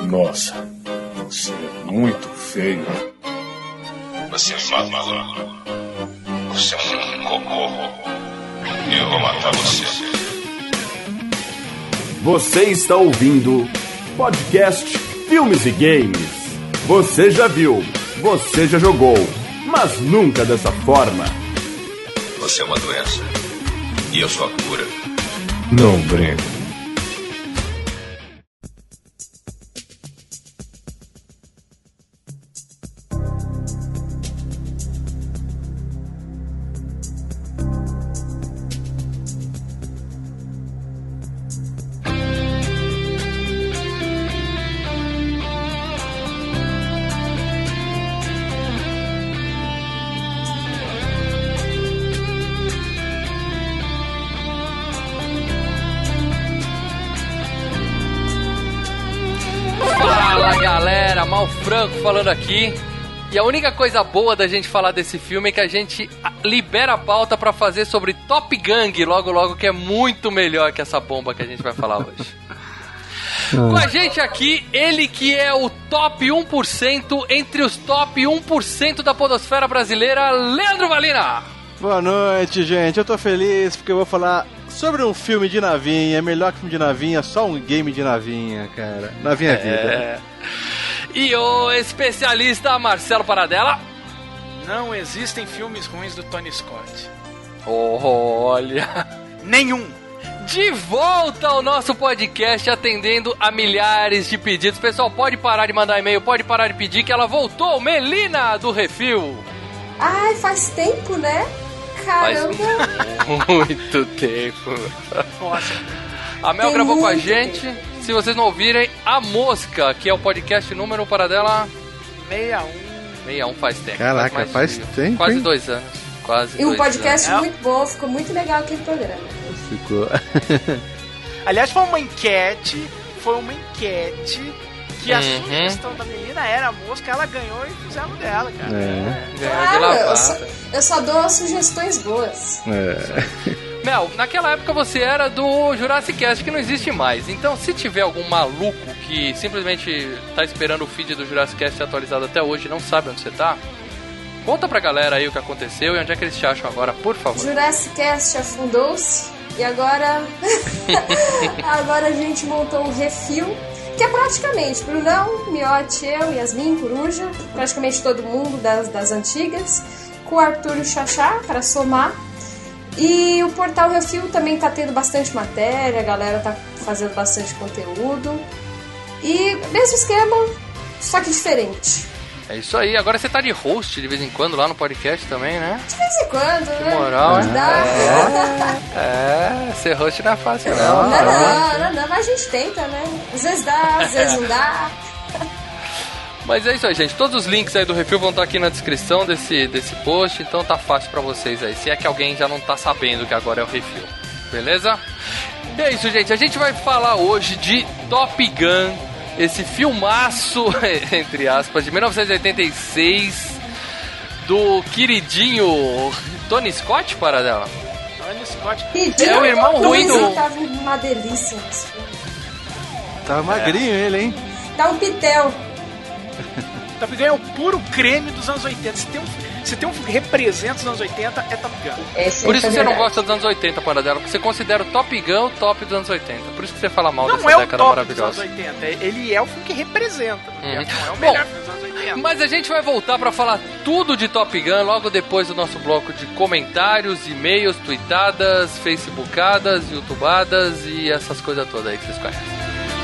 Nossa, você é muito feio. Você é maluco. Você é um cocô. Eu vou matar você. Você está ouvindo podcast Filmes e Games. Você já viu, você já jogou, mas nunca dessa forma. Você é uma doença. E eu sou a cura. Não brinco. Franco falando aqui. E a única coisa boa da gente falar desse filme é que a gente libera a pauta pra fazer sobre Top Gang logo, que é muito melhor que essa bomba que a gente vai falar hoje. Com a gente aqui, ele que é o top 1% entre os top 1% da podosfera brasileira, Leandro Valina. Boa noite, gente. Eu tô feliz porque eu vou falar sobre um filme de navinha. É melhor que filme de navinha, só um game de navinha, cara. Navinha é vida. E o especialista Marcelo Paradela. Não existem filmes ruins do Tony Scott. Olha. Nenhum. De volta ao nosso podcast, atendendo a milhares de pedidos. Pessoal, pode parar de mandar e-mail, pode parar de pedir que ela voltou. Melina do Refil. Ai, faz tempo, né? Caramba. Faz muito tempo. Nossa. A Mel gravou com a gente. Se vocês não ouvirem, A Mosca, que é o podcast número para dela 61 faz tempo. Caraca, faz tempo. Quase 2 anos. E um podcast muito bom, ficou muito legal aquele programa. Ficou. Aliás, foi uma enquete que a sugestão da menina era a Mosca, ela ganhou e fizemos dela, cara. Claro, eu só dou sugestões boas. Mel, naquela época você era do Jurassic Cast, que não existe mais. Então, se tiver algum maluco que simplesmente tá esperando o feed do Jurassic Cast ser atualizado até hoje e não sabe onde você tá, conta pra galera aí o que aconteceu e onde é que eles te acham agora, por favor. Jurassic Cast afundou-se e agora agora a gente montou um refil, que é praticamente Brunão, Miotti, eu, Yasmin, Coruja, praticamente todo mundo das antigas, com o Arthur e o Xaxá para somar. E o Portal Refil também tá tendo bastante matéria, a galera tá fazendo bastante conteúdo. E mesmo esquema, só que diferente. É isso aí, agora você tá de host de vez em quando lá no podcast também, né? De vez em quando, que né? Moral, ser host não é fácil, não. Não, mas a gente tenta, né? Às vezes dá, às vezes não dá. Mas é isso aí, gente. Todos os links aí do Refil vão estar aqui na descrição desse post, então tá fácil pra vocês aí. Se é que alguém já não tá sabendo que agora é o Refil. Beleza? E é isso, gente. A gente vai falar hoje de Top Gun, esse filmaço, entre aspas, de 1986, do queridinho Tony Scott, Paradela? Tony Scott. É o irmão ruim do... Tava uma delícia. Tava magrinho ele, hein? Tá um pitel. Top Gun é o puro creme dos anos 80. Se tem um filme que representa os anos 80, é Top Gun. Por isso que você não gosta dos anos 80, Paradela, porque você considera o Top Gun o top dos anos 80. Por isso que você fala mal dessa década maravilhosa. Não é o top dos anos 80, ele é o filme que representa. Não é o melhor filme dos anos 80. Mas a gente vai voltar pra falar tudo de Top Gun logo depois do nosso bloco de comentários, e-mails, tweetadas, facebookadas, youtubadas e essas coisas todas aí que vocês conhecem.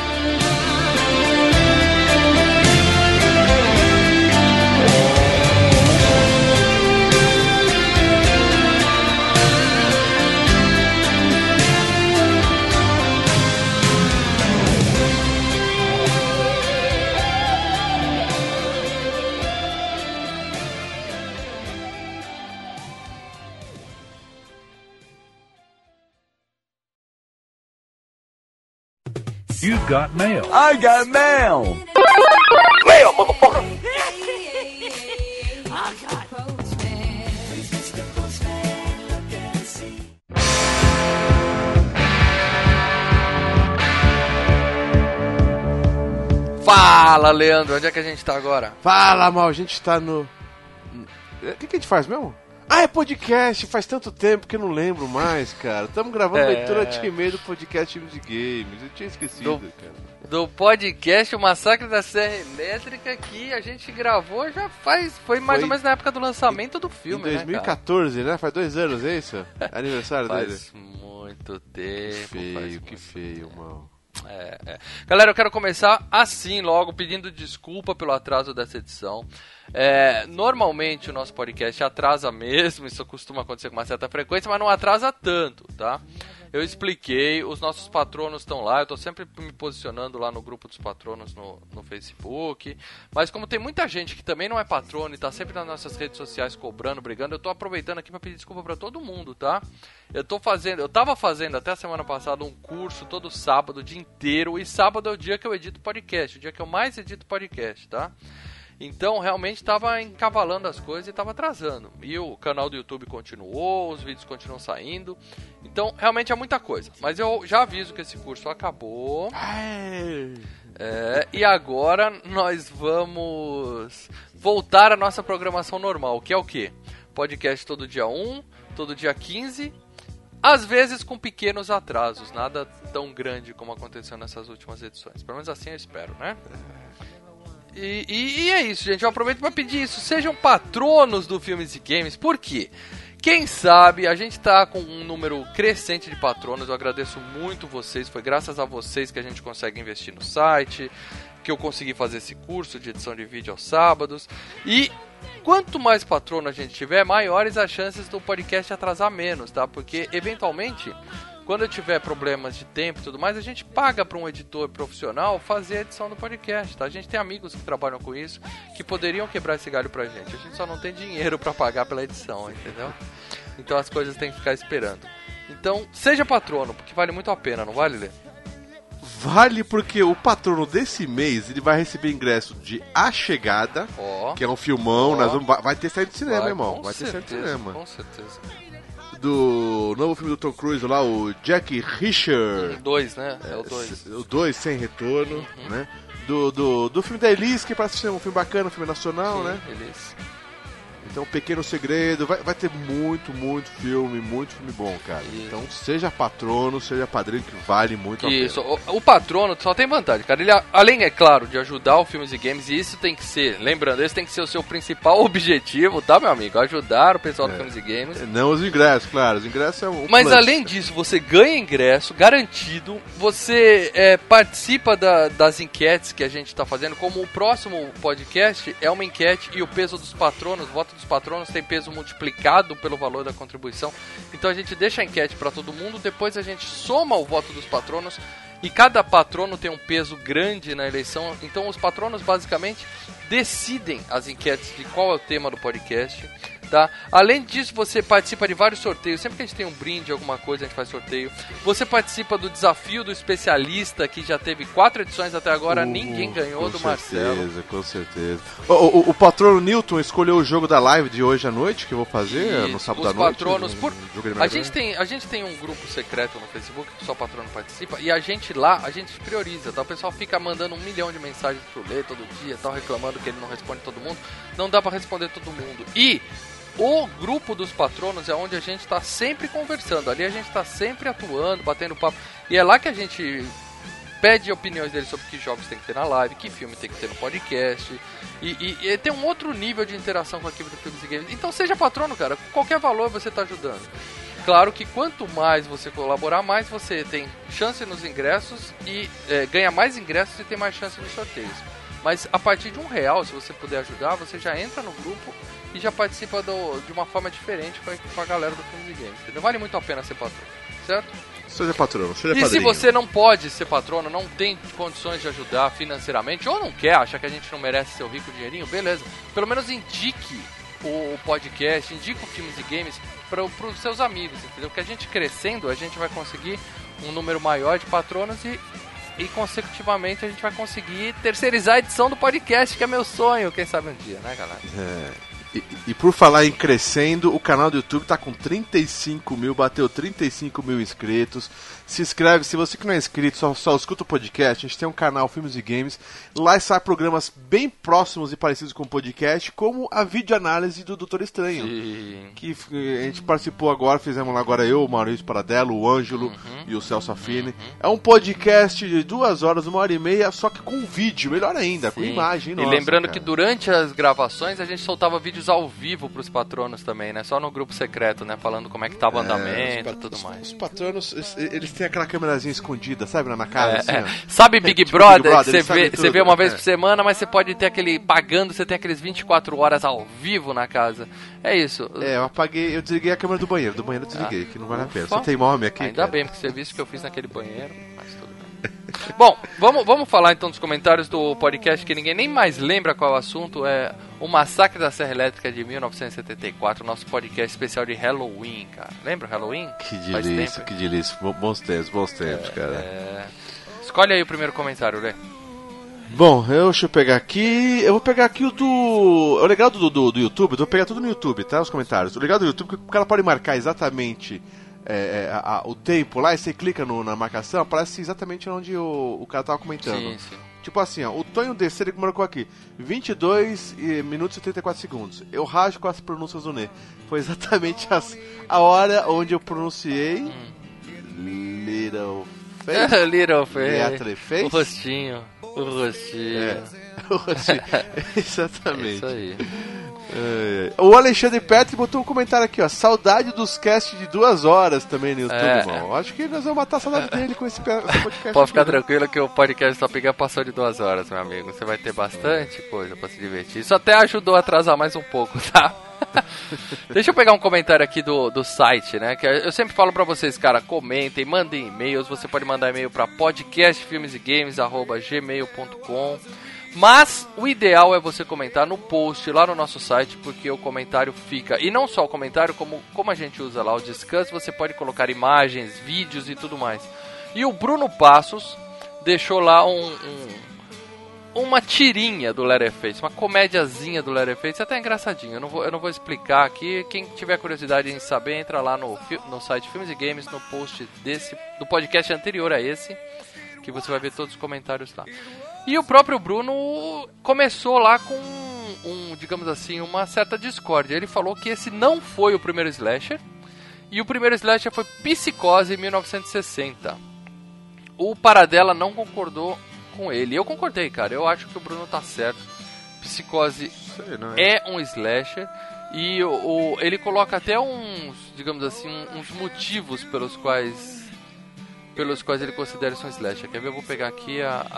You got mail. I got mail. Mail, motherfucker. Fala, Leandro, onde é que a gente tá agora? Fala, mal, a gente tá no... O que a gente faz mesmo? Ah, é podcast, faz tanto tempo que eu não lembro mais, cara. Estamos gravando leitura de e-mail do podcast Filmes e Games. Eu tinha esquecido, cara. Do podcast O Massacre da Serra Elétrica, que a gente gravou já foi mais ou menos na época do lançamento do filme, em 2014, né? Faz 2 anos, é isso? Aniversário dele. Faz muito tempo. Que feio, mal. Galera, eu quero começar assim logo, pedindo desculpa pelo atraso dessa edição. Normalmente o nosso podcast atrasa mesmo, isso costuma acontecer com uma certa frequência, mas não atrasa tanto, tá? Eu expliquei, os nossos patronos estão lá, eu tô sempre me posicionando lá no grupo dos patronos no Facebook, mas como tem muita gente que também não é patrono e tá sempre nas nossas redes sociais cobrando, brigando, eu tô aproveitando aqui pra pedir desculpa pra todo mundo, tá? Eu tava fazendo até a semana passada um curso todo sábado, o dia inteiro, e sábado é o dia que eu edito podcast, o dia que eu mais edito podcast, tá? Então, realmente, estava encavalando as coisas e estava atrasando. E o canal do YouTube continuou, os vídeos continuam saindo. Então, realmente é muita coisa. Mas eu já aviso que esse curso acabou. E agora nós vamos voltar à nossa programação normal, que é o quê? Podcast todo dia 1, todo dia 15, às vezes com pequenos atrasos. Nada tão grande como aconteceu nessas últimas edições. Pelo menos assim eu espero, né? E é isso, gente. Eu aproveito para pedir isso. Sejam patronos do Filmes e Games. Por quê? Quem sabe, a gente tá com um número crescente de patronos. Eu agradeço muito vocês. Foi graças a vocês que a gente consegue investir no site, que eu consegui fazer esse curso de edição de vídeo aos sábados. E quanto mais patrono a gente tiver, maiores as chances do podcast atrasar menos, tá? Porque, eventualmente, quando eu tiver problemas de tempo e tudo mais, a gente paga para um editor profissional fazer a edição do podcast, tá? A gente tem amigos que trabalham com isso, que poderiam quebrar esse galho pra gente. A gente só não tem dinheiro para pagar pela edição, entendeu? Então as coisas tem que ficar esperando. Então, seja patrono, porque vale muito a pena, não vale, Lê? Vale, porque o patrono desse mês, ele vai receber ingresso de A Chegada, que é um filmão. Vai ter saído de cinema, irmão. Vai ter saído de cinema. Com certeza. Do novo filme do Tom Cruise lá, o Jack Reacher. 2, né? É o 2. O 2, Sem Retorno, né? Do filme da Elise, que parece ser um filme bacana, um filme nacional, sim, né? Elise. Então, Pequeno Segredo, vai ter muito filme bom, cara. Isso. Então, seja patrono, seja padrinho, que vale muito a pena. Isso, o patrono só tem vantagem, cara. Ele, além, é claro, de ajudar o Filmes e Games, e isso tem que ser, lembrando, esse tem que ser o seu principal objetivo, tá, meu amigo? Ajudar o pessoal do Filmes e Games. Não os ingressos, claro, os ingressos é o Mas plus. Além disso, você ganha ingresso, garantido, você participa das enquetes que a gente tá fazendo, como o próximo podcast é uma enquete e o peso dos patronos, o voto dos patronos tem peso multiplicado pelo valor da contribuição. Então a gente deixa a enquete para todo mundo, depois a gente soma o voto dos patronos e cada patrono tem um peso grande na eleição. Então os patronos basicamente decidem as enquetes de qual é o tema do podcast, tá? Além disso, você participa de vários sorteios. Sempre que a gente tem um brinde, alguma coisa, a gente faz sorteio. Você participa do desafio do especialista, que já teve 4 edições até agora, ninguém ganhou, do Marcelo. Com certeza. O patrono Newton escolheu o jogo da live de hoje à noite, que eu vou fazer no sábado à noite. Patronos, a gente tem um grupo secreto no Facebook, que só o patrono participa, e a gente prioriza, tá? O pessoal fica mandando 1 milhão de mensagens pro Lê todo dia, tal, reclamando que ele não responde todo mundo. Não dá pra responder todo mundo. E o grupo dos patronos é onde a gente tá sempre conversando. Ali a gente tá sempre atuando, batendo papo. E é lá que a gente pede opiniões deles sobre que jogos tem que ter na live, que filme tem que ter no podcast. E tem um outro nível de interação com a equipe do Filmes e Games. Então seja patrono, cara. Com qualquer valor você tá ajudando. Claro que quanto mais você colaborar, mais você tem chance nos ingressos e ganha mais ingressos e tem mais chance nos sorteios. Mas a partir de R$1, se você puder ajudar, você já entra no grupo e já participa de uma forma diferente com a galera do Filmes e Games, entendeu? Vale muito a pena ser patrono, certo? Seja patrono, seja padrinho. E se você não pode ser patrono, não tem condições de ajudar financeiramente, ou não quer, acha que a gente não merece seu rico dinheirinho, beleza. Pelo menos indique o podcast, indique o Filmes e Games para os seus amigos, entendeu? Porque a gente crescendo, a gente vai conseguir um número maior de patronos e consecutivamente a gente vai conseguir terceirizar a edição do podcast, que é meu sonho, quem sabe um dia, né, galera? E por falar em crescendo, o canal do YouTube tá com 35 mil, bateu 35 mil inscritos. Se inscreve, se você que não é inscrito, só escuta o podcast, a gente tem um canal Filmes e Games. Lá sai programas bem próximos e parecidos com o podcast, como a videoanálise do Doutor Estranho. Sim. Que a gente participou agora, fizemos lá agora eu, o Maurício Paradello, o Ângelo e o Celso Affini. É um podcast de 2 horas, 1h30, só que com vídeo, melhor ainda, com imagem. E lembrando que durante as gravações a gente soltava vídeos ao vivo pros patronos também, né? Só no grupo secreto, né? Falando como é que tava o andamento e tudo mais. Os patronos, eles têm aquela câmerazinha escondida, sabe? Na cara, assim, Sabe Big tipo Brother? Big Brother, Você vê uma vez por semana, mas você pode ter aquele pagando, você tem aqueles 24 horas ao vivo na casa. É isso. Eu desliguei a câmera do banheiro eu desliguei, que não vale a pena. Você tem homem aqui? Ainda bem, porque você viu isso que eu fiz naquele banheiro, mas tudo bem. Bom, vamos falar então dos comentários do podcast que ninguém nem mais lembra qual é o assunto. É o Massacre da Serra Elétrica de 1974, nosso podcast especial de Halloween, cara. Lembra o Halloween? Que delícia. Bons tempos, cara. Escolhe aí o primeiro comentário, Lê. Bom, deixa eu pegar aqui. Eu vou pegar aqui o legal do YouTube, eu vou pegar tudo no YouTube, tá? Os comentários. O legal do YouTube é que o cara pode marcar exatamente o tempo lá, e você clica na marcação, aparece exatamente onde o cara tava comentando. Sim. Tipo assim, o Tonho DC, ele marcou aqui 22 minutos e 34 segundos. Eu rajo com as pronúncias do Nê. Foi exatamente a hora onde eu pronunciei Little Face. Little Face. Letra Face. O rostinho. O rostinho. Exatamente. É isso aí. O Alexandre Petri botou um comentário aqui, ó. Saudade dos casts de 2 horas também no YouTube, irmão. Acho que nós vamos matar a saudade dele com esse podcast. Pode ficar tranquilo que o podcast só pega passou de 2 horas, meu amigo. Você vai ter bastante coisa pra se divertir. Isso até ajudou a atrasar mais um pouco, tá? Deixa eu pegar um comentário aqui do site, né? Que eu sempre falo pra vocês, cara, comentem, mandem e-mails. Você pode mandar e-mail pra podcastfilmesgames@gmail.com. Mas o ideal é você comentar no post lá no nosso site, porque o comentário fica. E não só o comentário, como a gente usa lá o Discuss, você pode colocar imagens, vídeos e tudo mais. E o Bruno Passos deixou lá uma tirinha do Letterface, uma comédiazinha do Letterface, até engraçadinho. Eu não vou explicar aqui. Quem tiver curiosidade em saber, entra lá no site Filmes e Games, no post do podcast anterior a esse, que você vai ver todos os comentários lá. E o próprio Bruno começou lá com digamos assim, uma certa discórdia. Ele falou que esse não foi o primeiro slasher, e o primeiro slasher foi Psicose em 1960. O Paradela não concordou com ele. Eu concordei, cara. Eu acho que o Bruno tá certo. Psicose é um slasher, e ele coloca até digamos assim, uns motivos pelos quais ele considera isso um slasher. Quer ver? Eu vou pegar aqui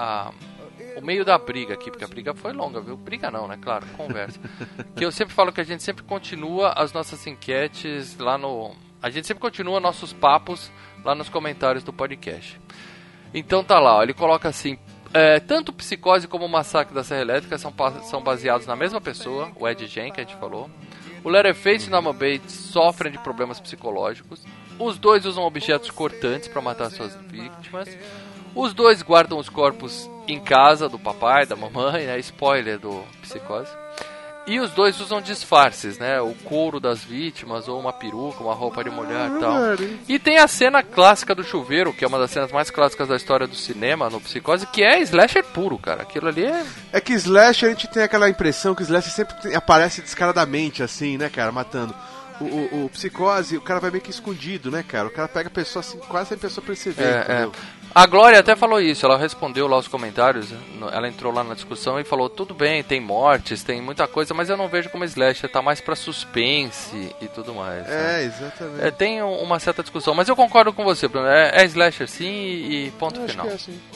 o meio da briga aqui, porque a briga foi longa, viu? Briga não, né? Claro, conversa. Que eu sempre falo que a gente sempre continua as nossas enquetes lá a gente sempre continua nossos papos lá nos comentários do podcast. Então tá lá, ó, ele coloca assim: tanto Psicose como o Massacre da Serra Elétrica são baseados na mesma pessoa, o Ed Gein, que a gente falou. O Letterface e o Norman Bates sofrem de problemas psicológicos. Os dois usam objetos cortantes para matar suas vítimas. Os dois guardam os corpos em casa do papai, da mamãe, né? Spoiler do Psicose. E os dois usam disfarces, né? O couro das vítimas, ou uma peruca, uma roupa de mulher e tal. E tem a cena clássica do chuveiro, que é uma das cenas mais clássicas da história do cinema, no Psicose, que é slasher puro, cara. Aquilo ali é... É que slasher, a gente tem aquela impressão que slasher sempre aparece descaradamente, assim, né, cara, matando. O Psicose, o cara vai meio que escondido, né, cara? O cara pega a pessoa assim, quase sem a pessoa perceber, entendeu? A Glória até falou isso, ela respondeu lá os comentários, ela entrou lá na discussão e falou: tudo bem, tem mortes, tem muita coisa, mas eu não vejo como slasher, tá mais pra suspense e tudo mais. Né? Exatamente. Tem uma certa discussão, mas eu concordo com você, Bruno, é slasher sim e ponto final. Acho que é assim.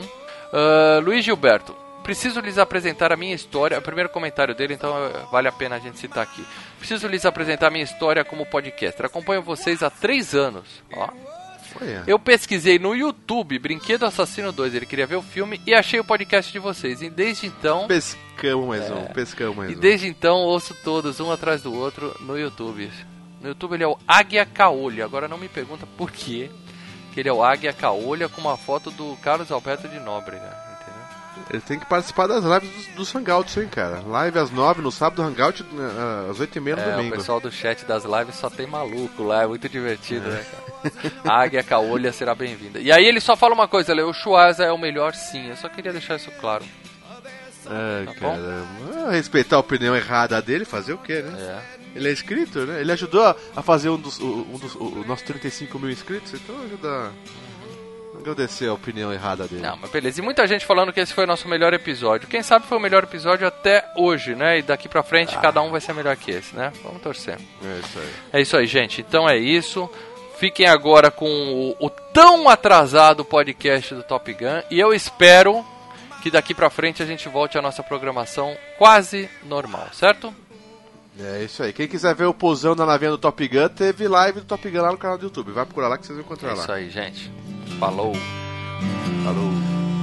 Luiz Gilberto: preciso lhes apresentar a minha história. O primeiro comentário dele, então vale a pena a gente citar aqui. Preciso lhes apresentar a minha história como podcaster. Acompanho vocês há 3 anos. Ó. Eu pesquisei no YouTube Brinquedo Assassino 2, ele queria ver o filme, e achei o podcast de vocês. E desde então... Pescamos mais um. E desde então ouço todos, um atrás do outro, no YouTube. No YouTube ele é o Águia Caolha. Agora não me pergunta por quê que ele é o Águia Caolha com uma foto do Carlos Alberto de Nóbrega, entendeu? Ele tem que participar das lives dos Hangouts, hein, cara. Live às 9 no sábado, Hangout às 8h30 no domingo. O pessoal do chat das lives só tem maluco lá, é muito divertido, né, cara? A águia caolha será bem-vinda. E aí ele só fala uma coisa, o Schwarza é o melhor sim, eu só queria deixar isso claro. Tá cara, respeitar a opinião errada dele, fazer o quê, né? Ele é inscrito, né? Ele ajudou a fazer o nossos 35 mil inscritos, então ajuda... Agradecer a opinião errada dele. Não, mas beleza. E muita gente falando que esse foi o nosso melhor episódio. Quem sabe foi o melhor episódio até hoje, né? E daqui pra frente cada um vai ser melhor que esse, né? Vamos torcer. É isso aí. É isso aí, gente. Então é isso. Fiquem agora com o tão atrasado podcast do Top Gun. E eu espero que daqui pra frente a gente volte à nossa programação quase normal, certo? É isso aí. Quem quiser ver o posão da navinha do Top Gun, teve live do Top Gun lá no canal do YouTube. Vai procurar lá que vocês vão encontrar lá. É isso aí, gente. Falou. Falou.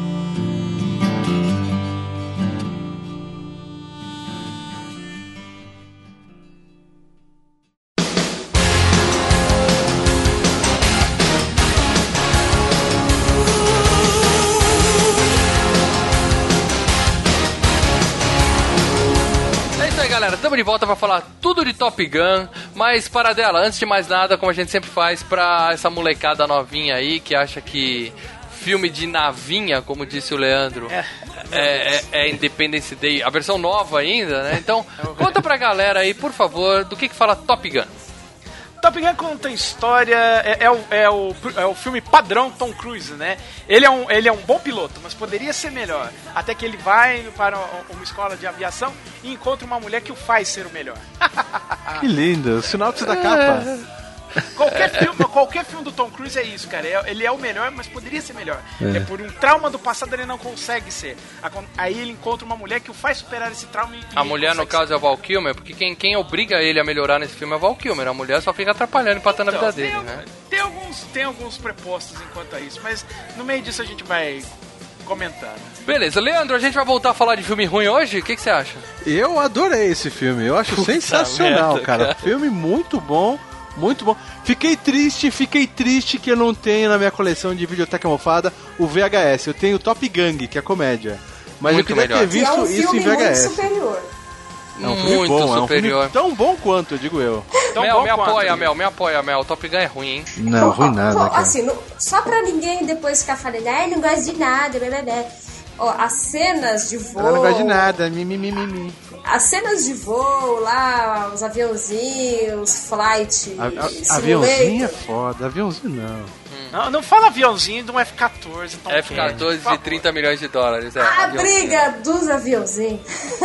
Galera, estamos de volta para falar tudo de Top Gun, mas para dela, antes de mais nada, como a gente sempre faz para essa molecada novinha aí que acha que filme de navinha, como disse o Leandro, é Independence Day, a versão nova ainda, né? Então, conta pra galera aí, por favor, do que fala Top Gun. Top Gun conta a história, é o filme padrão Tom Cruise, né? Ele é um bom piloto, mas poderia ser melhor. Até que ele vai para uma escola de aviação e encontra uma mulher que o faz ser o melhor. Que lindo, o sinopse da capa. Qualquer filme do Tom Cruise é isso, cara. Ele é o melhor, mas poderia ser melhor. É por um trauma do passado ele não consegue ser. Aí ele encontra uma mulher que o faz superar esse trauma e a mulher, no caso, é o Val Kilmer, porque quem obriga ele a melhorar nesse filme é o Val Kilmer. A mulher só fica atrapalhando, empatando a vida dele, né? Tem alguns prepostos enquanto a isso, mas no meio disso a gente vai comentando. Beleza, Leandro, a gente vai voltar a falar de filme ruim hoje? O que você acha? Eu adorei esse filme, eu acho sensacional, merda, cara. Filme muito bom. Muito bom. Fiquei triste que eu não tenho na minha coleção de videoteca mofada o VHS. Eu tenho o Top Gang, que é comédia. Mas muito eu queria melhor. ter visto isso em VHS. Muito superior. É um filme muito bom, superior. É um filme tão bom quanto, digo eu. Me apoia, Mel. O Top Gun é ruim, hein? Não, ruim nada, cara. Assim, só pra ninguém depois ficar falando, não gosto de nada, né? Ó, as cenas de voo... Eu não gosto de nada, mimimi. As cenas de voo lá, os aviãozinhos, flight... Aviãozinho é foda, aviãozinho não. Não fala aviãozinho de um F-14. F-14 de 30 milhões de dólares. A briga dos aviãozinhos.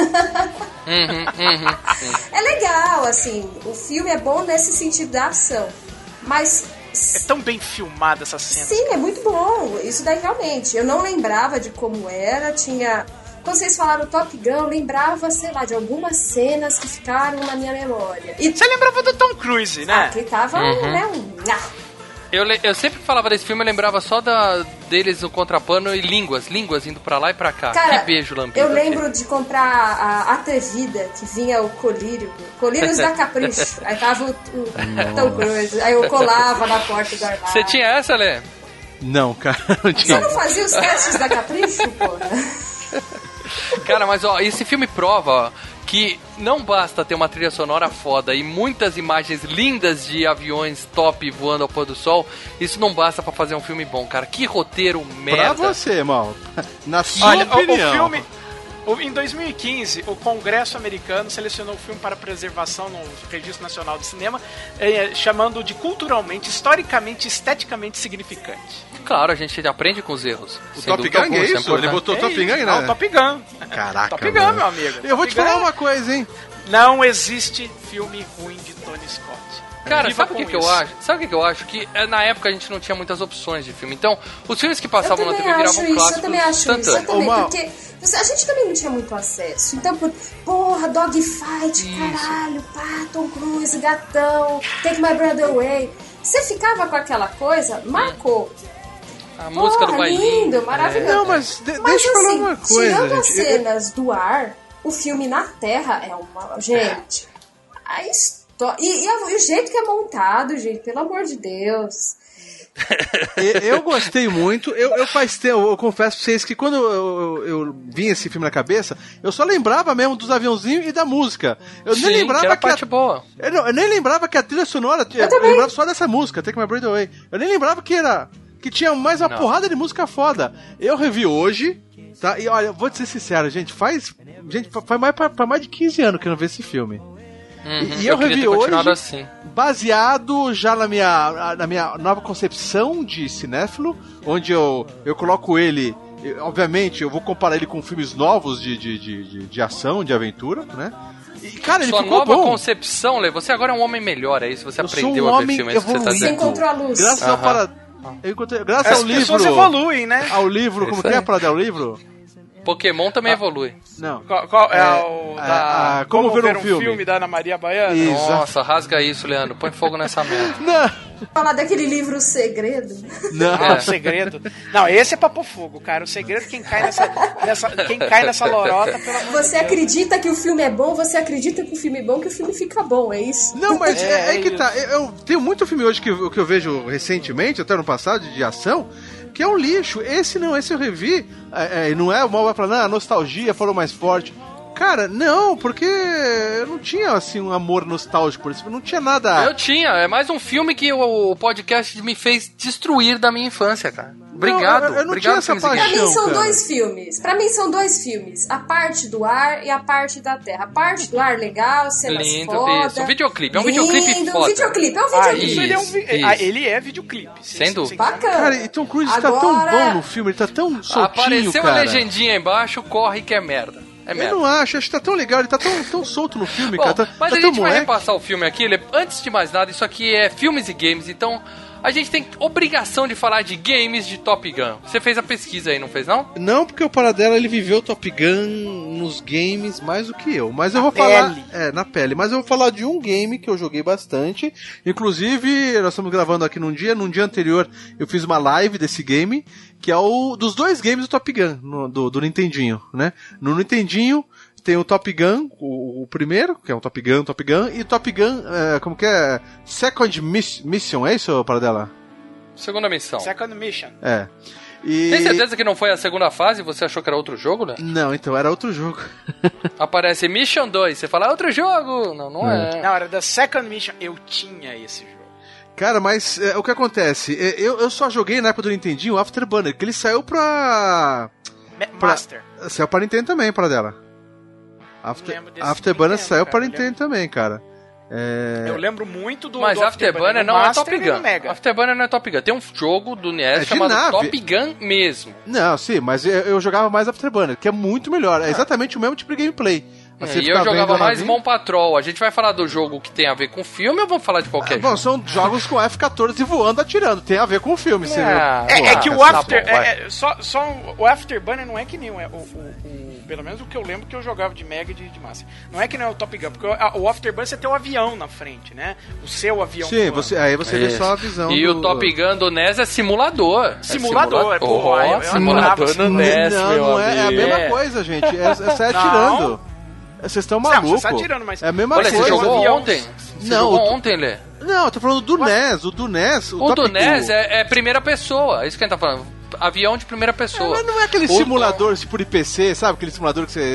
É legal, assim, o filme é bom nesse sentido da ação, mas... É tão bem filmada essa cena. Sim, é muito bom. Isso daí realmente. Eu não lembrava de como era. Quando vocês falaram Top Gun, eu lembrava, sei lá, de algumas cenas que ficaram na minha memória. E você lembrava do Tom Cruise, né? Que tava, né? Eu sempre que falava desse filme, eu lembrava só deles no contrapano e línguas indo pra lá e pra cá. Cara, que beijo lambido. Eu lembro de comprar a Atrevida, que vinha o Colírios da Capricho. Aí tava o Tom Cruise. Aí eu colava na porta do armário. Você tinha essa, Lê? Não, cara, não tinha. Você não fazia os testes da Capricho, porra? Cara, mas ó, esse filme prova que não basta ter uma trilha sonora foda e muitas imagens lindas de aviões top voando ao pôr do sol, isso não basta pra fazer um filme bom, cara. Que roteiro merda. Pra você, mal. Na sua opinião. O filme... Em 2015, o Congresso americano selecionou o filme para preservação no Registro Nacional de Cinema, chamando de culturalmente, historicamente, esteticamente significante. Claro, a gente aprende com os erros. O Top Gun é isso? Ele botou Top Gun, né? Não, Top Gun. Caraca, Top Gun, meu amigo. Eu vou te falar uma coisa, hein? Não existe filme ruim de Tony Scott. Cara, sabe o que eu acho? Sabe o que eu acho? Que na época a gente não tinha muitas opções de filme. Então, os filmes que passavam na TV viravam clássicos. Eu também acho isso. Porque a gente também não tinha muito acesso. Então, porra, Dogfight, caralho, pá, Tom Cruise, gatão, Take My Breath Away. Você ficava com aquela coisa, marcou. A música do bailinho. Lindo, maravilhoso. Não, mas deixa eu falar uma coisa, tirando as gente. cenas do ar, o filme na Terra é uma... Gente, a história... E o jeito que é montado, gente, pelo amor de Deus. Eu gostei muito. Eu faz tempo, eu confesso pra vocês que quando eu vi esse filme na cabeça, eu só lembrava mesmo dos aviãozinhos e da música. Eu nem lembrava que era parte boa. Eu nem lembrava que a trilha sonora. Eu lembrava só dessa música, Take My Breath Away. Eu nem lembrava que tinha mais uma porrada de música foda. Eu revi hoje, tá? E olha, vou te ser sincero, gente, faz mais de 15 anos que eu não vejo esse filme. E eu revi hoje, assim, baseado já na minha nova concepção de cinéfilo, onde eu coloco ele, obviamente, eu vou comparar ele com filmes novos de ação, de aventura, né? E, cara, ele sua ficou nova bom. concepção, Lê, você agora é um homem melhor, é isso? Você aprendeu a ver filme, Você encontrou a luz. Graças ao livro. As pessoas evoluem, né? Ao livro, como que é para dar o livro? Pokémon também evolui. Não. Qual é o da Como ver um filme da Ana Maria Baiana? Isso. Nossa, rasga isso, Leandro. Põe fogo nessa merda. Não. Falar daquele livro O Segredo. Não, O Segredo. Não, esse é pra pôr fogo, cara. O Segredo, quem cai nessa lorota, pelo amor de Você Deus. acredita que o filme é bom, você acredita que o filme é bom, que o filme fica bom, é isso? Não, mas é que tá. Eu tenho muito filme hoje que eu vejo recentemente, até no passado, de ação, que é um lixo. Esse eu revi. Não é o mal vai falar, não, a nostalgia falou mais forte. Cara, não, porque eu não tinha, assim, um amor nostálgico por isso. Não tinha nada... Eu tinha. É mais um filme que o podcast me fez destruir da minha infância, cara. Obrigado. Eu não Obrigado, tinha essa paixão, Pra mim são cara. dois filmes. Pra mim são dois filmes. A parte do ar e a parte da terra. A parte do ar, legal, cenas Lindo, foda. isso. Um videoclipe. É um videoclipe foda. Um videoclipe. É um videoclipe. Isso. Ele é videoclipe. Sem dúvida. Bacana. Cara, e Tom Cruise tá tão bom no filme, ele tá tão soltinho, Apareceu cara. a legendinha embaixo, corre que é merda. É merda. Eu não acho que tá tão legal, ele tá tão solto no filme, Bom, cara. mas tá a tão gente vai moleque. repassar o filme aqui. Antes de mais nada, isso aqui é filmes e games, então a gente tem obrigação de falar de games de Top Gun. Você fez a pesquisa aí, não fez não? Não, porque o Paradela, ele viveu Top Gun nos games mais do que eu. Mas eu vou falar... na pele. Mas eu vou falar de um game que eu joguei bastante. Inclusive, nós estamos gravando aqui num dia anterior eu fiz uma live desse game, que é o dos dois games do Top Gun, do Nintendinho, né? No Nintendinho tem o Top Gun, o primeiro, que é o Top Gun, e o Top Gun, como que é? Second Mission, é isso, Paradela? Segunda missão. Second Mission. É. E... Tem certeza que não foi a segunda fase e você achou que era outro jogo, né? Não, então era outro jogo. Aparece Mission 2, você fala, é outro jogo! Não é. Não, era da Second Mission. Eu tinha esse jogo. Cara, mas o que acontece? Eu só joguei na época do Nintendinho o Afterburner, que ele saiu pra... Master. Saiu pra Nintendo também, Paradela. Afterburner saiu para Nintendo também, cara. Eu lembro muito do Mas do Afterburner não é Top Gun. Afterburner não é Top Gun. Tem um jogo do NES chamado nave. Top Gun mesmo. Não, sim, mas eu jogava mais Afterburner, que é muito melhor. É exatamente o mesmo tipo de gameplay. E eu jogava mais Mon Patrol. A gente vai falar do jogo que tem a ver com o filme ou vamos falar de qualquer jogo? Bom, são jogos com F-14 voando, atirando. Tem a ver com o filme. Que o After... Só o Afterburner não é que nem pelo menos o que eu lembro que eu jogava de Mega e de Master. Não é que não é o Top Gun, porque o Afterburner você tem o avião na frente, né? O seu avião. Sim, aí você vê só a visão. E o Top Gun do NES é simulador. Simulador, simulador no NES, não é a mesma coisa, gente. Você atirando. Vocês estão malucos. Você tá atirando, mas... É a mesma coisa. Você jogou ontem? Você jogou ontem, Lê? Não, eu tô falando do NES. O do NES... O do NES é primeira pessoa. É isso que a gente tá falando. Avião de primeira pessoa. Mas não é aquele simulador tipo de PC, sabe? Aquele simulador que você...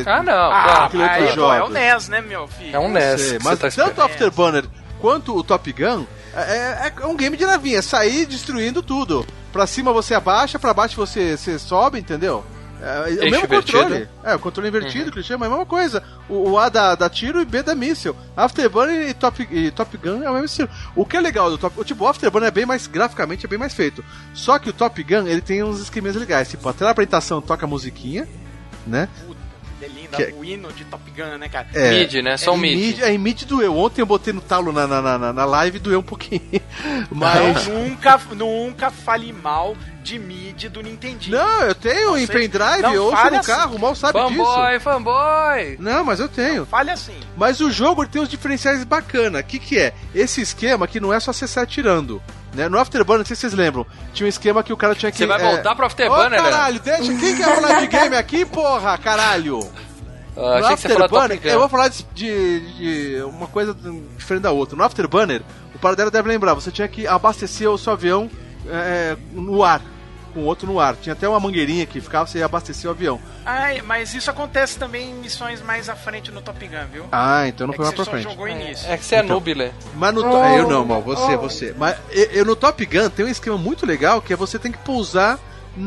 É o NES, né, meu filho? É um NES. Mas tanto o Afterburner quanto o Top Gun é um game de navinha. Sair destruindo tudo. Pra cima você abaixa, pra baixo você sobe, entendeu? É o mesmo controle. O controle invertido, que ele chama, é a mesma coisa. O A dá tiro e B dá míssil. Afterburner e Top Gun é o mesmo estilo. O que é legal do o Afterburner é bem mais, graficamente é bem mais feito. Só que o Top Gun, ele tem uns esqueminhas legais. Tipo, até na apresentação toca a musiquinha, né? É lindo, o hino de Top Gun, né, cara? Mid, né? Só mid. Em mid doeu. Ontem eu botei no talo na live e doeu um pouquinho. Mas... nunca fale mal de mid do Nintendinho. Não, eu tenho em pendrive, eu ouço no carro, assim. Mal sabe disso. Fanboy! Não, mas eu tenho. Não fale assim. Mas o jogo ele tem uns diferenciais bacanas. O que é? Esse esquema que não é só você sair atirando. Né? No Afterburner, não sei se vocês lembram, tinha um esquema que o cara tinha que... Você vai voltar pro Afterburner, né? Caralho, deixa... Quem quer falar de game aqui, porra? Caralho! Achei que você falou Top Gun. Eu vou falar de uma coisa diferente da outra. No Afterburner, o Paradela deve lembrar, você tinha que abastecer o seu avião no ar. Com outro no ar. Tinha até uma mangueirinha que ficava, você ia abastecer o avião. Mas isso acontece também em missões mais à frente no Top Gun, viu? Então não foi mais pra frente. Você jogou início. É que você é noob, Lê. Mas no eu não, mal, você. Mas eu no Top Gun tem um esquema muito legal que é você tem que pousar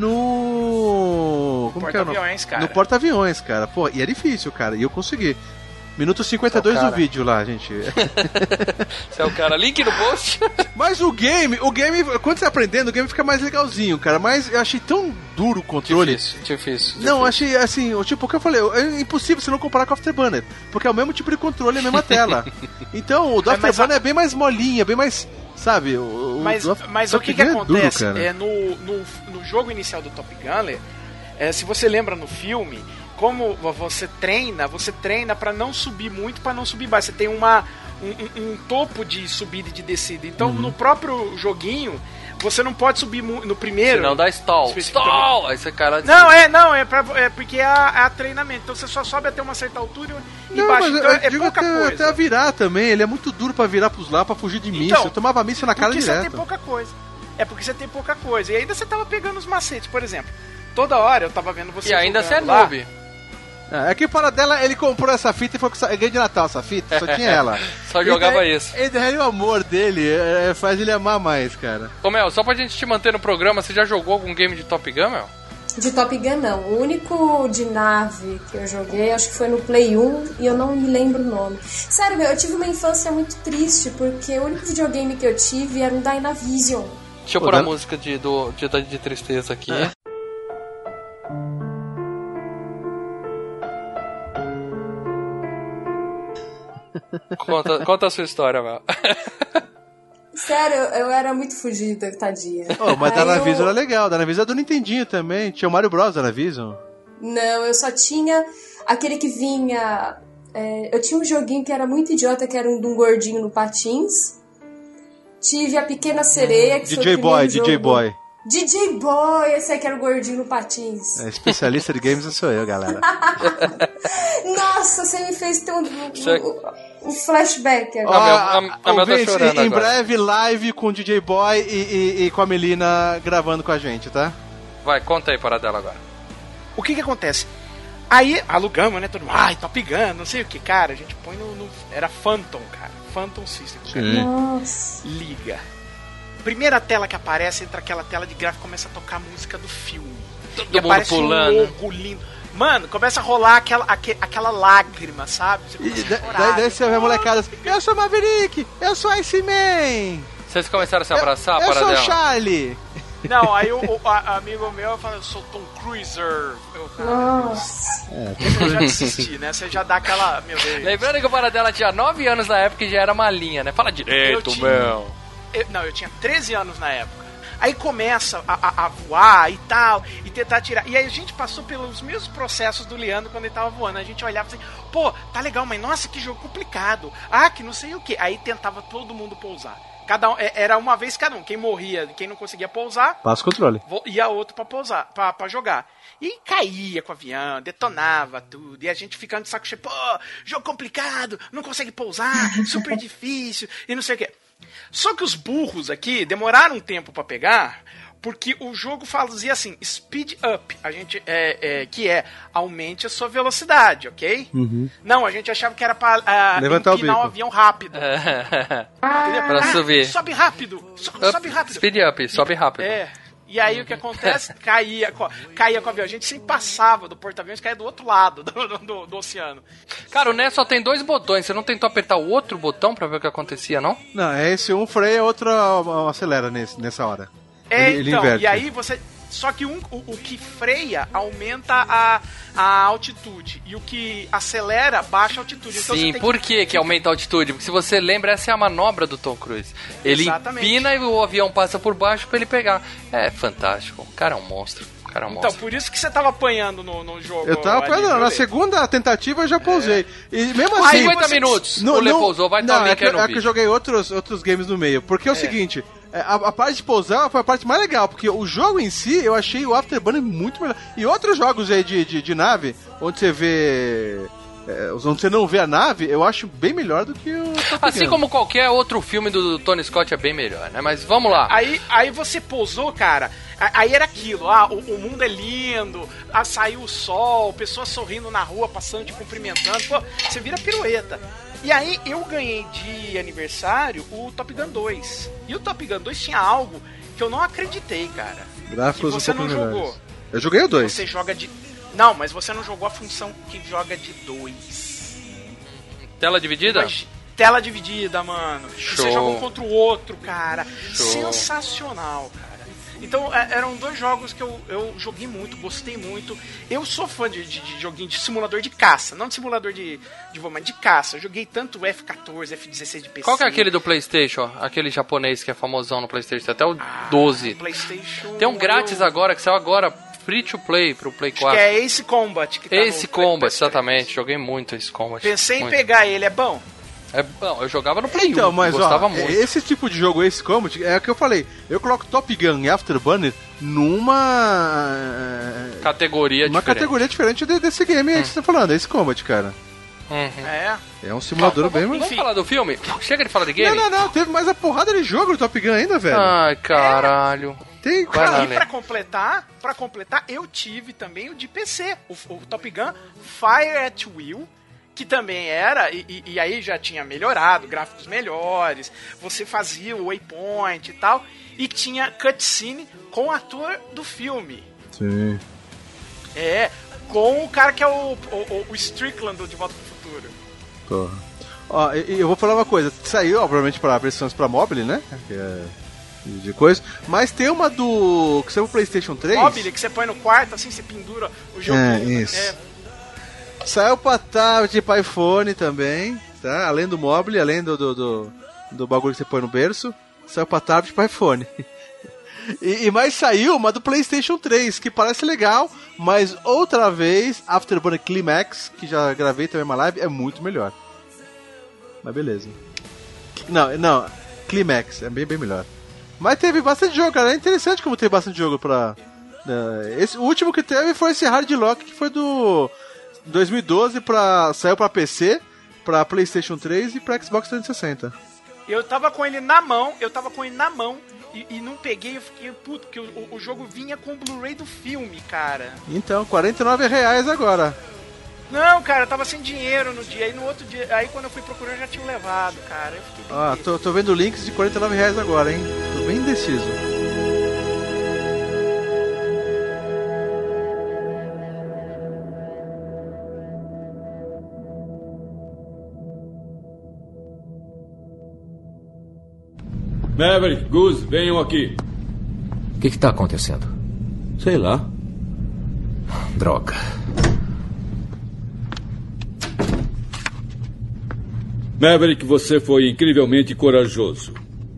no... Como que é o nome? Porta-aviões, cara. No porta-aviões, cara. Pô, e é difícil, cara. E eu consegui. Minuto 52 do vídeo lá, gente. Você é o cara. Link no post. Mas o game, quando você aprendendo, o game fica mais legalzinho, cara. Mas eu achei tão duro o controle. Difícil. Não, achei assim, tipo, o que eu falei, é impossível você não comparar com o Afterburner. Porque é o mesmo tipo de controle, é a mesma tela. Então, o do Afterburner é bem mais molinha, bem mais... Sabe? Mas o que acontece? No jogo inicial do Top Gun, se você lembra no filme... Como você treina pra não subir muito, pra não subir baixo. Você tem um topo de subida e de descida. Então, no próprio joguinho, você não pode subir no primeiro. Senão dá stall. Stall! Aí você cara... É porque é treinamento. Então, você só sobe até uma certa altura e baixa. Então, é pouca coisa. Até virar também. Ele é muito duro pra virar pros lados, pra fugir de míssil. Eu tomava míssil na cara direto. Porque você tem pouca coisa. É porque você tem pouca coisa. E ainda você tava pegando os macetes, por exemplo. Toda hora eu tava vendo você. E ainda você é noob. É que fora dela, ele comprou essa fita e foi ganhei de Natal essa fita, só tinha ela. Só jogava isso. E daí o amor dele faz ele amar mais, cara. Ô Mel, só pra gente te manter no programa, você já jogou algum game de Top Gun, Mel? De Top Gun não, o único de nave que eu joguei, acho que foi no Play 1 e eu não me lembro o nome. Sério, meu, eu tive uma infância muito triste, porque o único videogame que eu tive era um Dynavision. Deixa eu pôr a música de tristeza aqui. Conta a sua história, Mel. Sério, eu era muito fugida, tadinha. Mas Dynavision era legal. Dynavision é do Nintendinho também. Tinha o Mario Bros. Dynavision. Não, eu só tinha aquele que vinha... eu tinha um joguinho que era muito idiota, que era de um gordinho no patins. Tive a Pequena Sereia, que DJ foi o DJ Boy. DJ Boy, esse aí que era o gordinho no patins. Especialista de games sou eu, galera. Nossa, você me fez ter um flashback agora. A Mel tá chorando em agora. breve, live com o DJ Boy e com a Melina gravando com a gente, tá? Vai, conta aí para dela agora. O que acontece? Aí, alugamos, né, todo mundo, Top Gun, não sei o que, cara, a gente põe era Phantom, cara, Phantom System. Sim. Nossa. Liga. Primeira tela que aparece, entra aquela tela de gráfico, começa a tocar a música do filme. Todo mundo aparece pulando. Um logo lindo. Mano, começa a rolar aquela lágrima, sabe? Daí você vê a molecada assim, eu sou Maverick, eu sou Iceman. Vocês começaram a se abraçar? Eu sou o Charlie. Não, aí o amigo meu fala, eu sou Tom Cruiser. Nossa. Eu já desisti, né? Você já dá aquela... Meu Deus. Lembrando que o Paradela tinha 9 anos na época e já era malinha, né? Fala direito, Mel. Eu tinha 13 anos na época. Aí começa a voar e tal, e tentar tirar. E aí a gente passou pelos mesmos processos do Leandro quando ele tava voando. A gente olhava assim, pô, tá legal, mas nossa, que jogo complicado. Que não sei o que. Aí tentava todo mundo pousar. Era uma vez cada um. Quem morria, quem não conseguia pousar, passa o controle. Ia outro pra pousar, pra jogar. E caía com o avião, detonava tudo. E a gente ficando de saco cheio, pô, jogo complicado, não consegue pousar, super difícil, e não sei o que. Só que os burros aqui demoraram um tempo pra pegar, porque o jogo fazia assim, speed up, a gente que aumente a sua velocidade, ok? Uhum. Não, a gente achava que era pra inclinar o avião rápido. Pra subir. Sobe rápido, sobe rápido. Speed up, sobe rápido. E aí o que acontece? Caía com o avião. A gente sempre passava do porta-aviões e caía do outro lado do oceano. Cara, o NES só tem 2 botões. Você não tentou apertar o outro botão pra ver o que acontecia, não? Não, esse um freia, outro acelera nessa hora. Ele então, inverte. E aí você... Só que o que freia aumenta a altitude. E o que acelera baixa a altitude. Então sim, por que aumenta a altitude? Porque se você lembra, essa é a manobra do Tom Cruise. Ele empina e o avião passa por baixo pra ele pegar. É fantástico. O cara é um monstro. Então, por isso que você tava apanhando no jogo. Eu tava apanhando. Na segunda tentativa eu já pousei. E mesmo assim... 50 minutos. O Lê pousou, vai estar o link aí no vídeo. Que eu joguei outros games no meio. Porque é o seguinte... A parte de pousar foi a parte mais legal, porque o jogo em si, eu achei o Afterburner muito melhor. E outros jogos aí de nave, onde você vê você não vê a nave, eu acho bem melhor do que o Top Assim Gun. como qualquer outro filme do Tony Scott é bem melhor, né? Mas vamos lá. Aí você pousou, cara. Aí era aquilo, o mundo é lindo, saiu o sol, pessoas sorrindo na rua, passando, te cumprimentando. Pô, você vira pirueta. E aí eu ganhei de aniversário o Top Gun 2. E o Top Gun 2 tinha algo que eu não acreditei, cara. Gráficos que você não jogou. Eu joguei o 2. Você joga de... Não, mas você não jogou a função que joga de 2. Tela dividida? Tela dividida, mano. Show. Você joga um contra o outro, cara. Show. Sensacional, cara. Então, eram 2 jogos que eu joguei muito, gostei muito. Eu sou fã de joguinho de simulador de caça. Não de simulador de voo, mas de caça. Eu joguei tanto o F-14, F-16 de PC. Qual que é aquele do PlayStation? Aquele japonês que é famosão no PlayStation. Até o 12. PlayStation... Tem um grátis agora, que saiu agora, free to play, pro Play 4. Que é Ace Combat. Que tá Ace Combat, PS3. exatamente. Joguei muito Ace Combat. Pensei muito. em pegar ele, é bom? Bom, eu jogava no Play 1, Então, mas gostava ó, muito. esse tipo de jogo, Ace Combat, é o que eu falei. Eu coloco Top Gun e Afterburner numa... Categoria uma diferente. categoria diferente desse game aí que você tá falando, Ace Combat, cara. É. É um simulador bem... Vamos falar do filme? Chega de falar de game? Não, teve mais a porrada de jogo do Top Gun ainda, velho. Ai, caralho. Tem, Vai lá, cara. E pra completar, eu tive também o de PC, o Top Gun Fire at Will, que também era, e aí já tinha melhorado, gráficos melhores, você fazia o waypoint e tal, e tinha cutscene com o ator do filme. Sim. Com o cara que é o Strickland do De Volta pro Futuro. Porra. Ó, eu vou falar uma coisa, saiu, obviamente, para versões pra mobile, né? Que é de coisa, mas tem uma do... que saiu pro PlayStation 3. Mobile, que você põe no quarto, assim, você pendura o jogo. Isso. Saiu pra tablet, pra iPhone também, tá? Além do mobile, além do bagulho que você põe no berço, saiu pra tablet, pra iPhone. Mas saiu uma do PlayStation 3, que parece legal, mas outra vez, Afterburner Climax, que já gravei também uma live, é muito melhor. Mas beleza. Não, Climax, é bem melhor. Mas teve bastante jogo, cara. É interessante como teve bastante jogo pra... o último que teve foi esse Hard Lock, que foi do 2012, saiu pra PC, pra PlayStation 3 e pra Xbox 360. Eu tava com ele na mão, e não peguei, eu fiquei puto, porque o jogo vinha com o Blu-ray do filme, cara. Então, R$49 agora. Não, cara, eu tava sem dinheiro no dia, aí no outro dia, aí quando eu fui procurar eu já tinha levado, cara. Eu fiquei bem tô vendo links de R$49 agora, hein? Tô bem indeciso. Maverick, Goose, venham aqui. O que tá acontecendo? Sei lá. Droga. Maverick, você foi incrivelmente corajoso.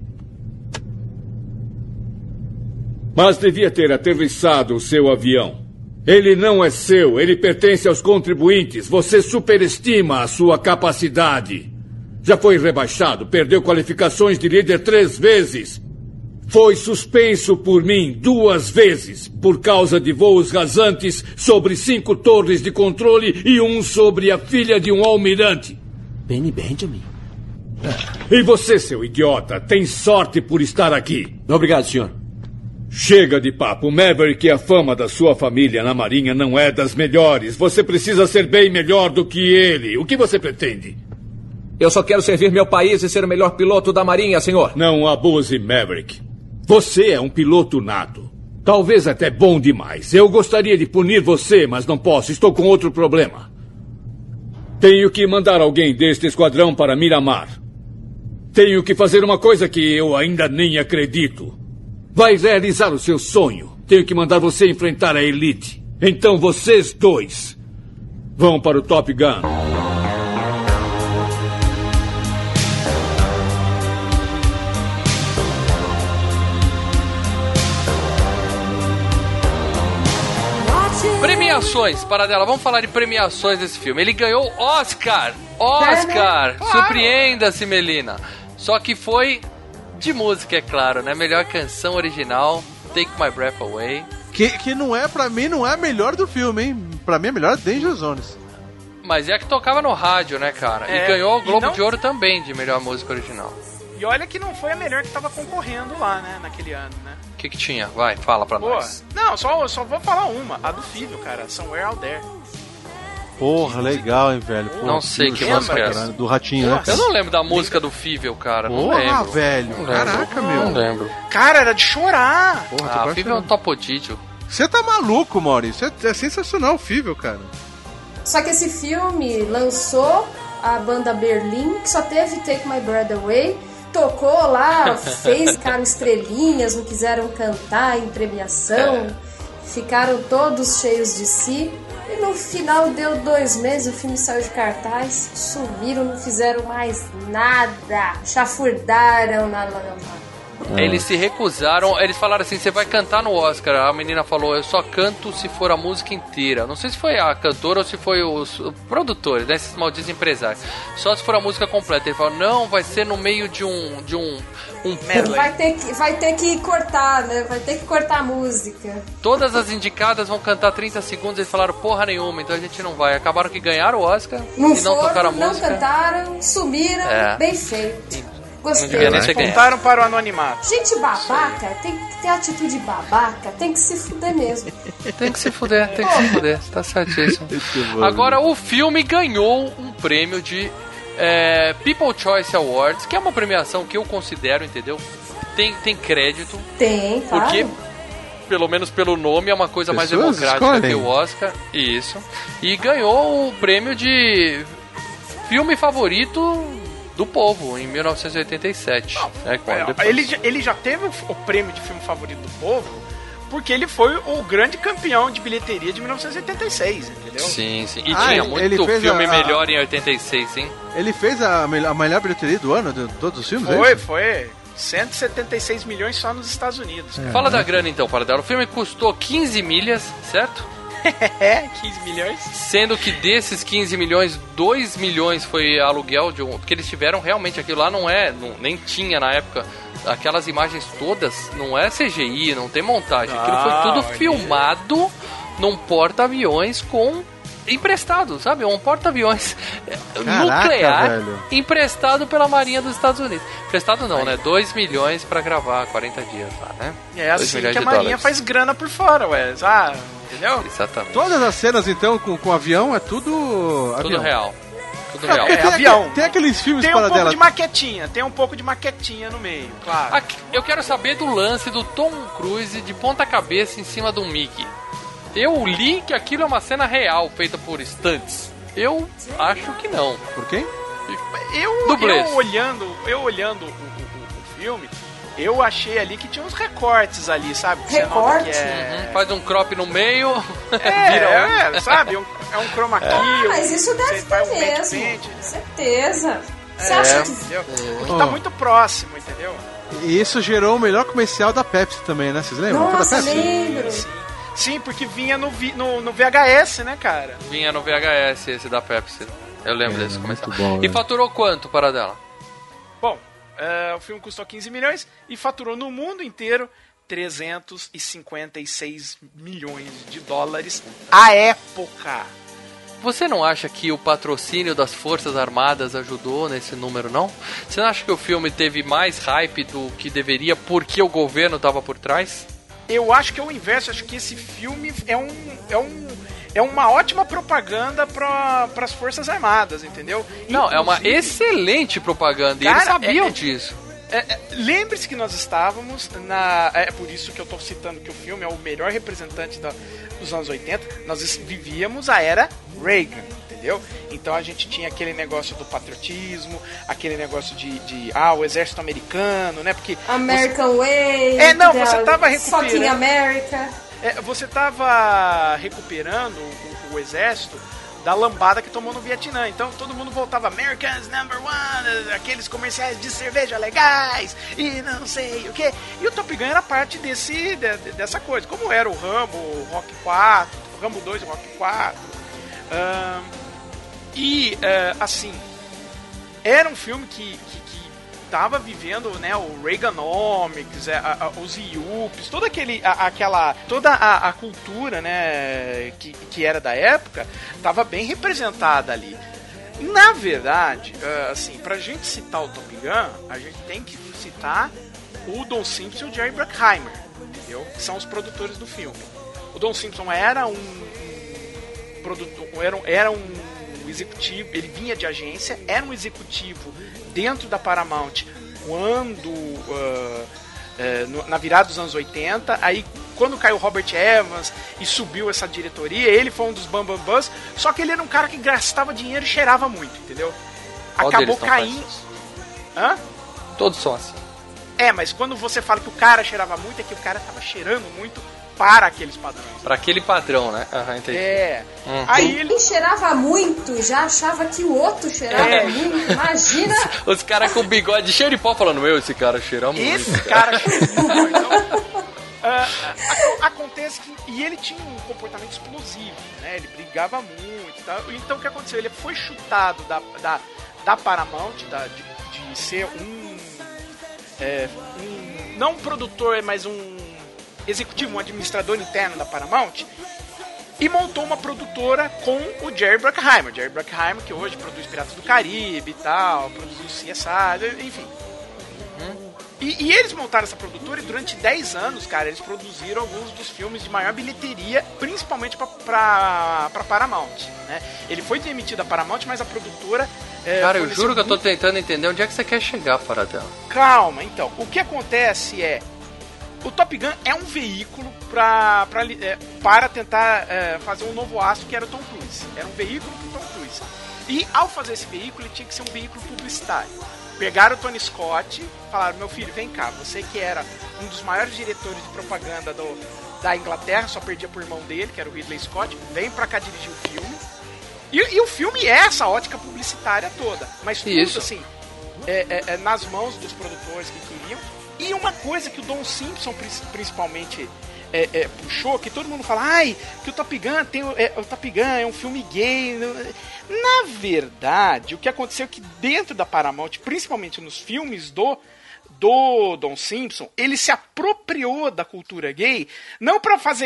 Mas devia ter aterrissado o seu avião. Ele não é seu, ele pertence aos contribuintes. Você superestima a sua capacidade. Já foi rebaixado, perdeu qualificações de líder 3 vezes. Foi suspenso por mim 2 vezes, por causa de voos rasantes sobre 5 torres de controle e 1 sobre a filha de um almirante. Benny Benjamin. E você, seu idiota, tem sorte por estar aqui. Obrigado, senhor. Chega de papo. Maverick, a fama da sua família na Marinha não é das melhores. Você precisa ser bem melhor do que ele. O que você pretende? Eu só quero servir meu país e ser o melhor piloto da Marinha, senhor. Não abuse, Maverick. Você é um piloto nato. Talvez até bom demais. Eu gostaria de punir você, mas não posso. Estou com outro problema. Tenho que mandar alguém deste esquadrão para Miramar. Tenho que fazer uma coisa que eu ainda nem acredito. Vai realizar o seu sonho. Tenho que mandar você enfrentar a elite. Então vocês 2 vão para o Top Gun. Premiações, Paradela, vamos falar de premiações desse filme. Ele ganhou Oscar! Oscar! Surpreenda-se, Melina. Só que foi de música, é claro, né? Melhor canção original, Take My Breath Away. Que não é, pra mim, não é a melhor do filme, hein? Pra mim, a melhor é Danger Zones. Mas é a que tocava no rádio, né, cara? E ganhou o Globo de Ouro também de melhor música original. E olha que não foi a melhor que tava concorrendo lá, né, naquele ano, né? O que tinha? Vai, fala pra nós. Não, só vou falar uma, a do Fível, cara, Somewhere Out There. Porra, legal, hein, velho. Porra, não sei que música é essa. Do Ratinho, né? Eu não lembro da música do Fível, cara. Porra, não lembro. velho. Não Caraca, lembro. meu. Não lembro. Cara, era de chorar. Porra, o Fível é um topodídio. Você tá maluco, Maurício. É sensacional o Fível, cara. Só que esse filme lançou a banda Berlim, que só teve Take My Breath Away, tocou lá, ficaram estrelinhas, não quiseram cantar em premiação, ficaram todos cheios de si. E no final deu 2 meses, o filme saiu de cartaz, sumiram, não fizeram mais nada, chafurdaram na lama. Eles se recusaram, eles falaram assim, você vai cantar no Oscar. A menina falou, eu só canto se for a música inteira. Não sei se foi a cantora ou se foi os produtores, né, esses malditos empresários. Só se for a música completa. Ele falou, não, vai ser no meio de um vai ter que cortar, né? Vai ter que cortar a música. Todas as indicadas vão cantar 30 segundos. Eles falaram, porra nenhuma, então a gente não vai. Acabaram que ganharam o Oscar não e não tocaram a música. Não cantaram, sumiram, bem feito. Gostei. Voltaram para o anonimato. Gente babaca, tem que ter atitude babaca, tem que se fuder mesmo. Tem que se fuder, tá certíssimo. Agora, o filme ganhou um prêmio de People Choice Awards, que é uma premiação que eu considero, entendeu? Tem crédito. Tem, claro. Porque, pelo menos pelo nome, é uma coisa mais democrática que o Oscar. Isso. E ganhou o prêmio de filme favorito do povo, em 1987. Ele já teve o prêmio de filme favorito do povo porque ele foi o grande campeão de bilheteria de 1986, entendeu? Sim. E tinha muito filme melhor em 86, sim. Ele fez a melhor bilheteria do ano de todos os filmes? Foi 176 milhões só nos Estados Unidos. Fala da grana então, Paradela. O filme custou 15 milhas, certo? 15 milhões. Sendo que desses 15 milhões, 2 milhões foi aluguel de um... Porque eles tiveram realmente aquilo lá, nem tinha na época. Aquelas imagens todas, não é CGI, não tem montagem. Aquilo foi tudo filmado num porta-aviões emprestado, sabe? Um porta-aviões nuclear, velho, emprestado pela Marinha dos Estados Unidos. Emprestado não, né? 2 milhões pra gravar 40 dias lá, né? É assim que a Marinha faz grana por fora, ué. Entendeu? Exatamente. Todas as cenas, então, com avião, é tudo avião. Real. Tudo real. Avião. Tem aqueles filmes para dela. Tem um pouco de maquetinha no meio, claro. Eu quero saber do lance do Tom Cruise de ponta cabeça em cima do Mickey. Eu li que aquilo é uma cena real, feita por stunts. Eu acho que não. Por quem? Eu olhando o filme, eu achei ali que tinha uns recortes ali, sabe? Recorte? Faz um crop no meio, sabe? É um chroma key. Mas isso deve ter mesmo. Certeza. Você acha que... Porque tá muito próximo, entendeu? E isso gerou o melhor comercial da Pepsi também, né? Vocês lembram? Nossa, lembro. Sim, porque vinha no VHS, né, cara? Vinha no VHS esse da Pepsi. Eu lembro desse comercial. Bom, e faturou quanto, Paradela? Bom, o filme custou 15 milhões e faturou no mundo inteiro 356 milhões de dólares à época. Você não acha que o patrocínio das Forças Armadas ajudou nesse número, não? Você não acha que o filme teve mais hype do que deveria porque o governo estava por trás? Eu acho que é o inverso. Acho que esse filme é uma ótima propaganda para as Forças Armadas, entendeu? Não, é uma excelente propaganda, cara, e eles sabiam disso. Lembre-se que nós estávamos é por isso que eu estou citando que o filme é o melhor representante dos anos 80. Nós vivíamos a era Reagan, entendeu? Então a gente tinha aquele negócio do patriotismo, aquele negócio de o exército americano, né? Porque American Way. Você estava recuperando. Fucking America. Você estava recuperando o exército da lambada que tomou no Vietnã. Então todo mundo voltava Americans number one, aqueles comerciais de cerveja legais e não sei o que. E o Top Gun era parte dessa coisa. Como era o Rambo, o Rock 4, o Rambo 2 e o Rock 4. assim, era um filme que tava vivendo, né, o Reaganomics, os IUPs, toda a cultura, né, que era da época, tava bem representada ali. Na verdade, assim, pra gente citar o Top Gun, a gente tem que citar o Don Simpson e o Jerry Bruckheimer, entendeu? Que são os produtores do filme. O Don Simpson era um executivo, ele vinha de agência, era um executivo dentro da Paramount quando na virada dos anos 80, aí quando caiu Robert Evans e subiu essa diretoria, ele foi um dos bambambãs, só que ele era um cara que gastava dinheiro e cheirava muito, entendeu? Acabou caindo. Hã? Todos são assim. Mas quando você fala que o cara cheirava muito, é que o cara tava cheirando muito para aqueles padrões. Para aquele padrão, né? Entendi. Aí ele cheirava muito, já achava que o outro cheirava muito, imagina. Os caras com bigode cheio de pó falando, esse cara cheira muito. Esse cara cheira muito. Então, acontece que... E ele tinha um comportamento explosivo, né? Ele brigava muito. Tá? Então o que aconteceu? Ele foi chutado da Paramount, de ser não um produtor, mas um executivo, um administrador interno da Paramount, e montou uma produtora com o Jerry Bruckheimer. Jerry Bruckheimer, que hoje produz Piratas do Caribe e tal, produziu CSI, enfim. E eles montaram essa produtora e durante 10 anos, cara, eles produziram alguns dos filmes de maior bilheteria, principalmente pra Paramount, né? Ele foi demitido da Paramount, mas a produtora... cara, eu juro que eu tô tentando entender onde é que você quer chegar, Paradela. Calma, então. O que acontece é... O Top Gun é um veículo para tentar fazer um novo astro, que era o Tom Cruise. Era um veículo pro Tom Cruise. E ao fazer esse veículo, ele tinha que ser um veículo publicitário. Pegaram o Tony Scott, falaram, meu filho, vem cá, você que era um dos maiores diretores de propaganda da Inglaterra, só perdia por irmão dele, que era o Ridley Scott, vem pra cá dirigir o filme. E o filme é essa ótica publicitária toda, mas tudo assim, nas mãos dos produtores que queriam. E uma coisa que o Don Simpson principalmente puxou, que todo mundo fala, que o Top Gun o Top Gun é um filme gay. Na verdade, o que aconteceu é que dentro da Paramount, principalmente nos filmes do Don Simpson, ele se apropriou da cultura gay, não pra fazer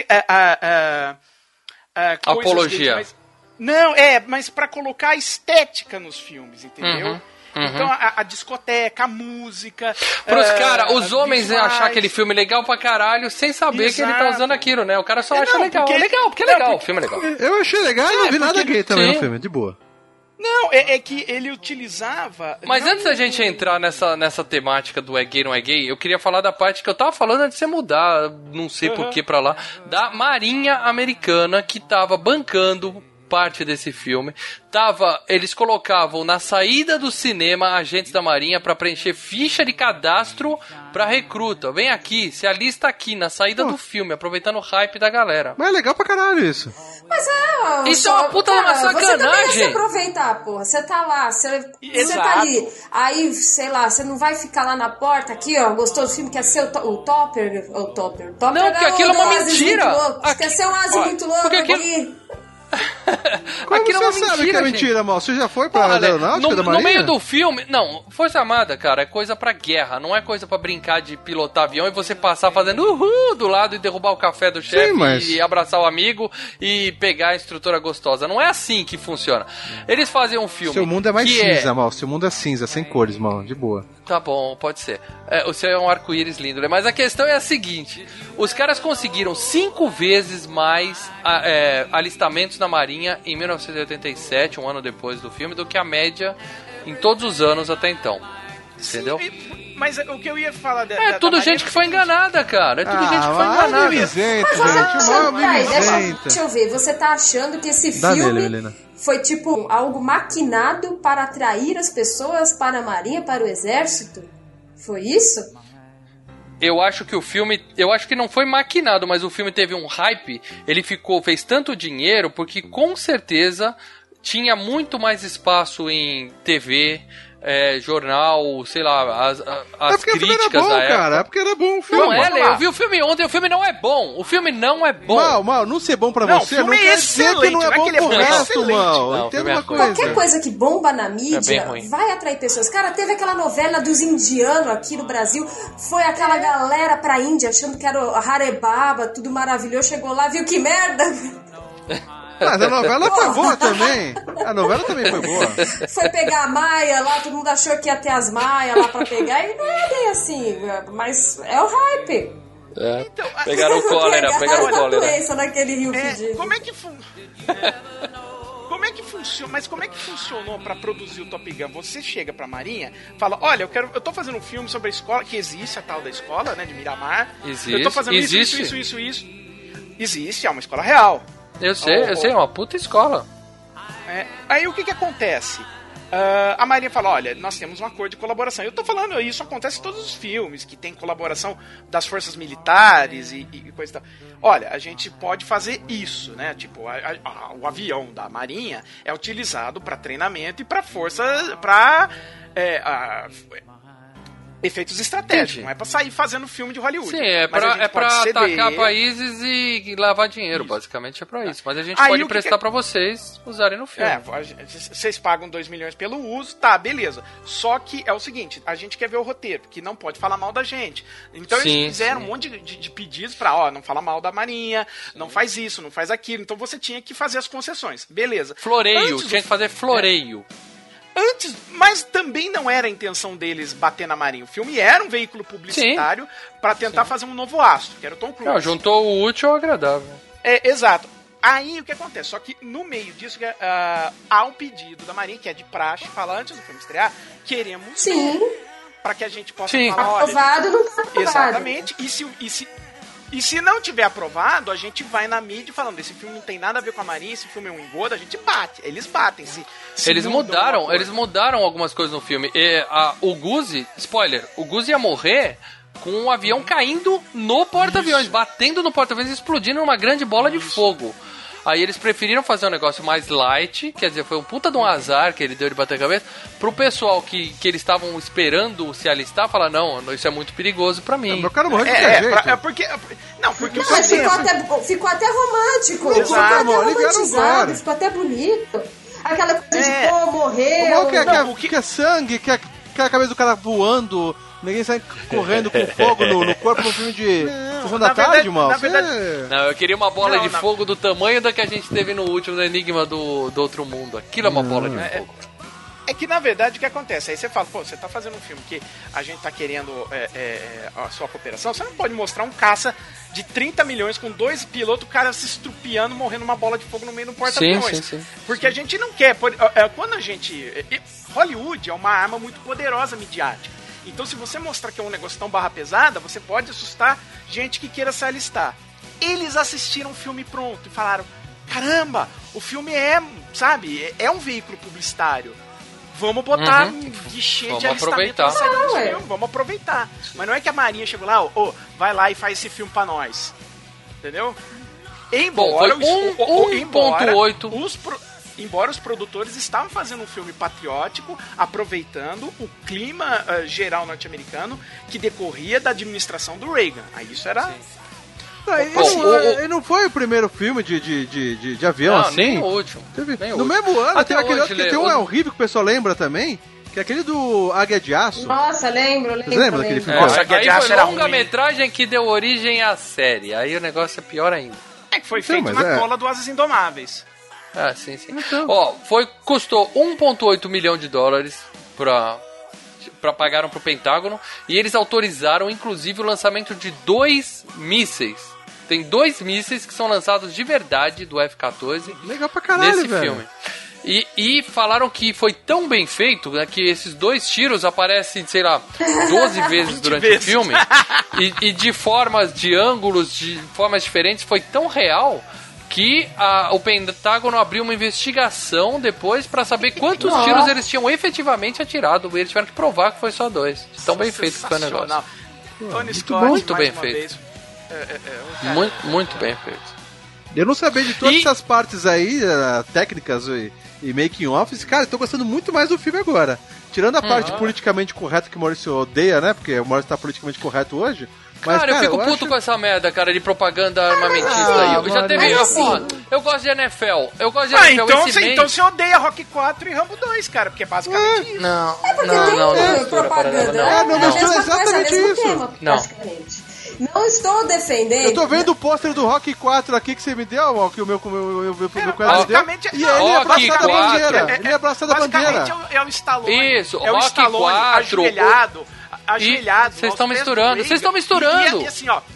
apologia. Gays, mas pra colocar estética nos filmes, entendeu? Então a discoteca, a música... Pros caras, os homens iam achar aquele filme legal pra caralho, sem saber que ele tá usando aquilo, né? O cara só acha legal. Porque é legal, o filme é legal. Eu achei legal e não vi nada gay também no filme, de boa. Não, é que ele utilizava... Mas antes da gente entrar nessa temática do é gay, não é gay, eu queria falar da parte que eu tava falando antes de você mudar, não sei por que pra lá, da Marinha Americana que tava bancando parte desse filme. Eles colocavam na saída do cinema agentes da Marinha pra preencher ficha de cadastro pra recruta. Vem aqui, se alista aqui na saída do filme, aproveitando o hype da galera. Mas é legal pra caralho isso. Mas isso é uma puta de uma sacanagem. Você também se aproveitar, porra. Você tá lá, você tá ali. Aí, sei lá, você não vai ficar lá na porta aqui, ó, gostou do filme, quer ser o Topper. Não, porque aquilo é uma mentira. Quer ser um Asi muito louco aqui. Como você sabe que é mentira, mal? Você já foi pra aeronáutica da Marinha? No meio do filme... Não, Força Armada, cara, é coisa pra guerra. Não é coisa pra brincar de pilotar avião e você passar fazendo uhul do lado e derrubar o café do chefe e abraçar o amigo e pegar a instrutora gostosa. Não é assim que funciona. Eles fazem um filme... Seu mundo é mais cinza, mal. Seu mundo é cinza, sem cores, mal. De boa. Tá bom, pode ser. O seu é um arco-íris lindo, né? Mas a questão é a seguinte. Os caras conseguiram 5 vezes mais alistamentos na Marinha em 1987, um ano depois do filme, do que a média em todos os anos até então. Entendeu? Sim, mas o que eu ia falar... tudo gente que foi enganada, cara. É tudo gente que foi enganada. Deixa eu ver. Você tá achando que esse filme foi tipo algo maquinado para atrair as pessoas para a Marinha, para o Exército? Foi isso? Eu acho que o filme... Eu acho que não foi maquinado, mas o filme teve um hype. Ele fez tanto dinheiro porque com certeza tinha muito mais espaço em TV, jornal, sei lá, as críticas era bom, da época. cara, é porque era bom o filme. Não é, Lê, eu vi o filme ontem, o filme não é bom. O filme não é bom. Mal, não ser bom pra Não, você, o filme não é quer dizer que não é bom pro resto, mal. Entenda uma coisa. Qualquer coisa que bomba na mídia vai atrair pessoas. Cara, teve aquela novela dos indianos aqui no Brasil, foi aquela galera pra Índia achando que era o Harebaba, tudo maravilhoso, chegou lá, viu que merda. Mas a novela foi boa também. A novela também foi boa. Foi pegar a Maia lá, todo mundo achou que ia ter as Maias lá pra pegar, e não é bem assim, mas é o hype. Então, pegaram o cólera. Doença naquele rio fedido. Como é que funciona? Mas como é que funcionou pra produzir o Top Gun? Você chega pra Marinha, fala, olha, eu tô fazendo um filme sobre a escola, que existe a tal da escola, né, de Miramar. Existe. Eu tô fazendo isso. Existe, é uma escola real. Eu sei, é uma puta escola. Aí o que acontece? A Marinha fala, olha, nós temos um acordo de colaboração. Eu tô falando, isso acontece em todos os filmes, que tem colaboração das forças militares e coisa e tal. Olha, a gente pode fazer isso, né? Tipo, o avião da Marinha é utilizado para treinamento e para força, para efeitos estratégicos, não é pra sair fazendo filme de Hollywood. Sim, é pra atacar países e lavar dinheiro, isso. Basicamente é pra isso. Mas a gente pode emprestar pra vocês usarem no filme. Vocês pagam 2 milhões pelo uso, tá, beleza. Só que é o seguinte, a gente quer ver o roteiro, porque não pode falar mal da gente. Então eles fizeram um monte de pedidos pra, não fala mal da Marinha, não faz isso, não faz aquilo. Então você tinha que fazer as concessões, beleza. Floreio, tinha que fazer floreio. Antes, mas também não era a intenção deles bater na Marinha. O filme era um veículo publicitário para tentar fazer um novo astro, que era o Tom Cruise. Não, juntou o útil ao agradável. Exato. Aí o que acontece? Só que no meio disso há um pedido da Marinha, que é de praxe, fala antes do filme estrear, queremos para que a gente possa falar, aprovado, não tá aprovado. Exatamente. E se não tiver aprovado, a gente vai na mídia falando, esse filme não tem nada a ver com a Marinha, esse filme é um engodo, a gente bate. Eles batem. Eles mudaram algumas coisas no filme. O Guzzi, spoiler, o Guzzi ia morrer com um avião caindo no porta-aviões, batendo no porta-aviões e explodindo numa grande bola de fogo. Aí eles preferiram fazer um negócio mais light, quer dizer, foi um puta de um azar que ele deu de bater a cabeça, pro pessoal que eles estavam esperando se alistar, falar, não, isso é muito perigoso pra mim. Meu cara morreu de jeito. Porque mas ficou até romântico. Exato, ficou até romantizado, ficou até bonito. Aquela coisa de, morreu. Que é sangue, que é a cabeça do cara voando... Ninguém sai correndo com fogo no corpo no filme de Sessão da Tarde, mal. Não, eu queria uma bola de fogo do tamanho da que a gente teve no último Enigma do Outro Mundo. Aquilo é uma bola de fogo. É que, na verdade, o que acontece? Aí você fala, você tá fazendo um filme que a gente tá querendo a sua cooperação, você não pode mostrar um caça de 30 milhões com 2 pilotos, o cara se estrupiando, morrendo uma bola de fogo no meio do porta-aviões. Sim. Porque a gente não quer... Quando a gente... Hollywood é uma arma muito poderosa midiática. Então, se você mostrar que é um negócio tão barra pesada, você pode assustar gente que queira se alistar. Eles assistiram o filme pronto e falaram, caramba, o filme é um veículo publicitário. Vamos botar guichê de alistamento pra sair do filme, vamos aproveitar. Mas não é que a Marinha chegou lá, vai lá e faz esse filme pra nós. Entendeu? Embora os produtores estavam fazendo um filme patriótico, aproveitando o clima geral norte-americano que decorria da administração do Reagan. Aí isso era... E não foi o primeiro filme de avião, assim? Nem o último. No mesmo ano, tem aquele outro que tem um horrível que o pessoal lembra também, que é aquele do Águia de Aço. Nossa, lembro. Vocês lembram daquele filme? Nossa, Águia de Aço era longa-metragem que deu origem à série. Aí o negócio é pior ainda. Que foi feito na cola do Asas Indomáveis. Sim. Então. Custou $1.8 milhão pagaram pro Pentágono e eles autorizaram inclusive o lançamento de 2 mísseis. Tem 2 mísseis que são lançados de verdade do F-14. Legal pra caralho, nesse filme. E falaram que foi tão bem feito, né, que esses 2 tiros aparecem, 12 vezes durante o filme. E de formas, de ângulos, de formas diferentes, foi tão real que o Pentágono abriu uma investigação depois pra saber quantos tiros eles tinham efetivamente atirado. Eles tiveram que provar que foi só 2. Tão bem feito que foi o negócio. Tony Scott, muito bem feito. Muito bem feito. Eu não sabia de todas essas partes aí, técnicas e making offs, cara, eu tô gostando muito mais do filme agora. Tirando a parte politicamente correta que o Maurício odeia, né? Porque o Maurício tá politicamente correto hoje. Mas, cara, eu fico puto com essa merda, cara, de propaganda armamentista aí. Eu já teve. Eu gosto de NFL. Eu gosto de NFL. Então você odeia Rock 4 e Rambo 2, cara, porque é basicamente isso. Não. Propaganda. Não mistura exatamente isso. Praticamente. Não estou defendendo. Eu tô vendo o pôster do Rock 4 aqui que você me deu, que o meu cunhado deu. E ele é abraçado da bandeira. Ele é abraçado da bandeira. É o Stallone. Isso, é o Rock Stallone 4. Ajoelhado. Vocês estão misturando. E assim, ó.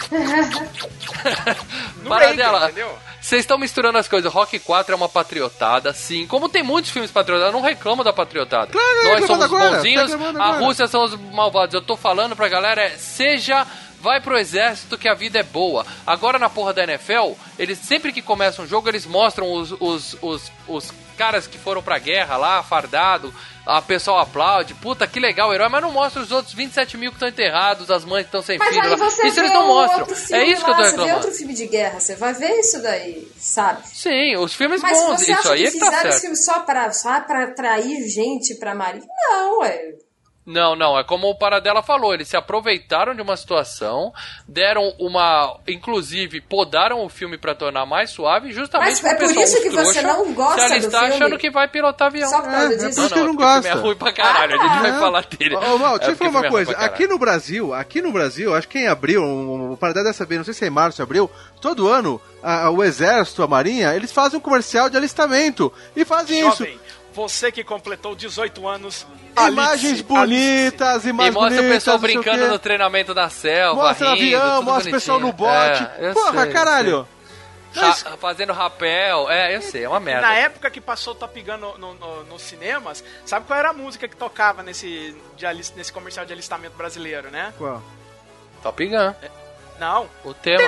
Paradela. Vocês estão misturando as coisas. Rock 4 é uma patriotada, sim. Como tem muitos filmes patriotados, eu não reclamo da patriotada. Claro, nós somos os bonzinhos, a Rússia são os malvados. Eu tô falando pra galera, vai pro exército que a vida é boa. Agora na porra da NFL, eles sempre que começa um jogo, eles mostram os caras que foram pra guerra lá, fardado, a pessoal aplaude, puta que legal o herói, mas não mostra os outros 27 mil que estão enterrados, as mães que estão sem filho lá. Isso eles não mostram. É isso que eu tô reclamando. Você vê outro filme de guerra, você vai ver isso daí, sabe? Sim, os filmes mas bons, você isso acha aí que é que tá fizeram certo. esse filme só pra atrair gente pra Marinha? Não, Não, é como o Paradela falou, eles se aproveitaram de uma situação, deram inclusive, podaram o filme pra tornar mais suave, justamente mas é por isso que você não gosta do filme? Se alistar achando que vai pilotar avião. Só por causa disso? Por isso que eu não gosto. É ruim pra caralho, a gente vai falar dele. Deixa eu falar uma coisa, aqui no Brasil, acho que quem abriu, o Paradela deve saber, não sei se é em março, abril, todo ano, o Exército, a Marinha, eles fazem um comercial de alistamento, e fazem Jovem. isso. Você que completou 18 anos. Imagens bonitas, e mostra o pessoal brincando no treinamento da selva. Mostra rindo, avião, mostra o pessoal no bote. Porra, caralho. Fazendo rapel. Eu sei, é uma merda. Na época que passou o Top Gun nos cinemas, sabe qual era a música que tocava nesse comercial de alistamento brasileiro, né? Qual? Top Gun. Não. O tema.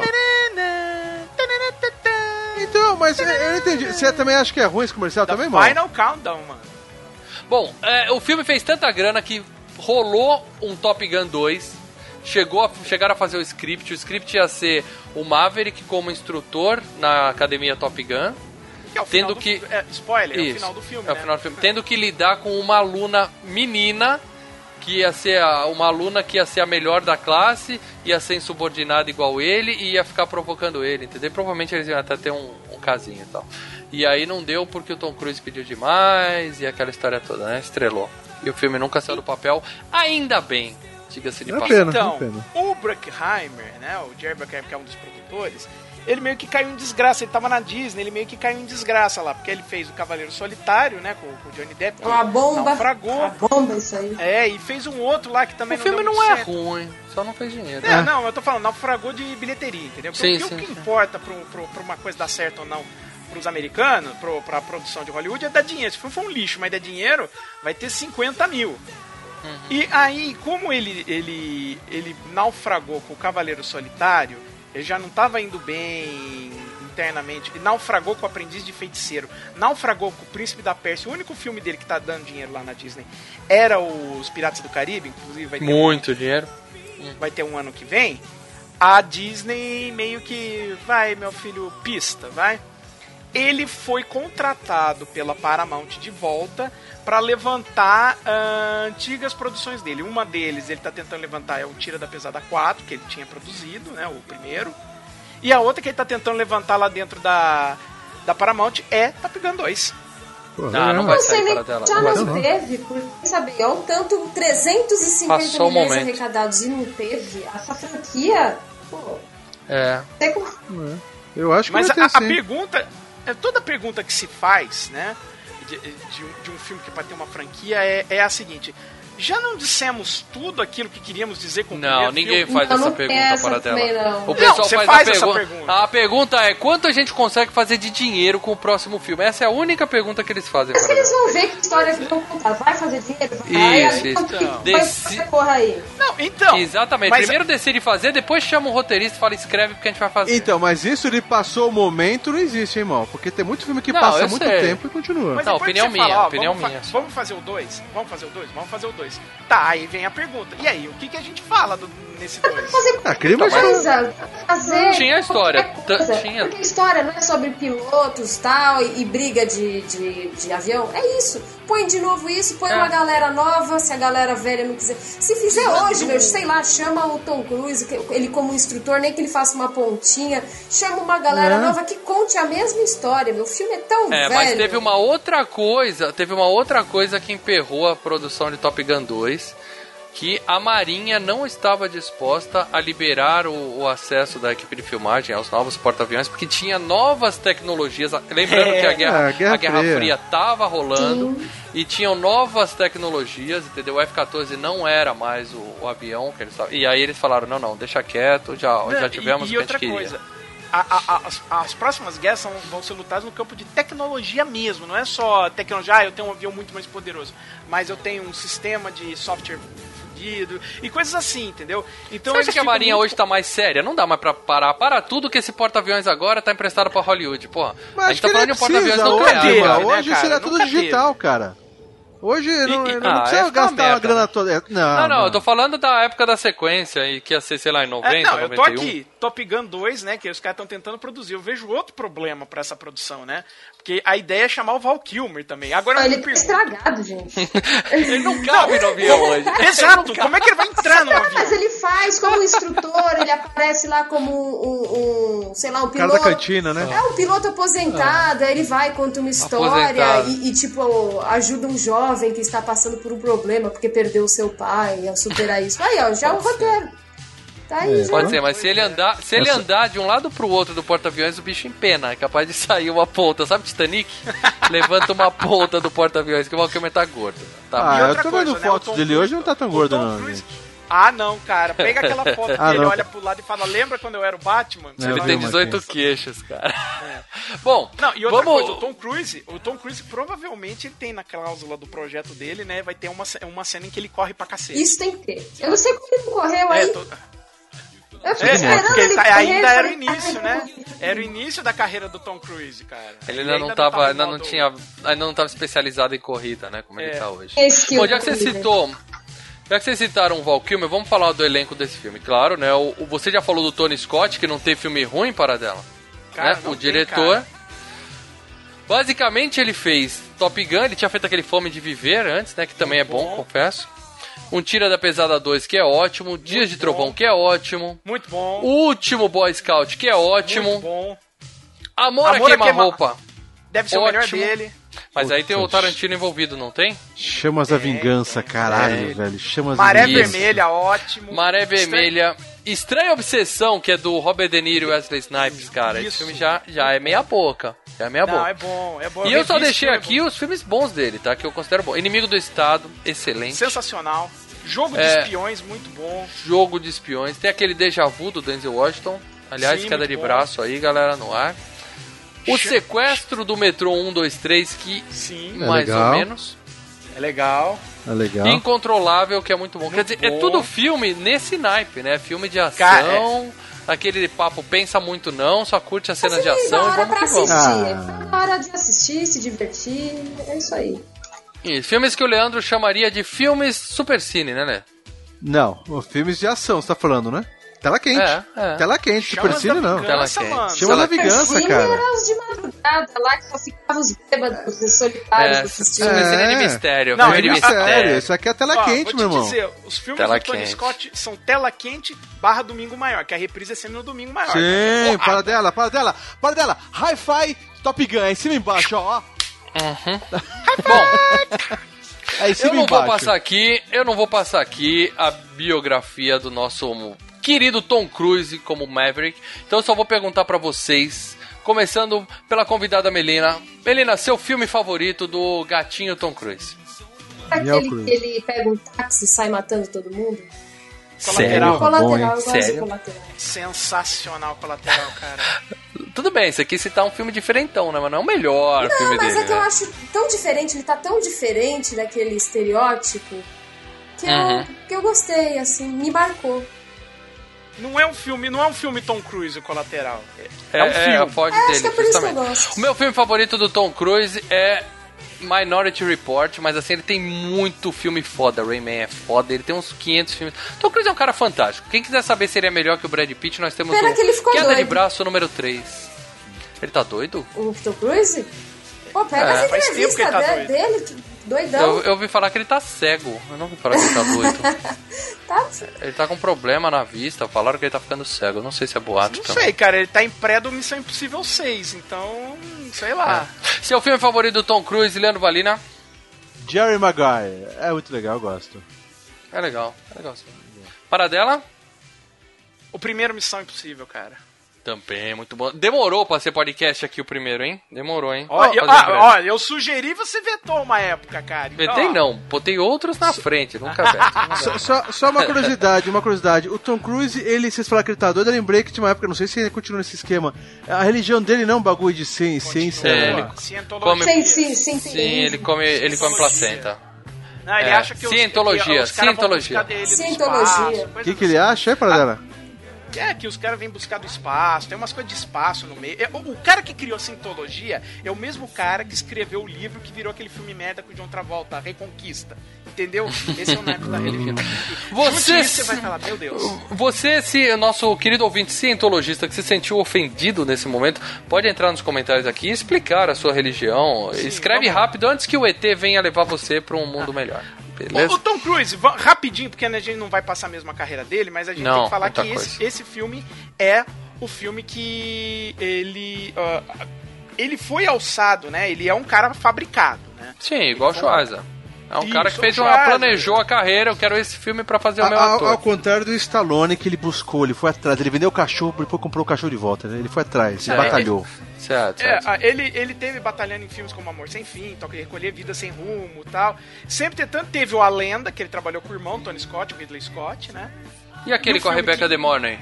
Então, mas eu não entendi. Você também acha que é ruim esse comercial também, mano? Final Countdown, mano. Bom, o filme fez tanta grana que rolou um Top Gun 2. Chegaram a fazer o script ia ser o Maverick como instrutor na academia Top Gun. Tendo que spoiler, é o final do filme, o final do filme. Tendo que lidar com uma aluna menina que ia ser uma aluna que ia ser a melhor da classe, ia ser insubordinada igual ele e ia ficar provocando ele, entendeu? Provavelmente eles iam até ter um casinho e tal. E aí não deu porque o Tom Cruise pediu demais e aquela história toda, né? Estrelou. E o filme nunca saiu do papel, ainda bem, diga-se de passagem. Então, o Bruckheimer, né? O Jerry Bruckheimer, que é um dos produtores, ele meio que caiu em desgraça, ele tava na Disney, ele meio que caiu em desgraça lá, porque ele fez o Cavaleiro Solitário, né, com o Johnny Depp, uma bomba, naufragou. Uma bomba isso aí. E fez um outro lá que também o filme não é ruim, só não fez dinheiro. Não, eu tô falando, naufragou de bilheteria, entendeu? Porque o que importa pra uma coisa dar certo ou não pros americanos, pra produção de Hollywood, é dar dinheiro. Se for um lixo, mas der dinheiro, vai ter 50 mil. E aí, como ele naufragou com o Cavaleiro Solitário, ele já não estava indo bem internamente. Ele naufragou com o Aprendiz de Feiticeiro. Naufragou com o Príncipe da Pérsia. O único filme dele que tá dando dinheiro lá na Disney era os Piratas do Caribe. Inclusive vai ter muito dinheiro. Vai ter um ano que vem. A Disney meio que vai, meu filho, pista, vai. Ele foi contratado pela Paramount de volta para levantar antigas produções dele. Uma deles ele tá tentando levantar é o Tira da Pesada 4, que ele tinha produzido, né, o primeiro. E a outra que ele tá tentando levantar lá dentro da Paramount é Top Gun 2. Não vai sair para dela. Já não teve, porque sabe, olha o tanto, 350 milhões arrecadados e não teve. Essa franquia, pô... Eu acho que mas vai ter, a sim. pergunta... Toda pergunta que se faz, né, de um filme que é pra ter uma franquia é a seguinte: já não dissemos tudo aquilo que queríamos dizer com o primeiro filme? Ninguém faz essa pergunta para dela. O pessoal faz essa pergunta. A pergunta é: quanto a gente consegue fazer de dinheiro com o próximo filme? Essa é a única pergunta que eles fazem. Mas eles vão ver que história que vão contar. Vai fazer dinheiro? Isso. Porra aí. Não, então. Exatamente. Primeiro decide fazer, depois chama um roteirista e fala: escreve porque a gente vai fazer. Então, mas isso de passou o momento não existe, hein, irmão? Porque tem muito filme que passa muito tempo e continua. Mas opinião minha. Vamos fazer o 2? Vamos fazer o 2? 2. Tá, aí vem a pergunta. E aí, o que a gente fala nesse 2? Tinha história. Tinha. Porque a história não é sobre pilotos tal, e briga de avião. É isso. Põe de novo isso, põe uma galera nova, se a galera velha não quiser. Se fizer hoje, meu, sei lá, chama o Tom Cruise, ele como instrutor, nem que ele faça uma pontinha, chama uma galera nova que conte a mesma história, meu. O filme é tão velho. Mas teve uma outra coisa que emperrou a produção de Top Gun 2, que a Marinha não estava disposta a liberar o acesso da equipe de filmagem aos novos porta-aviões, porque tinha novas tecnologias. Lembrando que a Guerra Fria estava rolando e tinham novas tecnologias, entendeu? O F-14 não era mais o avião que eles estavam. E aí eles falaram, não, deixa quieto, já tivemos o que a gente queria. Coisa. As próximas guerras vão ser lutadas no campo de tecnologia mesmo, não é só tecnologia, eu tenho um avião muito mais poderoso, mas eu tenho um sistema de software fudido e coisas assim, entendeu? Então, você acha que a Marinha hoje tá mais séria? Não dá mais pra parar. Para tudo que esse porta-aviões agora tá emprestado pra Hollywood, porra. Mas a gente tá falando de um porta-aviões nuclear. Hoje seria tudo digital, cara. Hoje não precisa gastar uma grana toda. Não, eu tô falando da época da sequência, e que ia ser, sei lá, em 90, 91. Eu tô aqui, Top Gun 2, né, que os caras estão tentando produzir. Eu vejo outro problema pra essa produção, né? Porque a ideia é chamar o Val Kilmer também. Agora ele tá estragado, gente. Ele não cabe no avião hoje. Exato, como é que ele vai entrar no avião? Mas ele faz como instrutor, ele aparece lá como sei lá, um piloto. Cara da cantina, né? É um piloto aposentado, aí ele vai, conta uma história e tipo, ajuda um jovem que está passando por um problema porque perdeu o seu pai a superar isso. Aí, ó, já o roteiro. Tá aí, pode ser, mas se ele andar de um lado pro outro do porta-aviões, o bicho empena. É capaz de sair uma ponta, sabe Titanic? Levanta uma ponta do porta-aviões, que o Val Kilmer tá gordo. Tá. Eu tô vendo fotos dele hoje, não tá tão gordo não, gente. Não, cara. Pega aquela foto que ele olha pro lado e fala, lembra quando eu era o Batman? Ele tem 18 queixos, cara. Bom, e outra coisa, o Tom Cruise provavelmente ele tem na cláusula do projeto dele, né, vai ter uma cena em que ele corre pra cacete. Isso tem que ter. Eu não sei como ele não correu aí. Eu fiquei porque ele ainda era o início, né? Era o início da carreira do Tom Cruise, cara. Ele ainda não tava especializado em corrida, né, como ele tá hoje. Bom, já que vocês citaram o Val Kilmer, vamos falar do elenco desse filme. Claro, né? Você já falou do Tony Scott, que não tem filme ruim para dela. Cara, né? O diretor. Cara. Basicamente, ele fez Top Gun, ele tinha feito aquele Fome de Viver antes, né? Que também é bom, confesso. Um Tira da Pesada 2, que é ótimo. Dias de Trovão, que é ótimo. Muito bom. O Último Boy Scout, que é ótimo. Muito bom. Amor a Queima-Roupa. Deve ser o melhor dele. Mas aí tem o Tarantino envolvido, não tem? Chamas da Vingança, caralho, velho. Chamas Maré Vingança. Vermelha, ótimo. Maré Vermelha. Estranha Obsessão, que é do Robert De Niro e Wesley Snipes, cara. Esse filme já é meia boca. Já é meia boca. É bom. E eu só deixei aqui os filmes bons dele, tá? Que eu considero bom. Inimigo do Estado, excelente. Sensacional. Jogo de Espiões, muito bom. Jogo de Espiões. Tem aquele Déjà Vu do Denzel Washington. Aliás, queda de braço aí, galera, no ar. O Sequestro do Metrô 123, que mais ou menos. É legal. Incontrolável, que é muito bom. Quer dizer, é tudo filme nesse naipe, né? Filme de ação, aquele papo pensa muito não, só curte as cenas de ação e vamos que vamos. Tá na hora de assistir, se divertir, é isso aí. E filmes que o Leandro chamaria de filmes supercine, né? Não, filmes de ação, você tá falando, né? Tela quente. Tela quente, supercine não. Tela quente. Chama da Vingança, cara. Era os de madrugada lá que só ficavam os bêbados solitários assistindo. Supercine de mistério. Não, é mistério. Isso aqui é tela quente, meu irmão. Vou te dizer, os filmes do Tony Scott são tela quente / Domingo Maior, que a reprise é sempre no Domingo Maior. Sim, para dela. Hi-Fi, Top Gun, em cima e embaixo, ó. Bom, eu não vou passar aqui a biografia do nosso querido Tom Cruise como Maverick. Então eu só vou perguntar pra vocês, começando pela convidada Melina. Melina, seu filme favorito do gatinho Tom Cruise? Aquele que ele pega um táxi e sai matando todo mundo? Colateral. Colateral, eu gosto de Colateral. Sensacional Colateral, cara. Tudo bem, esse aqui tá um filme diferentão, né? Mas não é o melhor filme dele. Mas é que eu acho tão diferente, ele tá tão diferente daquele estereótipo que eu gostei, assim, me marcou. Não é um filme Tom Cruise, o Colateral. É um filme. A forte dele, acho que é por isso que eu gosto. O meu filme favorito do Tom Cruise é Minority Report, mas assim, ele tem muito filme foda. Rayman é foda, ele tem uns 500 filmes. Tom Cruise é um cara fantástico. Quem quiser saber se ele é melhor que o Brad Pitt, nós temos Pena que ele ficou Queda doido. de Braço número 3. Ele tá doido? O Tom Cruise? Pô, pega as faz tempo que ele tá entrevistas dele, doidão. Eu ouvi falar que ele tá cego. Eu não ouvi falar que ele tá doido. Tá. Ele tá com problema na vista. Falaram que ele tá ficando cego. Eu não sei se é boato Não também. sei, cara, ele tá em pré do Missão Impossível 6, então, sei lá. Seu filme favorito do Tom Cruise, Leandro Valina? Jerry Maguire. É muito legal, eu gosto. É legal sim. Paradela? O primeiro Missão Impossível, cara. Também, muito bom. Demorou pra ser podcast aqui o primeiro, hein? Demorou, hein? Olha, eu sugeri, você vetou uma época, cara. Então, Vetei não, botei outros na frente, nunca veto. Só uma curiosidade. O Tom Cruise, vocês falaram que ele tá doido, eu lembrei que tinha uma época, não sei se ele continua nesse esquema. A religião dele não é um bagulho de ciência. Come, Sim. ele come placenta. Não, ele acha que Cientologia. os caras vão buscar dele do Cientologia. espaço, O que ele acha, é, Paradela? Que os caras vêm buscar do espaço, tem umas coisas de espaço no meio. O cara que criou a Cientologia é o mesmo cara que escreveu o livro que virou aquele filme merda com o John Travolta, a Reconquista. Entendeu? Esse é o naipe da religião. Você vai falar, meu Deus. Você, nosso querido ouvinte cientologista que se sentiu ofendido nesse momento, pode entrar nos comentários aqui e explicar a sua religião. Sim, escreve rápido antes que o ET venha levar você para um mundo melhor. Beleza? O Tom Cruise, rapidinho, porque a gente não vai passar a mesma carreira dele, mas a gente tem que falar que esse filme é o filme que ele foi alçado, né? Ele é um cara fabricado, né? Sim, igual o Schwarzer. É um cara que planejou a carreira, eu quero esse filme pra fazer o meu ator. Ao contrário do Stallone, que ele buscou, ele foi atrás, ele vendeu o cachorro, depois comprou o cachorro de volta, né? Ele foi atrás, ele batalhou. Certo. Ele teve batalhando em filmes como Amor Sem Fim, Toque de Recolher, Vida Sem Rumo e tal. Sempre teve o A Lenda, que ele trabalhou com o irmão, Tony Scott, o Ridley Scott, né? E aquele com a Rebecca De Mornay?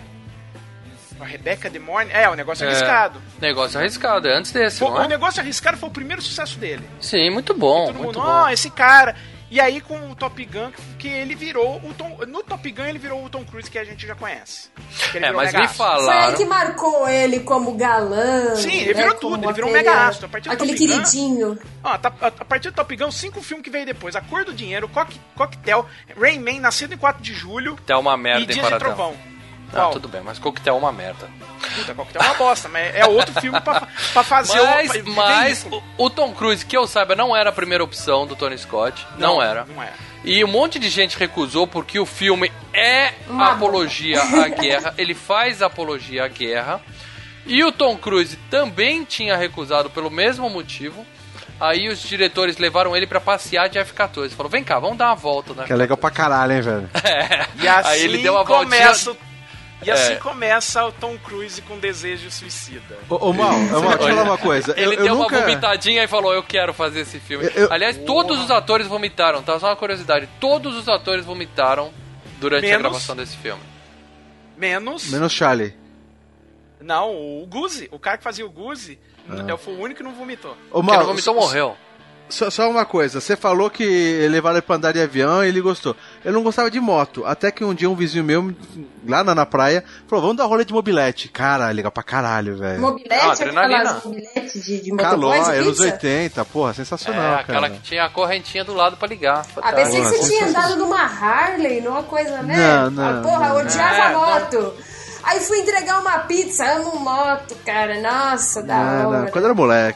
A Rebecca De Mornay? O Negócio Arriscado. Negócio Arriscado, é antes desse, O Negócio Arriscado foi o primeiro sucesso dele. Sim, muito bom. Todo mundo, esse cara... E aí com o Top Gun, que ele virou no Top Gun ele virou o Tom Cruise que a gente já conhece. Mas me falaram... Foi aí que marcou ele como galã. Sim, ele virou tudo, ele virou um mega astro. Aquele queridinho. A partir do Top Gun, 5 filmes que veio depois. A Cor do Dinheiro, Coquetel, Rayman, Nascido em 4 de Julho... Coquetel é uma merda, e Dias de Trovão. Não, tudo bem, mas Coquetel é uma merda. Puta, Coquetel é uma bosta, mas é outro filme pra fazer Mas o Tom Cruise, que eu saiba, não era a primeira opção do Tony Scott. Não era. E um monte de gente recusou porque o filme é apologia à guerra. Ele faz apologia à guerra. E o Tom Cruise também tinha recusado pelo mesmo motivo. Aí os diretores levaram ele pra passear de F-14. Falou, vem cá, vamos dar uma volta. Né? Que é legal pra caralho, hein, velho? E assim aí ele deu uma voltinha... E assim começa o Tom Cruise com desejo suicida. Mal, deixa eu falar uma coisa. Ele deu uma vomitadinha e falou, eu quero fazer esse filme. Aliás, todos os atores vomitaram, tá? Só uma curiosidade. Todos os atores vomitaram durante a gravação desse filme. Menos Charlie. Não, o Guzzi. O cara que fazia o Guzzi foi o único que não vomitou. Quem não vomitou morreu. Só uma coisa, você falou que levaram ele pra andar de avião e ele gostou. Eu não gostava de moto, até que um dia um vizinho meu, lá na praia, falou, vamos dar rolê de mobilete. Cara, legal pra caralho, velho. Mobilete? Aquelas mobiletes de motoboy de anos 80, porra, sensacional, cara. Aquela que tinha a correntinha do lado pra ligar. Pensei que você tinha andado numa Harley, numa coisa, né? Não. Porra, odiava a moto. Aí fui entregar uma pizza, amo moto, cara. Nossa, da hora. Quando era moleque.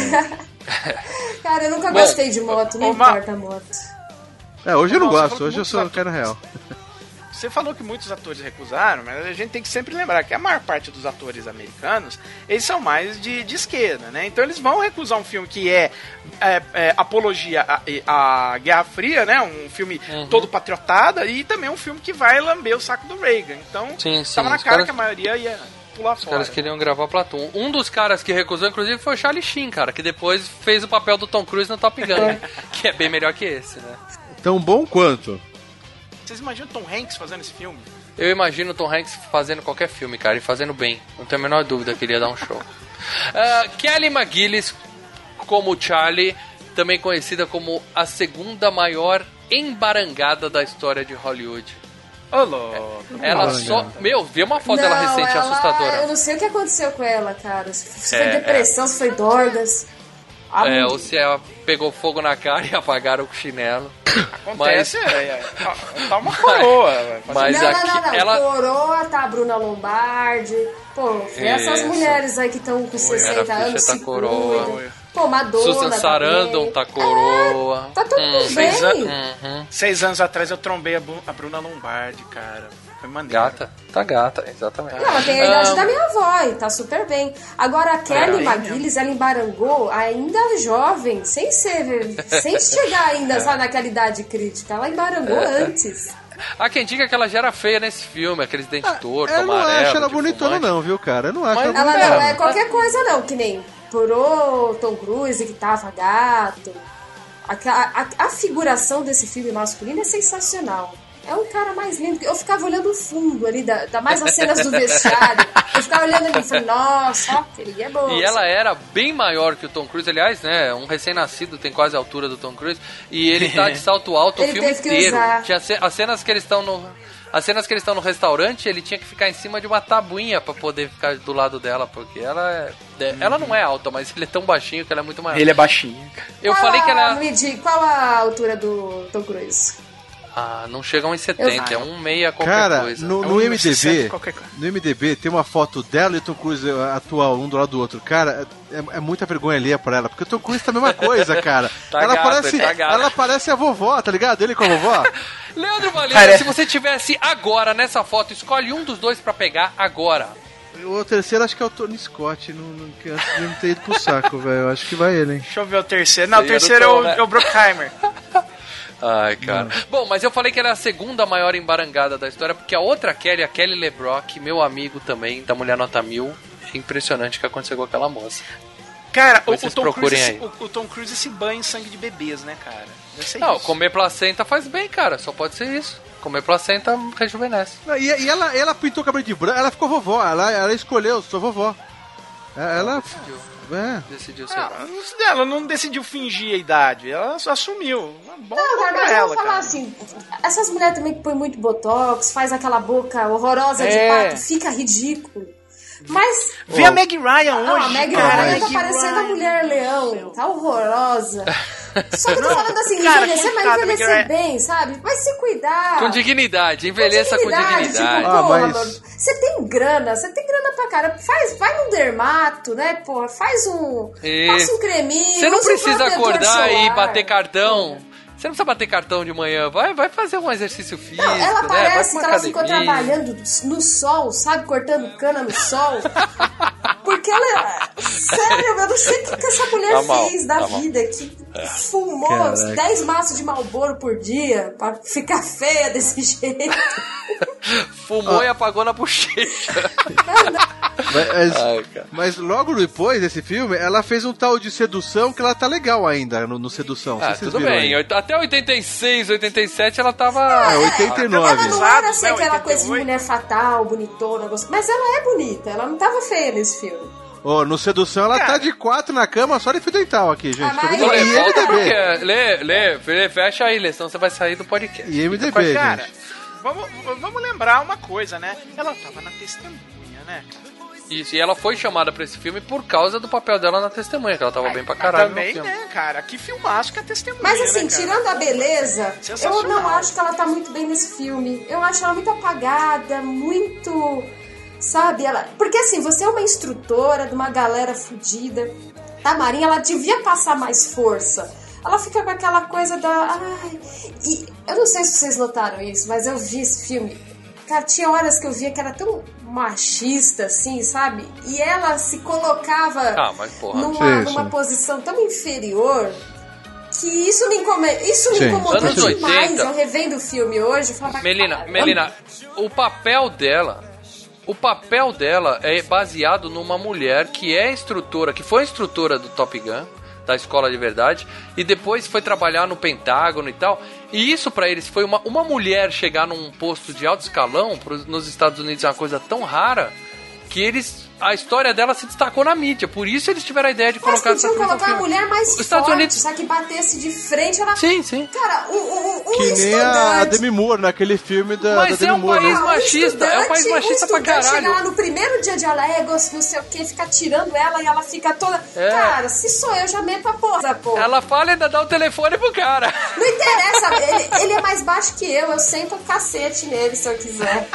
Cara, eu nunca gostei de moto, não importa a moto. Hoje eu não gosto, hoje eu só quero real. Você falou que muitos atores recusaram, mas a gente tem que sempre lembrar que a maior parte dos atores americanos, eles são mais de esquerda, né? Então eles vão recusar um filme que é apologia à Guerra Fria, né? Um filme todo patriotado e também um filme que vai lamber o saco do Reagan. Então, tava na cara que a maioria ia pular fora. Os caras queriam gravar Platoon. Um dos caras que recusou, inclusive, foi o Charlie Sheen, cara, que depois fez o papel do Tom Cruise no Top Gun, né? Que é bem melhor que esse, né? Tão bom quanto? Vocês imaginam o Tom Hanks fazendo esse filme? Eu imagino o Tom Hanks fazendo qualquer filme, cara, e fazendo bem. Não tenho a menor dúvida que ele ia dar um show. Kelly McGillis, como Charlie, também conhecida como a segunda maior embarangada da história de Hollywood. Ela só... vi uma foto dela recente, assustadora. Eu não sei o que aconteceu com ela, cara. Se foi depressão, se foi drogas. Ou se ela pegou fogo na cara e apagaram com o chinelo. Acontece, tá uma coroa. Mas não. Ela... Coroa, tá a Bruna Lombardi. Pô, essas mulheres aí que estão com 60 anos se cuidam. Pô, Madonna. Susan Sarandon tá coroa. Tá tudo bem. 6 anos atrás eu trombei a Bruna Lombardi, cara. Foi maneiro. Tá gata, exatamente. Não, ela tem a idade da minha avó e tá super bem. Agora a Kelly McGillis, ela embarangou ainda jovem, sem chegar ainda, sabe, naquela idade crítica. Ela embarangou antes. Há quem diga que ela já era feia nesse filme, aqueles dentes tortos, amarelo. Eu não acho ela bonitona não, viu, cara? Eu não acho ela bonitona. Ela não é qualquer coisa não, que nem pro Tom Cruise, que tava gato. A figuração desse filme masculino é sensacional. É um cara mais lindo. Eu ficava olhando o fundo ali, mais as cenas do vestiário. Eu ficava olhando ali e falei, nossa, ele é bom. E ela era bem maior que o Tom Cruise, aliás, né? Um recém-nascido tem quase a altura do Tom Cruise. E ele tá de salto alto o filme inteiro. Tinha as cenas que eles estão no restaurante, ele tinha que ficar em cima de uma tabuinha pra poder ficar do lado dela, porque ela não é alta, mas ele é tão baixinho que ela é muito maior. Ele é baixinho. Falei que ela... Qual a altura do Tom Cruise? Não chega a 1,70, é 1,6 qualquer coisa. No IMDb tem uma foto dela e o Tom Cruise atual um do lado do outro. Cara, é muita vergonha alheia pra ela, porque o Tom Cruise tá a mesma coisa, cara. Ela parece a vovó, tá ligado? Ele com a vovó. Leandro Valente, se você tivesse agora nessa foto, escolhe um dos dois pra pegar agora. O terceiro acho que é o Tony Scott, antes de não ter ido pro saco, velho. Eu acho que vai ele, hein. Deixa eu ver o terceiro. Não, o terceiro é o Bruckheimer. Ai, cara. Bom, mas eu falei que ela é a segunda maior embarangada da história, porque a outra Kelly, a Kelly LeBrock, meu amigo também, da Mulher Nota 1000, é impressionante o que aconteceu com aquela moça. Cara, o Tom Cruise se banha em sangue de bebês, né, cara? Não, comer placenta faz bem, cara, só pode ser isso. Comer placenta rejuvenesce. E ela pintou o cabelo de branco, ela ficou vovó, ela escolheu, sou vovó. Ela decidiu ser. Ela não decidiu fingir a idade, ela assumiu. Bom mas eu vou falar assim, essas mulheres também que põem muito botox, faz aquela boca horrorosa de pato, fica ridículo. Mas... Vê a Meg Ryan hoje. A Meg Ryan tá parecendo a Mulher Leão, tá horrorosa. Só que eu tô falando assim, envelhecer, mas envelhecer bem, sabe? Vai se cuidar. Com dignidade, envelheça com dignidade. Tipo, porra, você tem grana pra cara. Vai num dermato, né, porra? Passa um creminho. Você não precisa acordar e bater cartão. Você não precisa bater cartão de manhã, vai fazer um exercício físico, não, ela parece que ela ficou trabalhando no sol, sabe? Cortando cana no sol. Porque ela... Sério, eu não sei o que essa mulher fez da vida. Que fumou 10 maços de Marlboro por dia pra ficar feia desse jeito. Fumou e apagou na bochecha. Mas logo depois desse filme, ela fez um tal de Sedução que ela tá legal ainda no Sedução. Tudo bem. Aí. Até 86, 87 ela tava... 89. Ela não era assim aquela coisa de mulher fatal, bonitona, mas ela é bonita. Ela não tava feia nesse filme. No Sedução ela tá de 4 na cama só de fio dental aqui, gente. Lê, fecha aí, Lê, senão você vai sair do podcast. E MDB, cara, gente. Vamos lembrar uma coisa, né? Ela tava na Testemunha, né? Isso, e ela foi chamada pra esse filme por causa do papel dela na Testemunha, que ela tava bem pra caralho. Também, né, cara? Que filmaço que é a Testemunha. Mas assim, né, tirando a beleza, eu não acho que ela tá muito bem nesse filme. Eu acho ela muito apagada, muito... Sabe? Porque assim, você é uma instrutora de uma galera fodida. A Marinha, ela devia passar mais força. Ela fica com aquela coisa da... E eu não sei se vocês notaram isso, mas eu vi esse filme... Cara, tinha horas que eu via que era tão machista, assim, sabe? E ela se colocava numa posição tão inferior que isso me incomodou demais. Eu revendo o filme hoje e falava... Melina, o papel dela é baseado numa mulher que é instrutora, que foi instrutora do Top Gun, da escola de verdade, e depois foi trabalhar no Pentágono e tal. E isso pra eles foi uma mulher chegar num posto de alto escalão nos Estados Unidos, é uma coisa tão rara que a história dela se destacou na mídia. Por isso eles tiveram a ideia de colocar essa mulher colocar a mulher mais forte, só que batesse de frente, ela... Sim. Cara, que nem a Demi Moore naquele filme da Demi Moore. É um país machista pra caralho. Chegar lá no primeiro dia de Alegos, não sei o que, ficar tirando ela e ela fica toda... Cara, se sou eu, já meto a porra, pô. Ela fala e ainda dá o telefone pro cara. Não interessa, ele é mais baixo que eu sento o cacete nele se eu quiser.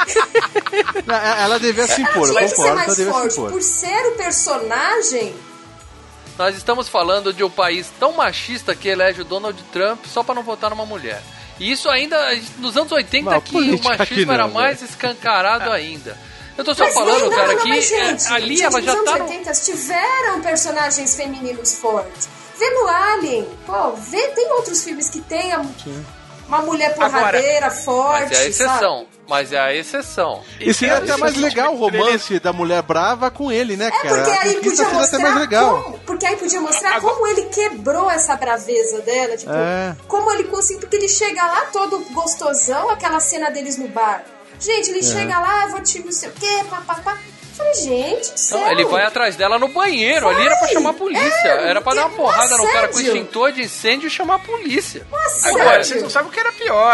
Ela devia se impor, eu concordo, ela devia se impor. Por ser o personagem... Nós estamos falando de um país tão machista que elege o Donald Trump só pra não votar numa mulher. E isso ainda nos anos 80 não, que o machismo era mais escancarado ainda. Eu tô só falando, cara, que gente, ali ela já tá... Nos anos 80 tiveram personagens femininos fortes. Vê no Alien, pô, tem outros filmes que tem uma mulher porradeira, forte, mas é a exceção. sabe? Mas é a exceção. E seria até mais legal o romance da mulher brava com ele, né, cara? Porque aí podia mostrar mais legal. porque aí podia mostrar como ele quebrou essa braveza dela, tipo, como ele conseguiu, porque ele chega lá todo gostosão, aquela cena deles no bar. Gente, ele chega lá, eu vou te não sei o quê, papapá. Falei, gente, sério? Não, ele vai atrás dela no banheiro, ali era pra chamar a polícia. Era pra dar uma porrada no cara com extintor de incêndio e chamar a polícia. Agora, vocês não sabem o que era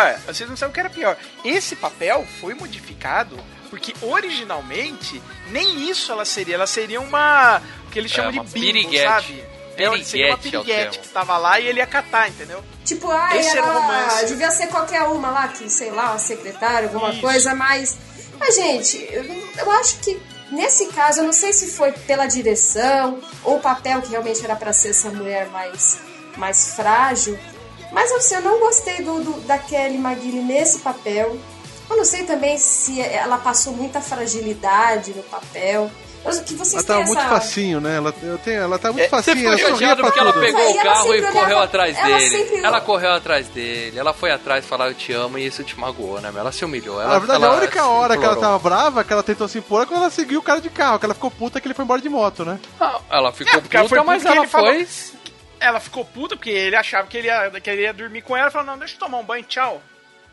pior. Esse papel foi modificado porque originalmente nem isso ela seria uma... o que eles chamam de bimbo, sabe? Seria uma piriguete que tava lá e ele ia catar, entendeu? Tipo, ela devia ser qualquer uma lá, que sei lá, uma secretária, alguma coisa, mas gente, eu acho que nesse caso, eu não sei se foi pela direção ou o papel que realmente era pra ser essa mulher mais frágil, mas assim, eu não gostei da Kelly McGillis nesse papel. Eu não sei também se ela passou muita fragilidade no papel. Que vocês ela tava muito facinho, né? Ela tá muito facinho. Você ficou chateado porque ela pegou o carro e correu atrás dele. Ela correu atrás dele. Ela foi atrás falar eu te amo e isso te magoou, né? Ela se humilhou. Na verdade, a única hora que ela tava brava, que ela tentou se impor, é quando ela seguiu o cara de carro. Que ela ficou puta que ele foi embora de moto, né? Ela ficou puta, mas ela foi... Ela ficou puta porque ele achava que ele ia dormir com ela e falou, não, deixa eu tomar um banho, tchau.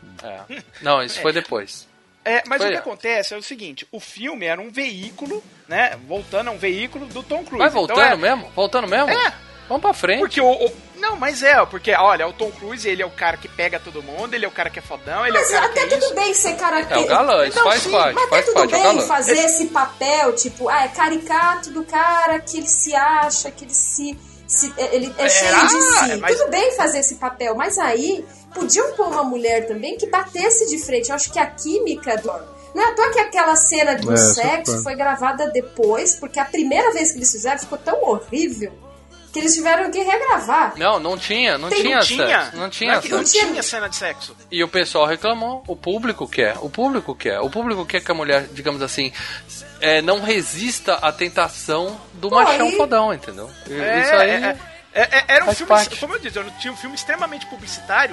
Não, isso foi depois. Mas o que acontece é o seguinte, o filme era um veículo, né? Voltando, é um veículo do Tom Cruise. Vai voltando mesmo? Voltando mesmo? Vamos pra frente. Porque não, mas porque, olha, o Tom Cruise, ele é o cara que pega todo mundo, ele é o cara que é fodão, ele é o cara que é isso. Mas até tudo bem ser cara que... É o galã, isso faz parte. Mas até tudo bem fazer esse papel, tipo, é caricato do cara que ele se acha, que ele é cheio de si. Tudo bem fazer esse papel, mas aí podiam pôr uma mulher também que batesse de frente. Eu acho que a química não é à toa que aquela cena do sexo foi gravada depois, porque a primeira vez que eles fizeram ficou tão horrível que eles tiveram que regravar. Não tinha sexo. Não tinha cena de sexo. E o pessoal reclamou. O público quer que a mulher, digamos assim, não resista à tentação do machão fodão, entendeu? Isso aí... Era um filme, como eu disse, tinha um filme extremamente publicitário,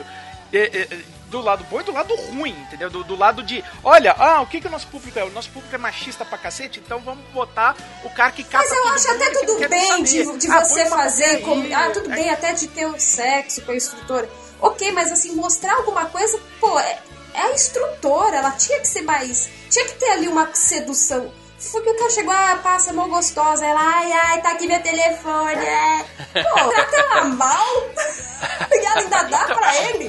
do lado bom e do lado ruim, entendeu? Do lado de, olha, o que o nosso público é? O nosso público é machista pra cacete, então vamos botar o cara que cata todo mundo. Mas eu acho até tudo bem de você fazer, tudo bem até de ter um sexo com a instrutora. Ok, mas assim, mostrar alguma coisa, pô, é a instrutora, ela tinha que ser mais, tinha que ter ali uma sedução. Foi que o cara chegou, passa, mó gostosa. Ela, ai, tá aqui meu telefone. Pô, trata ela mal. E ela ainda dá pra ele.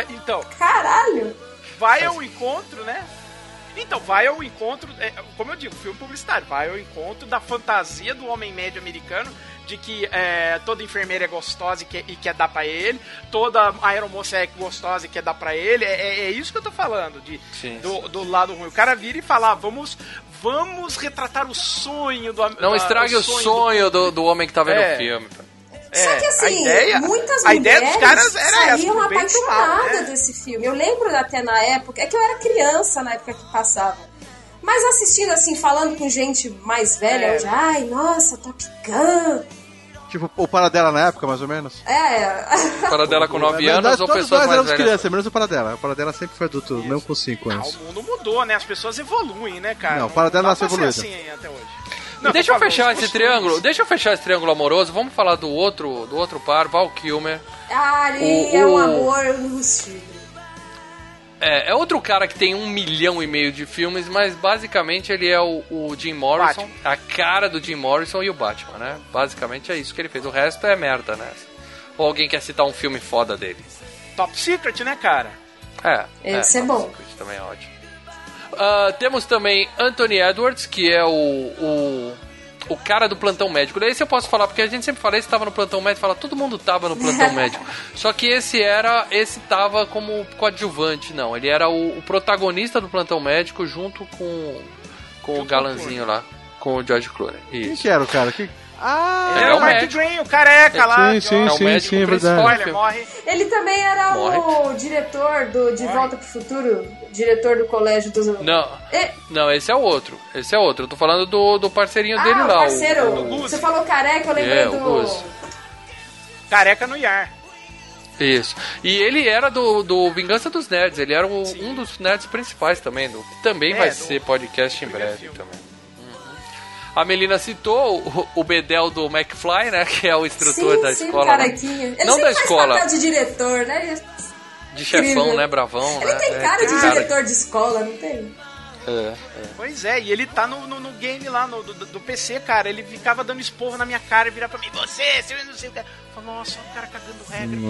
Caralho. Vai ao encontro, né? Então, vai ao encontro, como eu digo, filme publicitário, vai ao encontro da fantasia do homem médio americano, de que toda enfermeira é gostosa e quer dar pra ele, toda aeromoça é gostosa e quer dar pra ele, é isso que eu tô falando, do lado ruim. O cara vira e fala, vamos retratar o sonho do... Não estrague o sonho do homem que tá vendo o filme. Só que assim, muitas mulheres ideia dos caras era saíam apaixonadas desse filme. Eu lembro até na época, que eu era criança na época que passava. Mas assistindo assim, falando com gente mais velha, eu já, ai, nossa, Top Gun. Tipo, o Paradela na época, mais ou menos? Paradela com 9 anos ou pessoas mais velhas? Criança, menos o Paradela. O Paradela sempre foi adulto, mesmo com 5 anos. O mundo mudou, né? As pessoas evoluem, né, cara? Não, o Paradela nasceu evoluído. Assim até hoje. Deixa eu fechar esse triângulo. Deixa eu fechar esse triângulo amoroso. Vamos falar do outro par, Val Kilmer. É um amor impossível. É outro cara que tem 1,5 milhão de filmes, mas basicamente ele é o Jim Morrison, Batman. A cara do Jim Morrison e o Batman, né? Basicamente é isso que ele fez. O resto é merda, né? Ou alguém quer citar um filme foda dele? Top Secret, né, cara? Esse é bom. Top Secret também é ótimo. Temos também Anthony Edwards, que é o o cara do plantão médico. Esse eu posso falar, porque a gente sempre fala, esse tava no plantão médico, fala, todo mundo tava no plantão médico. Só que esse tava como coadjuvante, não. Ele era o protagonista do plantão médico junto com o galanzinho lá, com o George Clooney. Quem que era o cara? É o Mark Green, o careca lá. Sim, é verdade. Ele morre. Ele também era o diretor De Volta pro Futuro, diretor do colégio dos... Não, esse é o outro. Eu tô falando do parceirinho dele lá. Parceiro. Você falou careca, eu lembrei do... Careca no Iar. Isso. E ele era do Vingança dos Nerds. Ele era um dos nerds principais também. Também vai ser podcast em breve também. A Melina citou o Bedel do McFly, né? Que é o instrutor da escola. Carequinha. Ele não da escola. Faz papel de diretor, né? De chefão, né? Bravão. Ele tem cara de diretor de escola, não tem? Pois é, e ele tá no game lá, do PC, cara. Ele ficava dando esporro na minha cara e virar pra mim, você não sei o que. Nossa, o cara cagando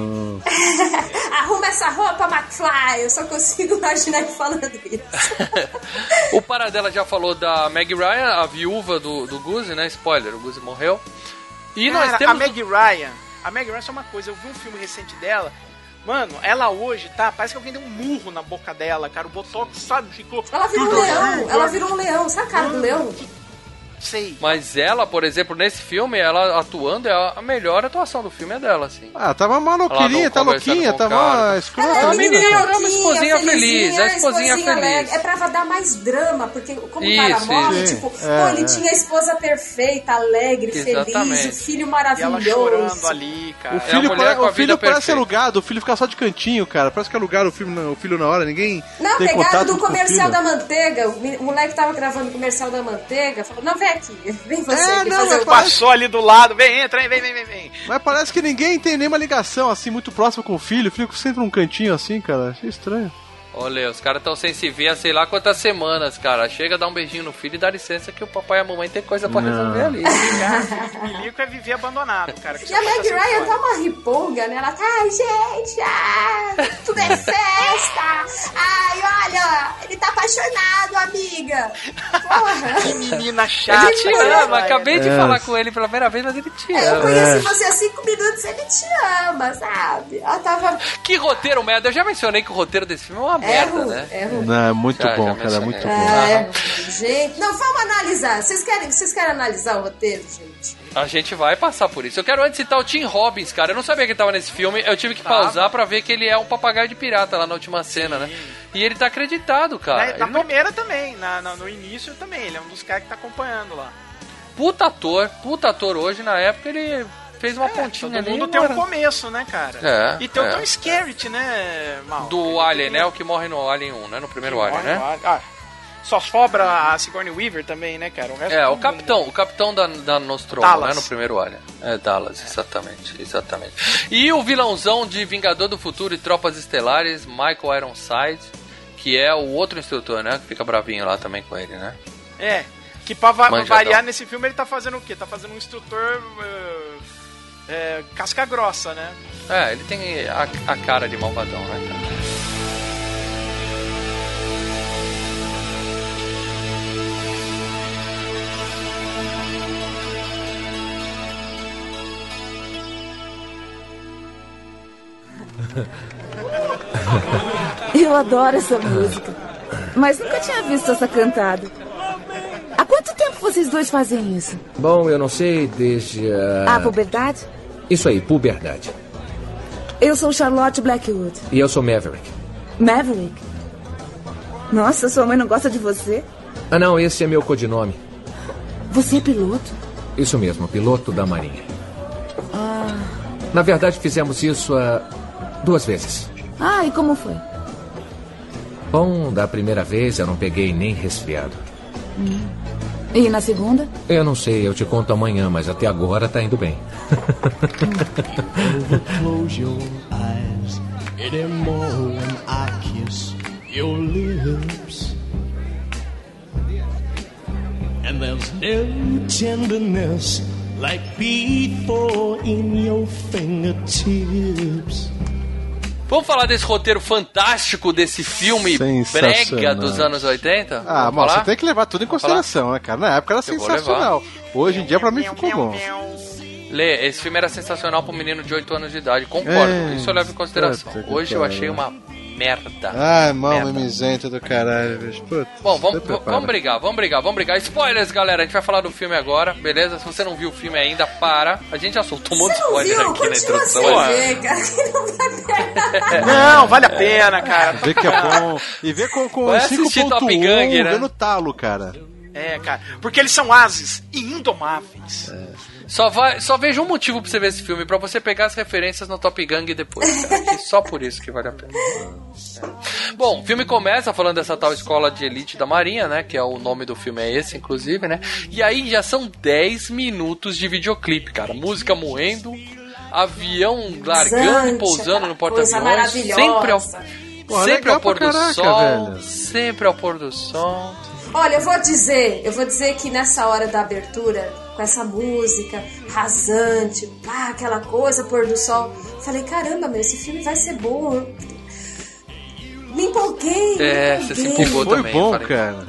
regra. Arruma essa roupa, McFly. Eu só consigo imaginar ele falando isso. O Paradela já falou da Meg Ryan, a viúva do Goose, né? Spoiler, o Goose morreu. E cara, nós temos... A Meg Ryan é só uma coisa. Eu vi um filme recente dela. Mano, ela hoje, tá? Parece que alguém deu um murro na boca dela, cara. O botox, sabe? Ficou... Ela virou um leão. Sabe a cara do leão? Sei. Mas ela, por exemplo, nesse filme, ela atuando, a melhor atuação do filme é dela, assim. Tava maloqueirinha, tá louquinha, tava escrota. A menina era uma esposinha feliz, a esposinha feliz. É pra dar mais drama, porque como o cara morre, ele tinha a esposa perfeita, alegre, feliz, o filho maravilhoso. E ela chorando ali, cara. O filho parece alugado, o filho fica só de cantinho, cara. Parece que alugaram o filho na hora, ninguém não, tem pegaram contato do com comercial da manteiga, o moleque tava gravando o comercial da manteiga, falou, não, vem aqui, vem você aqui fazer o... Passou ali do lado, entra aí, vem. Mas parece que ninguém tem nenhuma ligação, assim, muito próxima com o filho sempre num cantinho assim, cara, achei estranho. Olha, os caras estão sem se ver há sei lá quantas semanas, cara. Chega, dá um beijinho no filho e dá licença que o papai e a mamãe tem coisa pra resolver ali. Milico é viver abandonado, cara. E a Meg Ryan tá uma ripolga, né? Ela tá, ai, gente, tudo é festa. Ai, olha, ele tá apaixonado, amiga. Porra. Que menina chata. Ele te ama, acabei de falar com ele pela primeira vez, mas ele te ama. Eu conheci você há 5 minutos, ele te ama, sabe? Ela tava... Que roteiro merda, eu já mencionei que o roteiro desse filme é uma merda, né? Não, é muito bom, cara, é muito bom. Gente, não, vamos analisar. Vocês querem analisar o roteiro, gente? A gente vai passar por isso. Eu quero antes citar o Tim Robbins, cara. Eu não sabia que ele tava nesse filme. Eu tive que pausar pra ver que ele é um papagaio de pirata lá na última cena, né? E ele tá acreditado, cara. Na primeira também, no início também. Ele é um dos caras que tá acompanhando lá. Puta ator hoje, na época, ele... fez uma pontinha ali. Todo mundo tem um começo, né, cara? E tem o Tom Skerritt, né, Mal? Do Alien, né? O que morre no Alien 1, né? No primeiro Alien, né? Só sobra a Sigourney Weaver também, né, cara? O resto o capitão da Nostromo, né? No primeiro Alien. Dallas, exatamente. E o vilãozão de Vingador do Futuro e Tropas Estelares, Michael Ironside, que é o outro instrutor, né? Que fica bravinho lá também com ele, né? Que pra variar nesse filme ele tá fazendo o quê? Tá fazendo um instrutor... casca grossa, né? Ele tem a cara de malvadão, né, cara? Eu adoro essa música, mas nunca tinha visto essa cantada. Há quanto tempo vocês dois fazem isso? Bom, eu não sei, desde a puberdade? Isso aí, puberdade. Eu sou Charlotte Blackwood. E eu sou Maverick. Maverick? Nossa, sua mãe não gosta de você? Ah, não, esse é meu codinome. Você é piloto? Isso mesmo, piloto da Marinha. Na verdade, fizemos isso 2 vezes. E como foi? Bom, da primeira vez eu não peguei nem resfriado. E na segunda? Eu não sei, eu te conto amanhã, mas até agora tá indo bem. Close your eyes anymore when I kiss your lips. And there's no tenderness like before in your fingertips. Vamos falar desse roteiro fantástico, desse filme brega dos anos 80? Ah, mas você tem que levar tudo em consideração, né, cara? Na época era sensacional. Hoje em dia, pra mim, ficou bom. Lê, esse filme era sensacional pra um menino de 8 anos de idade, concordo. Isso eu levo em consideração. Hoje eu achei uma merda. Ai, mão mimizenta do caralho, bicho. Bom, vamos brigar. Spoilers, galera, a gente vai falar do filme agora, beleza? Se você não viu o filme ainda, para. A gente já soltou um monte de spoiler aqui na introdução. Não, vale a pena, cara. Vê que é bom. E vê com 5.1 né? No talo, cara. Cara, porque eles são ases e indomáveis. Só veja um motivo pra você ver esse filme, pra você pegar as referências no Top Gun depois, cara. Só por isso que vale a pena. Bom, o filme começa falando dessa tal escola de elite da Marinha, né? Que é o nome do filme é esse, inclusive, né? E aí já são 10 minutos de videoclipe, cara. Música moendo, avião largando e pousando no porta-aviões. Sempre ao pôr do sol. Velho. Sempre ao pôr do sol. Olha, eu vou dizer que nessa hora da abertura, com essa música rasante, pá, aquela coisa, pôr do sol, falei, caramba, esse filme vai ser bom. Me empolguei. Você se empolgou também. Foi bom, cara.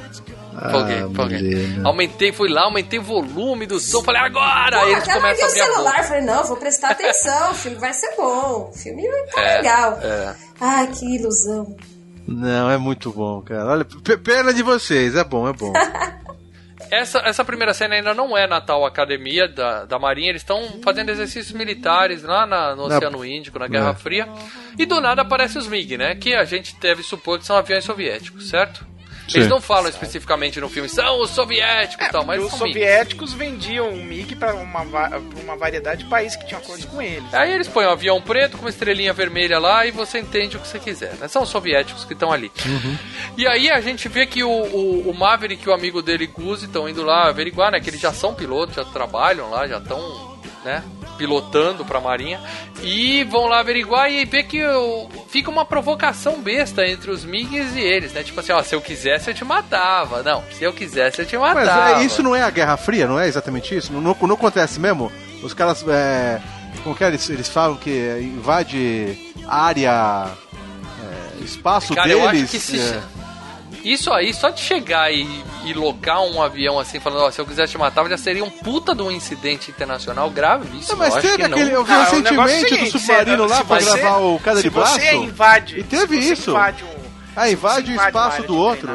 Empolguei. Fui lá, aumentei o volume do som, falei, agora! Aí eles começam a abrir o celular, falei, não, vou prestar atenção, o filme vai ser bom, o filme tá legal. Ai, que ilusão. Não, é muito bom, cara. Olha, pena de vocês, é bom. Essa primeira cena ainda não é na tal academia da Marinha, eles estão fazendo exercícios militares lá no Oceano Índico, na Guerra Fria, e do nada aparecem os MiG, né? Que a gente deve supor que são aviões soviéticos, certo? Sim. Eles não falam especificamente no filme, são os soviéticos e tal, mas os soviéticos vendiam o MiG para uma variedade de países que tinham acordos com eles. Aí eles põem um avião preto com uma estrelinha vermelha lá e você entende o que você quiser, né? São os soviéticos que estão ali. E aí a gente vê que o Maverick e o amigo dele, Guzzi, estão indo lá averiguar, né? Que eles já são pilotos, já trabalham lá, já estão, né? Pilotando pra Marinha, e vão lá averiguar e ver que fica uma provocação besta entre os MiGs e eles, né? Tipo assim, se eu quisesse eu te matava. Não, se eu quisesse eu te matava. Mas isso não é a Guerra Fria, não é exatamente isso? Não acontece mesmo? Os caras, como que é? Eles falam que invade área, espaço cara, deles... Eu acho que isso aí, só de chegar e locar um avião assim, falando, se eu quisesse te matar, já seria um puta de um incidente internacional gravíssimo. Mas teve aquele, eu vi recentemente do submarino lá pra gravar o Queda de Braço. Se você invade, e teve isso. Invade o espaço do outro.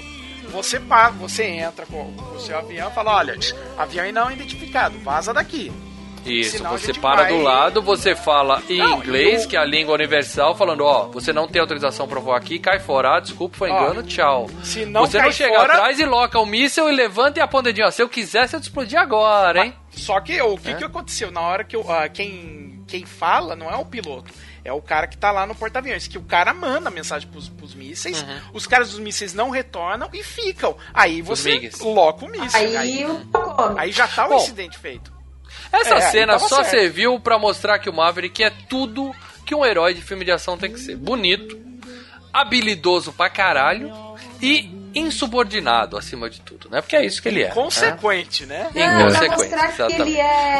Você entra com o seu avião e fala, olha, avião não identificado, vaza daqui. Isso, senão você para do lado, você fala em inglês, que é a língua universal, falando, você não tem autorização pra voar aqui, cai fora, desculpa, foi engano, tchau. Se não você não chega atrás e loca o míssil e levanta e aponta o dedinho, se eu quisesse eu te explodir agora, hein? Só que o que aconteceu? Na hora que quem fala não é o piloto, é o cara que tá lá no porta-aviões, que o cara manda mensagem pros mísseis, os caras dos mísseis não retornam e ficam. Aí você loca o míssil. Aí já tá o incidente feito. Essa cena só serviu pra mostrar que o Maverick é tudo que um herói de filme de ação tem que ser. Bonito, habilidoso pra caralho e insubordinado, acima de tudo, né? Porque é isso que ele é. Inconsequente, né? Inconsequente, pra mostrar que ele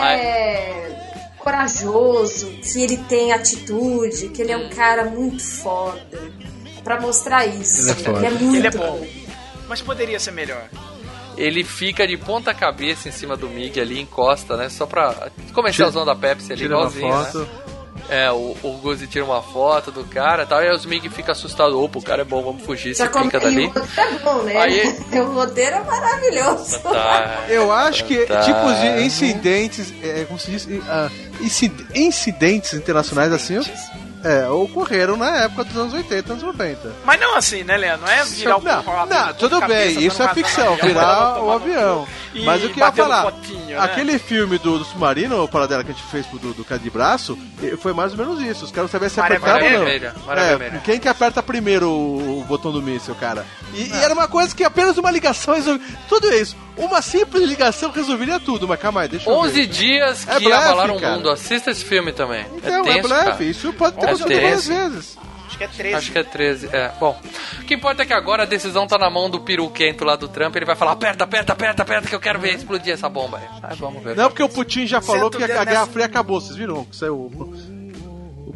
é corajoso, que ele tem atitude, que ele é um cara muito foda. Pra mostrar isso. Ele é muito bom. Mas poderia ser melhor. Ele fica de ponta cabeça em cima do MiG ali, encosta, né? Só pra comercialzão da Pepsi ali, igualzinho, né? O Guzzi tira uma foto do cara e tal, e aí os MiG ficam assustados. Opa, o cara é bom, vamos fugir, se fica dali. O roteiro é bom, né? O roteiro é maravilhoso. Eu acho que tipos de incidentes, como se diz, incidentes internacionais assim... ocorreram na época dos anos 80, anos 90. Mas não assim, né, Leandro? Não é virar o Não, tudo bem, isso é ficção, virar o avião. Mas o que eu ia falar, aquele filme do submarino, o paradela que a gente fez do Queda de Braço, foi mais ou menos isso. Os caras sabiam se apertar ou não. Quem que aperta primeiro o botão do míssil, cara? E era uma coisa que apenas uma ligação resolvia. Tudo isso. Uma simples ligação resolveria tudo, mas calma aí, deixa eu ver. 11 dias que abalaram o mundo. Assista esse filme também. Então, é blefe. Isso pode ter acontecido várias vezes. Acho que é 13. Bom, o que importa é que agora a decisão tá na mão do peruquento lá do Trump. Ele vai falar, aperta, que eu quero ver explodir essa bomba aí. Vamos ver. Não, porque o Putin já falou que a Guerra Fria acabou. Vocês viram que saiu... O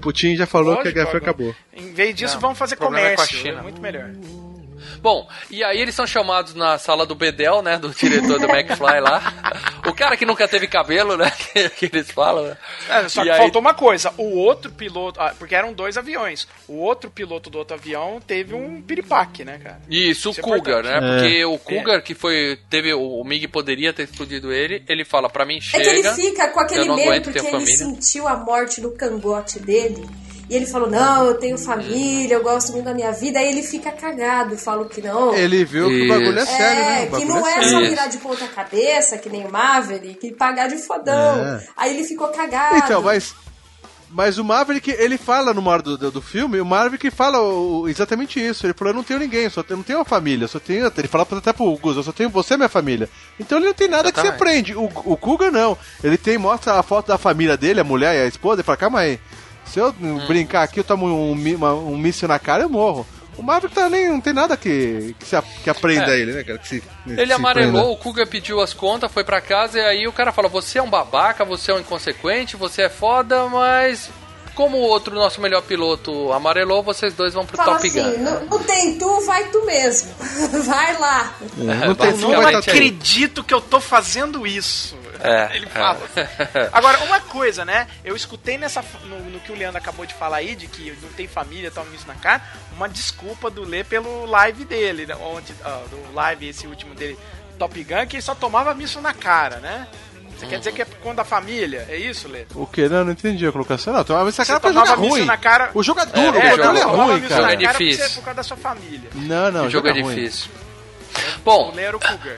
Putin já falou que a Guerra Fria acabou. Em vez disso, vamos fazer problema comércio. é com a China. Muito melhor. Bom, e aí eles são chamados na sala do Bedel, né? Do diretor do McFly lá. O cara que nunca teve cabelo, né? Que eles falam, né? Só que faltou uma coisa. O outro piloto... porque eram 2 aviões. O outro piloto do outro avião teve um piripaque, né, cara? Isso, o Cougar, né? Porque o Cougar, que foi... o MiG poderia ter explodido ele fala, pra mim, chega... É que ele fica com aquele medo porque ele família. sentiu a morte no cangote dele. E ele falou, não, eu tenho família, eu gosto muito da minha vida. Aí ele fica cagado, fala que não. Ele viu que o bagulho é sério, né? Que não é só virar de ponta cabeça, que nem o Maverick, que pagar de fodão. Aí ele ficou cagado. Então, mas o Maverick, ele fala numa hora do filme, o Maverick fala exatamente isso. Ele falou, eu não tenho ninguém, eu não tenho uma família, ele fala até pro Gus, eu só tenho você, minha família. Então ele não tem nada que se aprende. O Cougar não. Ele mostra a foto da família dele, a mulher e a esposa, e fala, calma aí. Se eu brincar aqui, eu tomo um míssil na cara, eu morro. O Maverick não tem nada que aprenda ele, né, cara? Ele amarelou, o Cougar pediu as contas, foi pra casa, e aí o cara fala, você é um babaca, você é um inconsequente, você é foda, mas... Como o outro, nosso melhor piloto, amarelou, vocês dois vão pro Top Gun. Assim, não tem tu, vai tu mesmo. Vai lá. Não acredito que eu tô fazendo isso. Ele fala. Agora, uma coisa, né? Eu escutei no que o Leandro acabou de falar aí, de que não tem família, toma isso na cara, uma desculpa do Lê pelo live dele, do live esse último dele, Top Gun, que ele só tomava misso na cara, né? Você quer dizer que é por conta da família? É isso, Lê? O que? Não entendi a colocação. Não, tomava essa cara pra jogar ruim. Na cara... O jogo é duro, o jogo é ruim, cara. O jogo é difícil. Por causa da sua família. Não, o jogo é difícil. Bom, o Lê era o Cougar.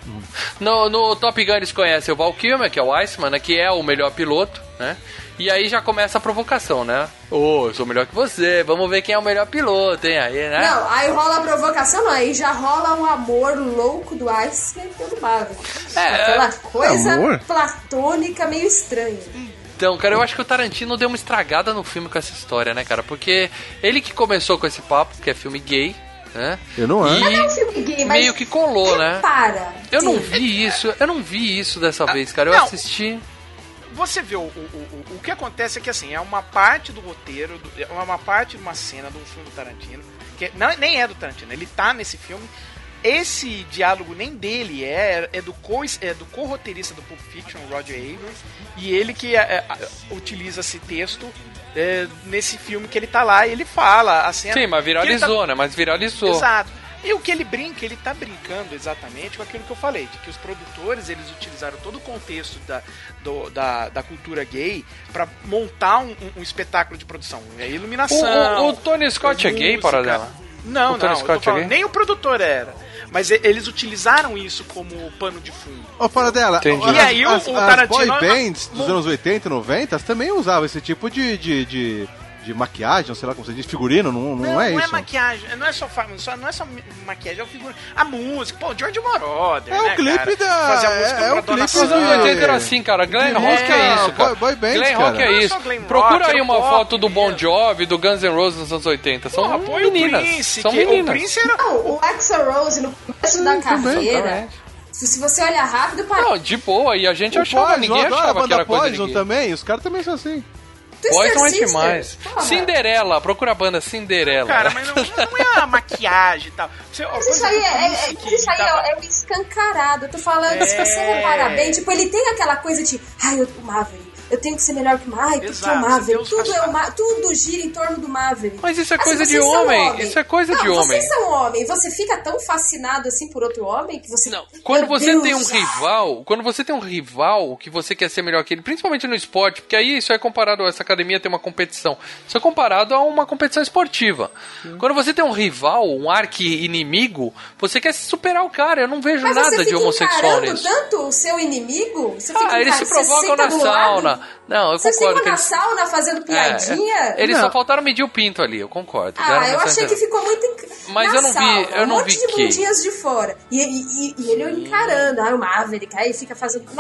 No Top Gun eles conhecem o Val Kilmer, que é o Iceman, né, que é o melhor piloto, né? E aí já começa a provocação, né? Eu sou melhor que você, vamos ver quem é o melhor piloto, hein? Aí, né? Não, aí rola a provocação, não, aí já rola um amor louco do Iceman pelo Maverick. Aquela coisa platônica meio estranha. Então, cara, eu acho que o Tarantino deu uma estragada no filme com essa história, né, cara? Porque ele que começou com esse papo, que é filme gay, né? Eu não acho. Mas é um filme gay, mas meio que colou, né? Eu não vi isso dessa vez, cara. Eu assisti... Você vê, o que acontece é que, assim, é uma parte do roteiro, é uma parte de uma cena de um filme do Tarantino, que nem é do Tarantino, ele tá nesse filme. Esse diálogo nem dele é do co-roteirista do Pulp Fiction, Roger Abrams, e ele que utiliza esse texto nesse filme que ele tá lá, e ele fala a cena... Sim, mas viralizou, né? Mas viralizou. Exato. E o que ele brinca, ele tá brincando exatamente com aquilo que eu falei, de que os produtores, eles utilizaram todo o contexto da cultura gay pra montar um espetáculo de produção. A iluminação... O Tony Scott é gay, para dela? Não, nem o produtor era. Mas eles utilizaram isso como pano de fundo. Para dela. E aí o Tarantino... As boy bands dos anos 80 e 90 também usavam esse tipo de maquiagem, sei lá como você diz, figurino, não é isso. Não é maquiagem, não é só maquiagem, é o figurino. A música, George Moroder, o clipe da... Fazer a música o clipe dos anos 80 era assim, cara. Glenn Rock é isso, cara. Boy band, Glenn Rock é isso. Procura aí uma foto do Bon Jovi, do Guns N' Roses nos anos 80. São meninas. São meninas. O Prince era... o Axl Rose no começo da carreira... Se você olhar rápido... Não, de boa. E a gente achava, ninguém achava que era coisa de gay. Também, os caras também são assim. Poison é demais. Cinderela, procura a banda Cinderela. Cara, mas não é a maquiagem e tal. Mas isso aí é um escancarado. Eu tô falando, se você reparar bem, tipo, ele tem aquela coisa de, o Maverick, eu tenho que ser melhor que o Maverick, porque é o Maverick. Tudo gira em torno do Maverick. Mas isso é coisa de homem. Isso é coisa de homem. Vocês são homem. Você fica tão fascinado assim por outro homem que você... Não. Quando você tem um rival, que você quer ser melhor que ele, principalmente no esporte, porque aí isso é comparado a essa academia ter uma competição. Isso é comparado a uma competição esportiva. Quando você tem um rival, um arqui-inimigo, você quer superar o cara. Eu não vejo nada de homossexual nisso. Tanto o seu inimigo? Você fica eles se provocam na sauna. Não, eu você concordo. Você fica na sauna fazendo piadinha? Eles só faltaram medir o pinto ali, eu concordo. Eu achei que ficou muito mas eu não vi, eu não vi que. Um monte de bundinhas de fora. E ele encarando, o Maverick, aí fica fazendo...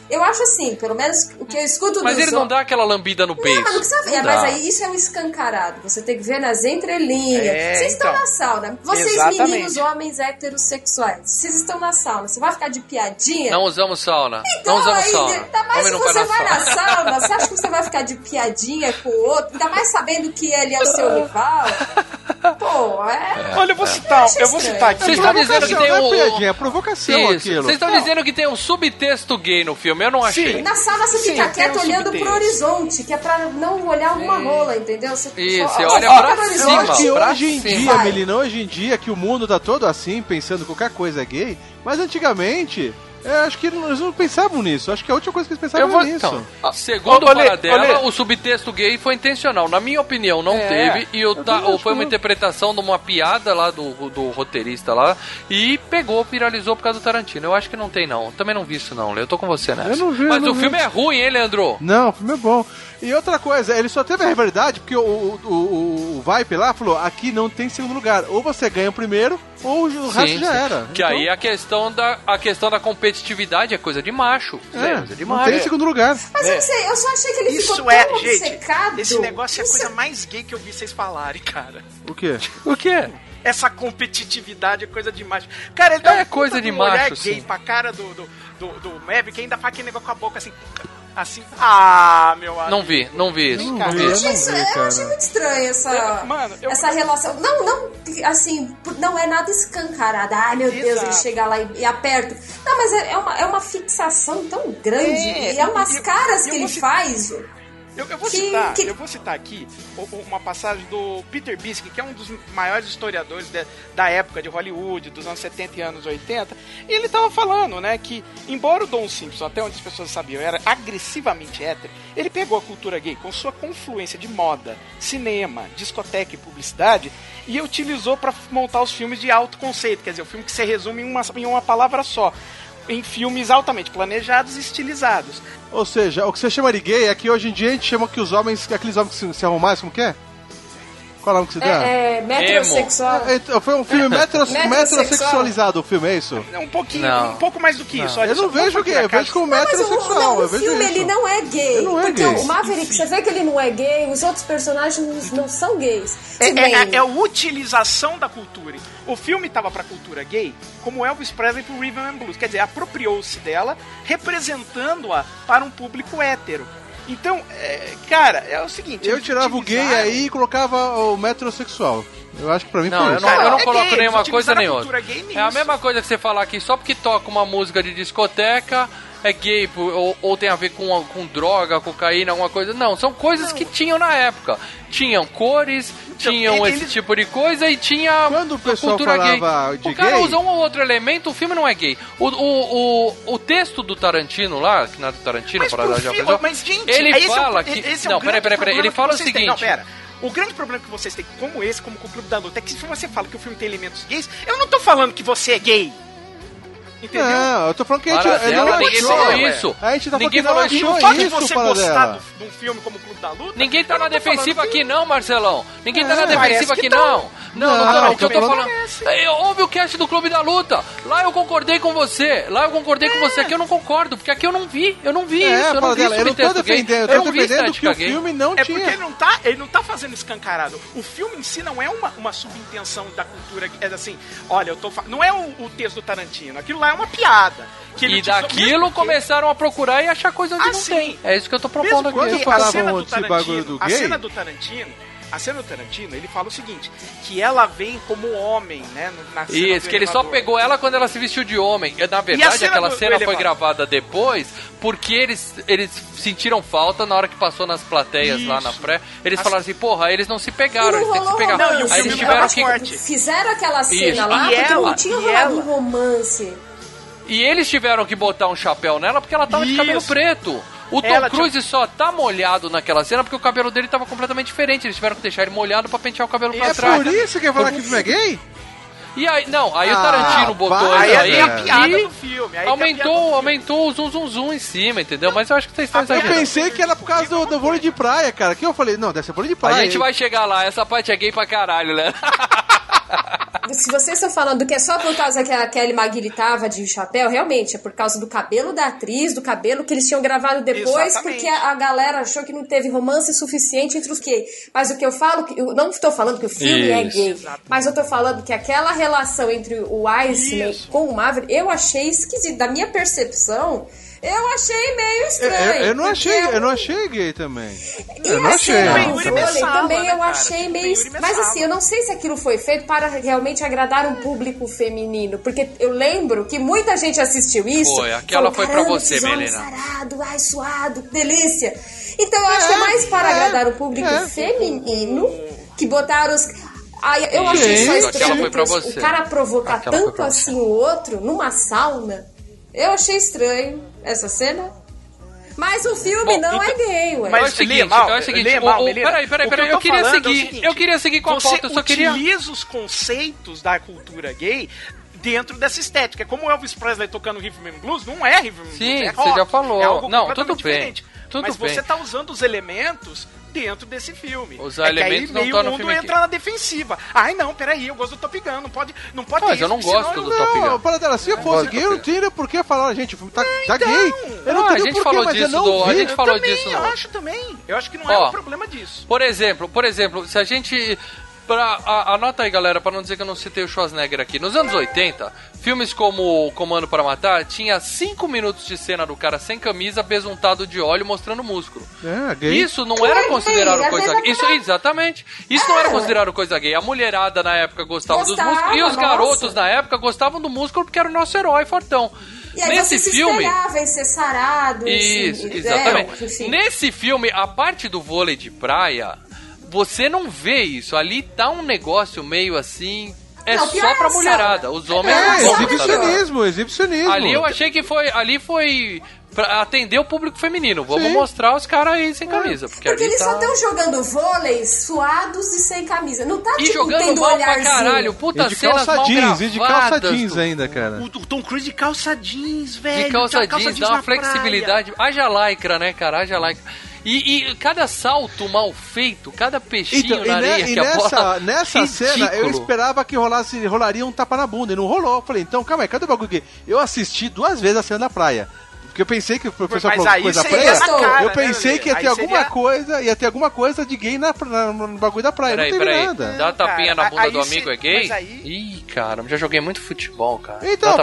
Eu acho assim, pelo menos o que eu escuto Mas ele não dá aquela lambida no beijo. Não, mas não precisa ver. Mas aí isso é um escancarado. Você tem que ver nas entrelinhas. Vocês estão na sauna. Vocês, exatamente. meninos, homens heterossexuais, vocês estão na sauna. Você vai ficar de piadinha? Não usamos sauna. Então, não usamos aí, sauna. ainda mais se você vai na sauna, você acha que você vai ficar de piadinha com o outro? Ainda mais sabendo que ele é o seu rival? Pô, Olha, eu vou citar aqui. Vocês estão dizendo que tem É provocação Isso. aquilo. Vocês estão dizendo que tem um subtexto gay no filme. Eu não achei. Sim. Na sala você fica quieto olhando subtexto. pro horizonte, que é pra não olhar uma rola, entendeu? Você você olha pra cima. Eu acho que pra hoje em cima. dia, Melina, hoje em dia que o mundo tá todo assim, pensando que qualquer coisa é gay, mas antigamente, eu acho que eles não pensavam nisso. Acho que a última coisa que eles pensavam era nisso. Então, segundo o Paradela, o subtexto gay foi intencional. Na minha opinião, não teve. E foi uma interpretação de uma piada lá do roteirista lá. E viralizou por causa do Tarantino. Eu acho que não tem, não. Também não vi isso, não, Lê. Eu tô com você nessa. Eu não vi, Mas não o filme é ruim, hein, Leandro? Não, o filme é bom. E outra coisa, ele só teve a rivalidade porque o Vipe lá falou, aqui não tem segundo lugar. Ou você ganha o primeiro, ou o resto já era. Que aí a questão da competitividade é coisa de macho. Coisa de não macho. tem segundo lugar. Mas eu não sei, eu só achei que ele ficou tão obcecado. Esse negócio é a coisa mais gay que eu vi vocês falarem, cara. O quê? O quê? Essa competitividade é coisa de macho. Cara, ele dá coisa de olhar macho, gay sim. pra cara do Maverick, ainda faz aquele negócio com a boca assim. Meu amigo. Não vi isso. Eu achei muito estranho essa relação. Não, assim, não é nada escancarada. Ai, meu Deus, ele chega lá e aperta. Não, mas é uma fixação tão grande. E é umas caras que ele faz. Eu vou citar aqui uma passagem do Peter Biskind, que é um dos maiores historiadores da época de Hollywood, dos anos 70 e anos 80, e ele tava falando, né, que embora o Don Simpson, até onde as pessoas sabiam, era agressivamente hétero, ele pegou a cultura gay com sua confluência de moda, cinema, discoteca e publicidade, e utilizou para montar os filmes de alto conceito, quer dizer, o filme que se resume em uma palavra só, em filmes altamente planejados e estilizados. Ou seja, o que você chama de gay é que hoje em dia a gente chama que aqueles homens que se arrumam mais, como que é? Qual é o nome que se dá? Metrosexual. Foi um filme metrosexualizado, o filme, é isso? Um pouco mais do que isso. Eu não vejo gay, eu vejo como metrosexual. O filme ele não é gay. Ele não é porque gay. o Maverick, você vê que ele não é gay, os outros personagens não são gays. É a utilização da cultura. O filme estava pra cultura gay, como Elvis Presley pro Rhythm and Blues. Quer dizer, apropriou-se dela, representando-a para um público hétero. Então, cara, é o seguinte... Eu tirava o gay aí e colocava o metrosexual. Eu acho que pra mim foi isso. Eu não coloco nenhuma coisa nem outra. É a mesma coisa que você falar aqui, só porque toca uma música de discoteca... é gay, ou tem a ver com droga, cocaína, alguma coisa. Não, são coisas que tinham na época. Tinham cores, tinham esse tipo de coisa e tinha quando o pessoal cultura gay. De o cara gay, usa um ou outro elemento, o filme não é gay. O texto do Tarantino lá, que não é do Tarantino, mas, gente, ele fala que... Não, peraí, ele fala o seguinte... Não, pera. O grande problema que vocês têm, como o Clube da Luta, é que se você fala que o filme tem elementos gays, eu não tô falando que você é gay. Entendeu? Não, eu tô falando que ninguém falou isso. A gente tá ninguém falando que não pode você gostar de um filme como o Clube da Luta. Ninguém tá na defensiva aqui não, Marcelão. Ninguém tá na defensiva aqui não. Não, o que eu tô falando... Houve o cast do Clube da Luta. Lá eu concordei com você. Aqui eu não concordo, porque aqui eu não vi isso. Eu não vi defendendo, eu tô defendendo que o filme não tinha. É porque ele não tá fazendo escancarado. O filme em si não é uma subintenção da cultura. É assim, olha, não é o texto do Tarantino. Aquilo lá é uma piada. E daquilo começaram a procurar e achar coisa onde não tem. É isso que eu tô propondo aqui. A cena do Tarantino, ele fala o seguinte, que ela vem como homem, né? Isso, que ele só pegou ela quando ela se vestiu de homem. Na verdade, aquela cena foi gravada depois, porque eles sentiram falta na hora que passou nas plateias lá na pré. Eles falaram assim, porra, eles não se pegaram, eles têm que se pegar. Não, aí eles tiveram que... Fizeram aquela cena lá, porque não tinha rolado um romance. E eles tiveram que botar um chapéu nela porque ela tava de cabelo preto. O Tom Cruise só tá molhado naquela cena porque o cabelo dele tava completamente diferente. Eles tiveram que deixar ele molhado pra pentear o cabelo pra trás. É por isso que falar que o filme é gay? E aí, aí o Tarantino botou isso aí a piada do filme. Aumentou o zum em cima, entendeu? Mas eu acho que vocês estão exagerando. Eu pensei que era por causa do vôlei de praia, cara. Que eu falei, não, deve ser vôlei de praia. A gente vai chegar lá, essa parte é gay pra caralho, né? se vocês estão falando que é só por causa que a Kelly McGillis tava de chapéu, realmente é por causa do cabelo da atriz, do cabelo que eles tinham gravado depois, exatamente. Porque a galera achou que não teve romance suficiente entre os gays. Mas o que eu falo, eu não estou falando que o filme é gay, mas eu tô falando que aquela relação entre o Iceman com o Maverick, eu achei esquisito. Da minha percepção, eu achei meio estranho. Eu não achei gay também. Eu não achei. Também eu achei meio estranho. Mas assim, eu não sei se aquilo foi feito para realmente agradar um público feminino. Porque eu lembro que muita gente assistiu isso. Foi, aquela foi pra você, Melina. Sarado, ai, suado, delícia. Então eu acho que é mais para agradar o público feminino que botaram os... eu achei só estranho o cara provocar tanto assim o outro numa sauna. Eu achei estranho essa cena. Mas o filme não é gay, ué. Mas é o seguinte, peraí, eu queria seguir com a pauta, eu só queria... Você utiliza os conceitos da cultura gay dentro dessa estética. Como o Elvis Presley tocando Rhythm and Blues, não é Rhythm and Blues, é rock, você já falou. É algo não, tudo diferente. Bem. Mas você tá usando os elementos dentro desse filme. Os elementos que aí meio mundo entra na defensiva. Ai, não, peraí, eu gosto do Top Gun, não pode mas eu não gosto do Top Gun. Para dela, se eu fosse gay, eu não teria por que falar, gente, o filme tá gay. Eu não teria por que, mas eu não vi. A gente falou disso. Eu acho também. Eu acho que não é um problema disso. Por exemplo, se a gente... anota aí, galera, pra não dizer que eu não citei o Schwarzenegger aqui. Nos anos 80, filmes como Comando para Matar tinha 5 minutos de cena do cara sem camisa, besuntado de óleo, mostrando músculo. Gay. Isso não era considerado coisa gay. Isso, exatamente. Isso não era considerado coisa gay. A mulherada na época gostava dos músculos e os garotos na época gostavam do músculo porque era o nosso herói fortão. E aí nesse você filme se espelhava em ser sarado. Isso, exatamente. Nesse filme, a parte do vôlei de praia... Você não vê isso. Ali tá um negócio meio assim... só pra mulherada. Os homens não exibicionismo. Ali eu achei que foi... Ali foi... Pra atender o público feminino. Vamos mostrar os caras aí sem camisa. Porque eles só estão jogando vôlei suados e sem camisa. Não tá e jogando mal pra caralho. Puta cenas mal gravadas. E de calça jeans ainda, cara. O Tom Cruise de calça jeans, velho. De calça jeans, dá uma flexibilidade. Haja lycra, né, cara? Haja lycra. E cada salto mal feito, cada peixinho na areia que a bola... Nessa cena, eu esperava que rolaria um tapa na bunda, e não rolou. Eu falei, então, calma aí, cadê o bagulho aqui? Eu assisti 2 vezes a cena da praia. Porque eu pensei que o professor falou coisa da praia. Eu pensei que ia ter alguma coisa de gay no bagulho da praia. Não teve nada. Dá tapinha na bunda do amigo é gay? Ih, cara, já joguei muito futebol, cara. Então,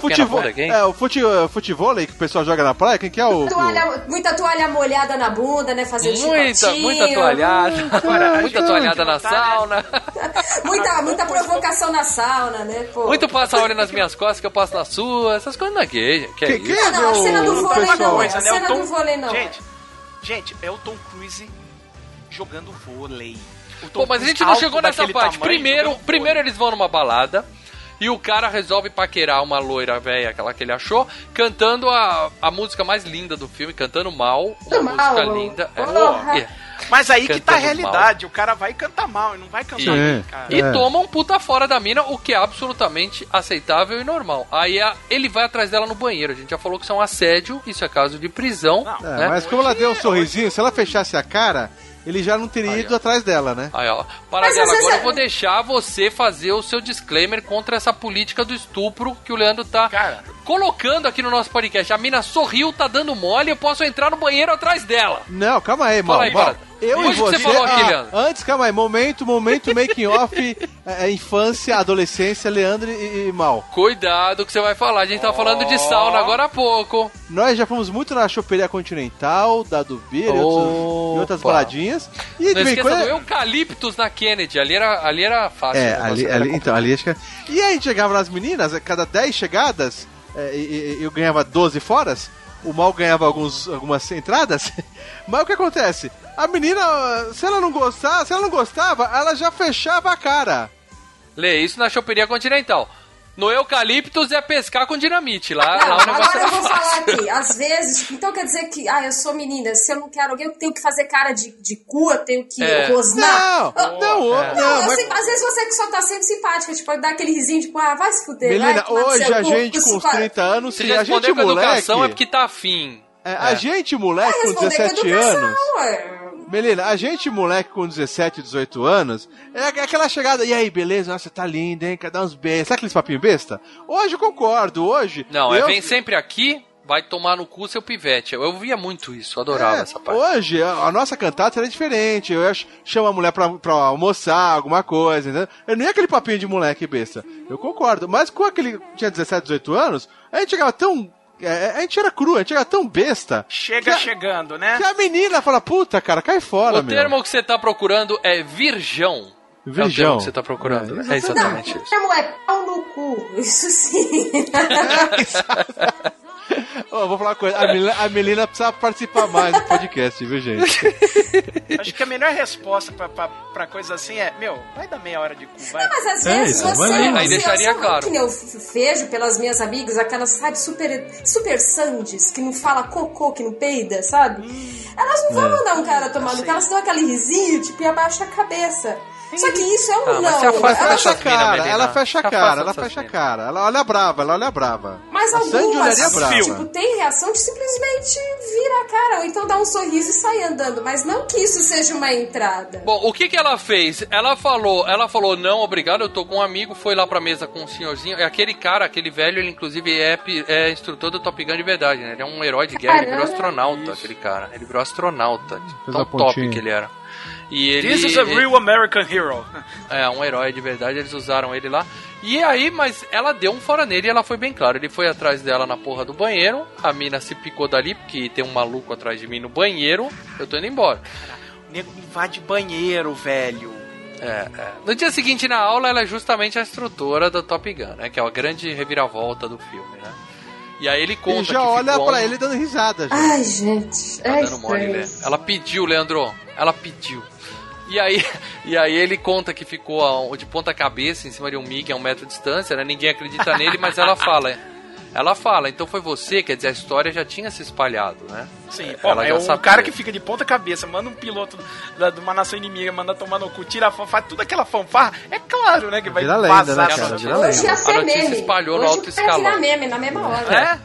o futevôlei que o pessoal joga na praia, quem que é o... Muita toalha molhada na bunda, né? Fazendo muita toalhada. Muita toalhada na sauna. muita provocação na sauna, né? Pô. Muito passa óleo nas minhas costas que eu passo na sua. Essas coisas não é gay. Que é isso? Não, a cena do vôlei não. A cena do vôlei não. Gente, é o Tom Cruise jogando vôlei. Pô, mas a gente não chegou nessa parte. Primeiro eles vão numa balada e o cara resolve paquerar uma loira velha, aquela que ele achou, cantando a música mais linda do filme, cantando mal, música linda. Mas aí que tá a realidade, o cara vai cantar mal, ele não vai cantar bem, cara. E toma um puta fora da mina, o que é absolutamente aceitável e normal. Aí ele vai atrás dela no banheiro, a gente já falou que isso é um assédio, isso é caso de prisão. Né? Mas como ela deu um sorrisinho, se ela fechasse a cara... Ele já não teria ido atrás dela, né? Aí, ó. Paradela, agora eu vou deixar você fazer o seu disclaimer contra essa política do estupro que o Leandro tá colocando aqui no nosso podcast. A mina sorriu, tá dando mole, eu posso entrar no banheiro atrás dela. Não, calma aí, mano. Eu e você... falou aqui, Leandro? Antes, calma aí. Momento making off, infância, adolescência, Leandro e Mal. Cuidado que você vai falar. A gente tá falando de sauna agora há pouco. Nós já fomos muito na Choperia Continental, da Dubir e outras baladinhas. E não esqueça do Eucaliptus na Kennedy. Ali era fácil. Ali acho que... E aí a gente chegava nas meninas, a cada 10 chegadas, eu ganhava 12 foras. O Mal ganhava algumas entradas. Mas o que acontece? A menina, se ela não gostava, ela já fechava a cara. Lê, isso na Choperia Continental. No Eucaliptus é pescar com dinamite. Lá o negócio agora eu vou falar aqui. Às vezes, então quer dizer que, eu sou menina, se eu não quero alguém, eu tenho que fazer cara de cu, eu tenho que rosnar. Às vezes você que só tá sendo simpática, tipo, dá aquele risinho, tipo, vai se fuder. Menina, hoje a gente com os 30 anos, se a gente moleque... educação é porque tá afim. A gente, moleque, com 17 anos... Melina, a gente, moleque com 17, 18 anos, é aquela chegada, e aí, beleza? Nossa, você tá linda, hein? Quer dar uns beijos? Sabe aqueles papinhos besta? Hoje eu concordo, hoje... Não, vem sempre aqui, vai tomar no cu seu pivete. Eu via muito isso, eu adorava essa parte. Hoje, a nossa cantata era diferente. Eu chamo a mulher pra almoçar, alguma coisa, entendeu? Eu não ia aquele papinho de moleque besta. Eu concordo. Mas com aquele que tinha 17, 18 anos, a gente chegava tão... a gente era cru, a gente era tão besta. Chegando, né? Que a menina fala, puta, cara, cai fora, O termo que você tá procurando é virgão. Virgão. É o termo que você tá procurando. É exatamente isso. O termo é pau no cu. Isso sim. Vou falar uma coisa, a Melina precisa participar mais do podcast, viu, gente? Acho que a melhor resposta pra coisa assim é, vai dar meia hora de cu, vai. Não, mas às vezes você... Aí deixaria claro. Que eu vejo pelas minhas amigas, aquelas, sabe, super sandes, que não fala cocô, que não peida, sabe? Elas não vão mandar um cara tomar no cu, elas dão aquele risinho, tipo, e abaixa a cabeça. Só que isso é um não. Ela fecha a cara. Ela olha brava. Mas algumas, tipo, tem reação de simplesmente virar a cara, ou então dar um sorriso e sair andando. Mas não que isso seja uma entrada. Bom, o que ela fez? Ela falou, não, obrigado, eu tô com um amigo, foi lá pra mesa com um senhorzinho. É aquele cara, aquele velho, ele inclusive é instrutor do Top Gun de verdade, né? Ele é um herói de guerra, ele virou astronauta, aquele cara. Ele virou astronauta. Tão top que ele era. E ele, This is a real American hero. É, um herói de verdade, eles usaram ele lá. E aí, mas ela deu um fora nele e ela foi bem clara. Ele foi atrás dela na porra do banheiro, a mina se picou dali, porque tem um maluco atrás de mim no banheiro, eu tô indo embora. O nego invade banheiro, velho. No dia seguinte, na aula, ela é justamente a instrutora do Top Gun, né? Que é a grande reviravolta do filme, né? E aí ele conta que olha pra ele dando risada. Já. Ai, gente. Tá dando mole, né? Ela pediu, Leandro. Ela pediu. E aí ele conta que ficou de ponta cabeça em cima de um MiG a 1 metro de distância, né? Ninguém acredita nele, mas ela fala. Então foi você, quer dizer, a história já tinha se espalhado, né? Sim, é o cara que fica de ponta cabeça, manda um piloto de uma nação inimiga, manda tomar no cu, tira a fanfarra, tudo aquela fanfarra, é claro, né, que vai vazar. Hoje ia ser meme. Notícia espalhou no alto escalão. Hoje ia meme, na mesma hora.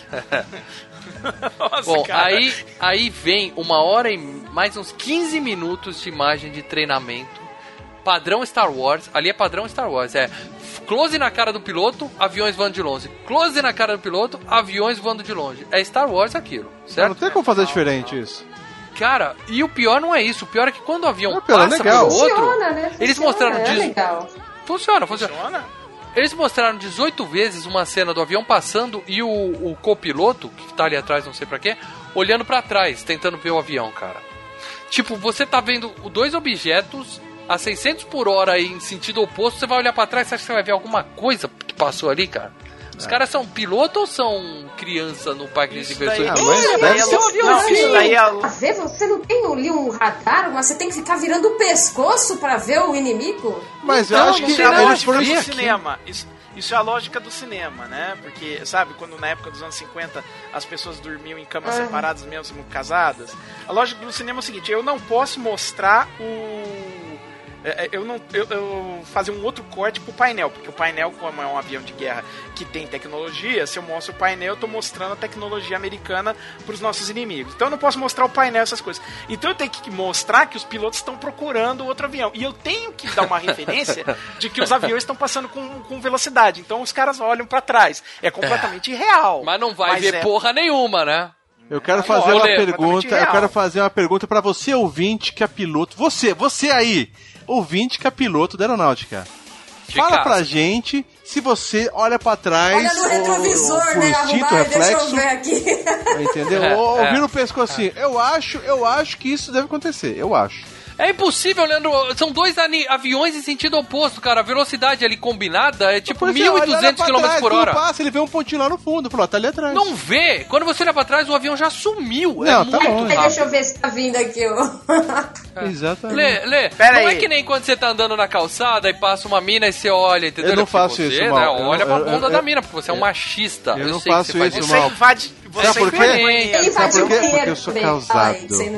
Nossa, bom, aí vem 1 hora e mais uns 15 minutos de imagem de treinamento padrão Star Wars. Ali é padrão Star Wars, close na cara do piloto, aviões voando de longe, close na cara do piloto, aviões voando de longe. É Star Wars aquilo, certo? Não tem como fazer diferente isso. Cara, e o pior não é isso, o pior é que quando o avião passa pelo outro, funciona, né? Eles mostraram legal. Funciona. Eles mostraram 18 vezes uma cena do avião passando e o copiloto, que tá ali atrás, não sei pra quê, olhando pra trás, tentando ver o avião, cara. Tipo, você tá vendo 2 objetos a 600 por hora em sentido oposto, você vai olhar pra trás, você acha que você vai ver alguma coisa que passou ali, cara? Os caras são piloto ou são criança no parque de diversões? Deve ser um aviãozinho. Você não tem ali um radar, mas você tem que ficar virando o pescoço pra ver o inimigo? Mas eu acho que eles foram no cinema. Isso é a lógica do cinema, né? Porque, sabe, quando na época dos anos 50 as pessoas dormiam em camas separadas mesmo casadas, a lógica do cinema é o seguinte, eu não posso mostrar eu fazer um outro corte pro painel, porque o painel, como é um avião de guerra que tem tecnologia, se eu mostro o painel, eu tô mostrando a tecnologia americana pros nossos inimigos. Então eu não posso mostrar o painel, essas coisas. Então eu tenho que mostrar que os pilotos estão procurando outro avião. E eu tenho que dar uma referência de que os aviões estão passando com velocidade. Então os caras olham pra trás. É completamente irreal. Mas não vai ver porra nenhuma, né? Eu quero fazer uma pergunta para você, ouvinte, que é piloto. Você aí, ouvinte que é piloto da aeronáutica. Fala pra gente se você olha pra trás. Olha no retrovisor, né? Instinto, reflexo. Deixa eu ver aqui. Entendeu? Ouvir o pescocinho. Eu acho que isso deve acontecer. Eu acho. É impossível, Leandro. São 2 aviões em sentido oposto, cara. A velocidade ali combinada é tipo 1.200 km por hora. Passa, ele vê um pontinho lá no fundo. Falou, tá ali atrás. Não vê. Quando você olha pra trás, o avião já sumiu. Não, tá muito rápido. Deixa eu ver se tá vindo aqui, ó. Exatamente. Lê, não é que nem quando você tá andando na calçada e passa uma mina e você olha, entendeu? Eu não faço isso, mal. Né? Olha pra bunda da mina, porque você é um machista. Eu não faço isso, mal. Você por quê? Ele invadiu o banheiro. Porque eu sou causado.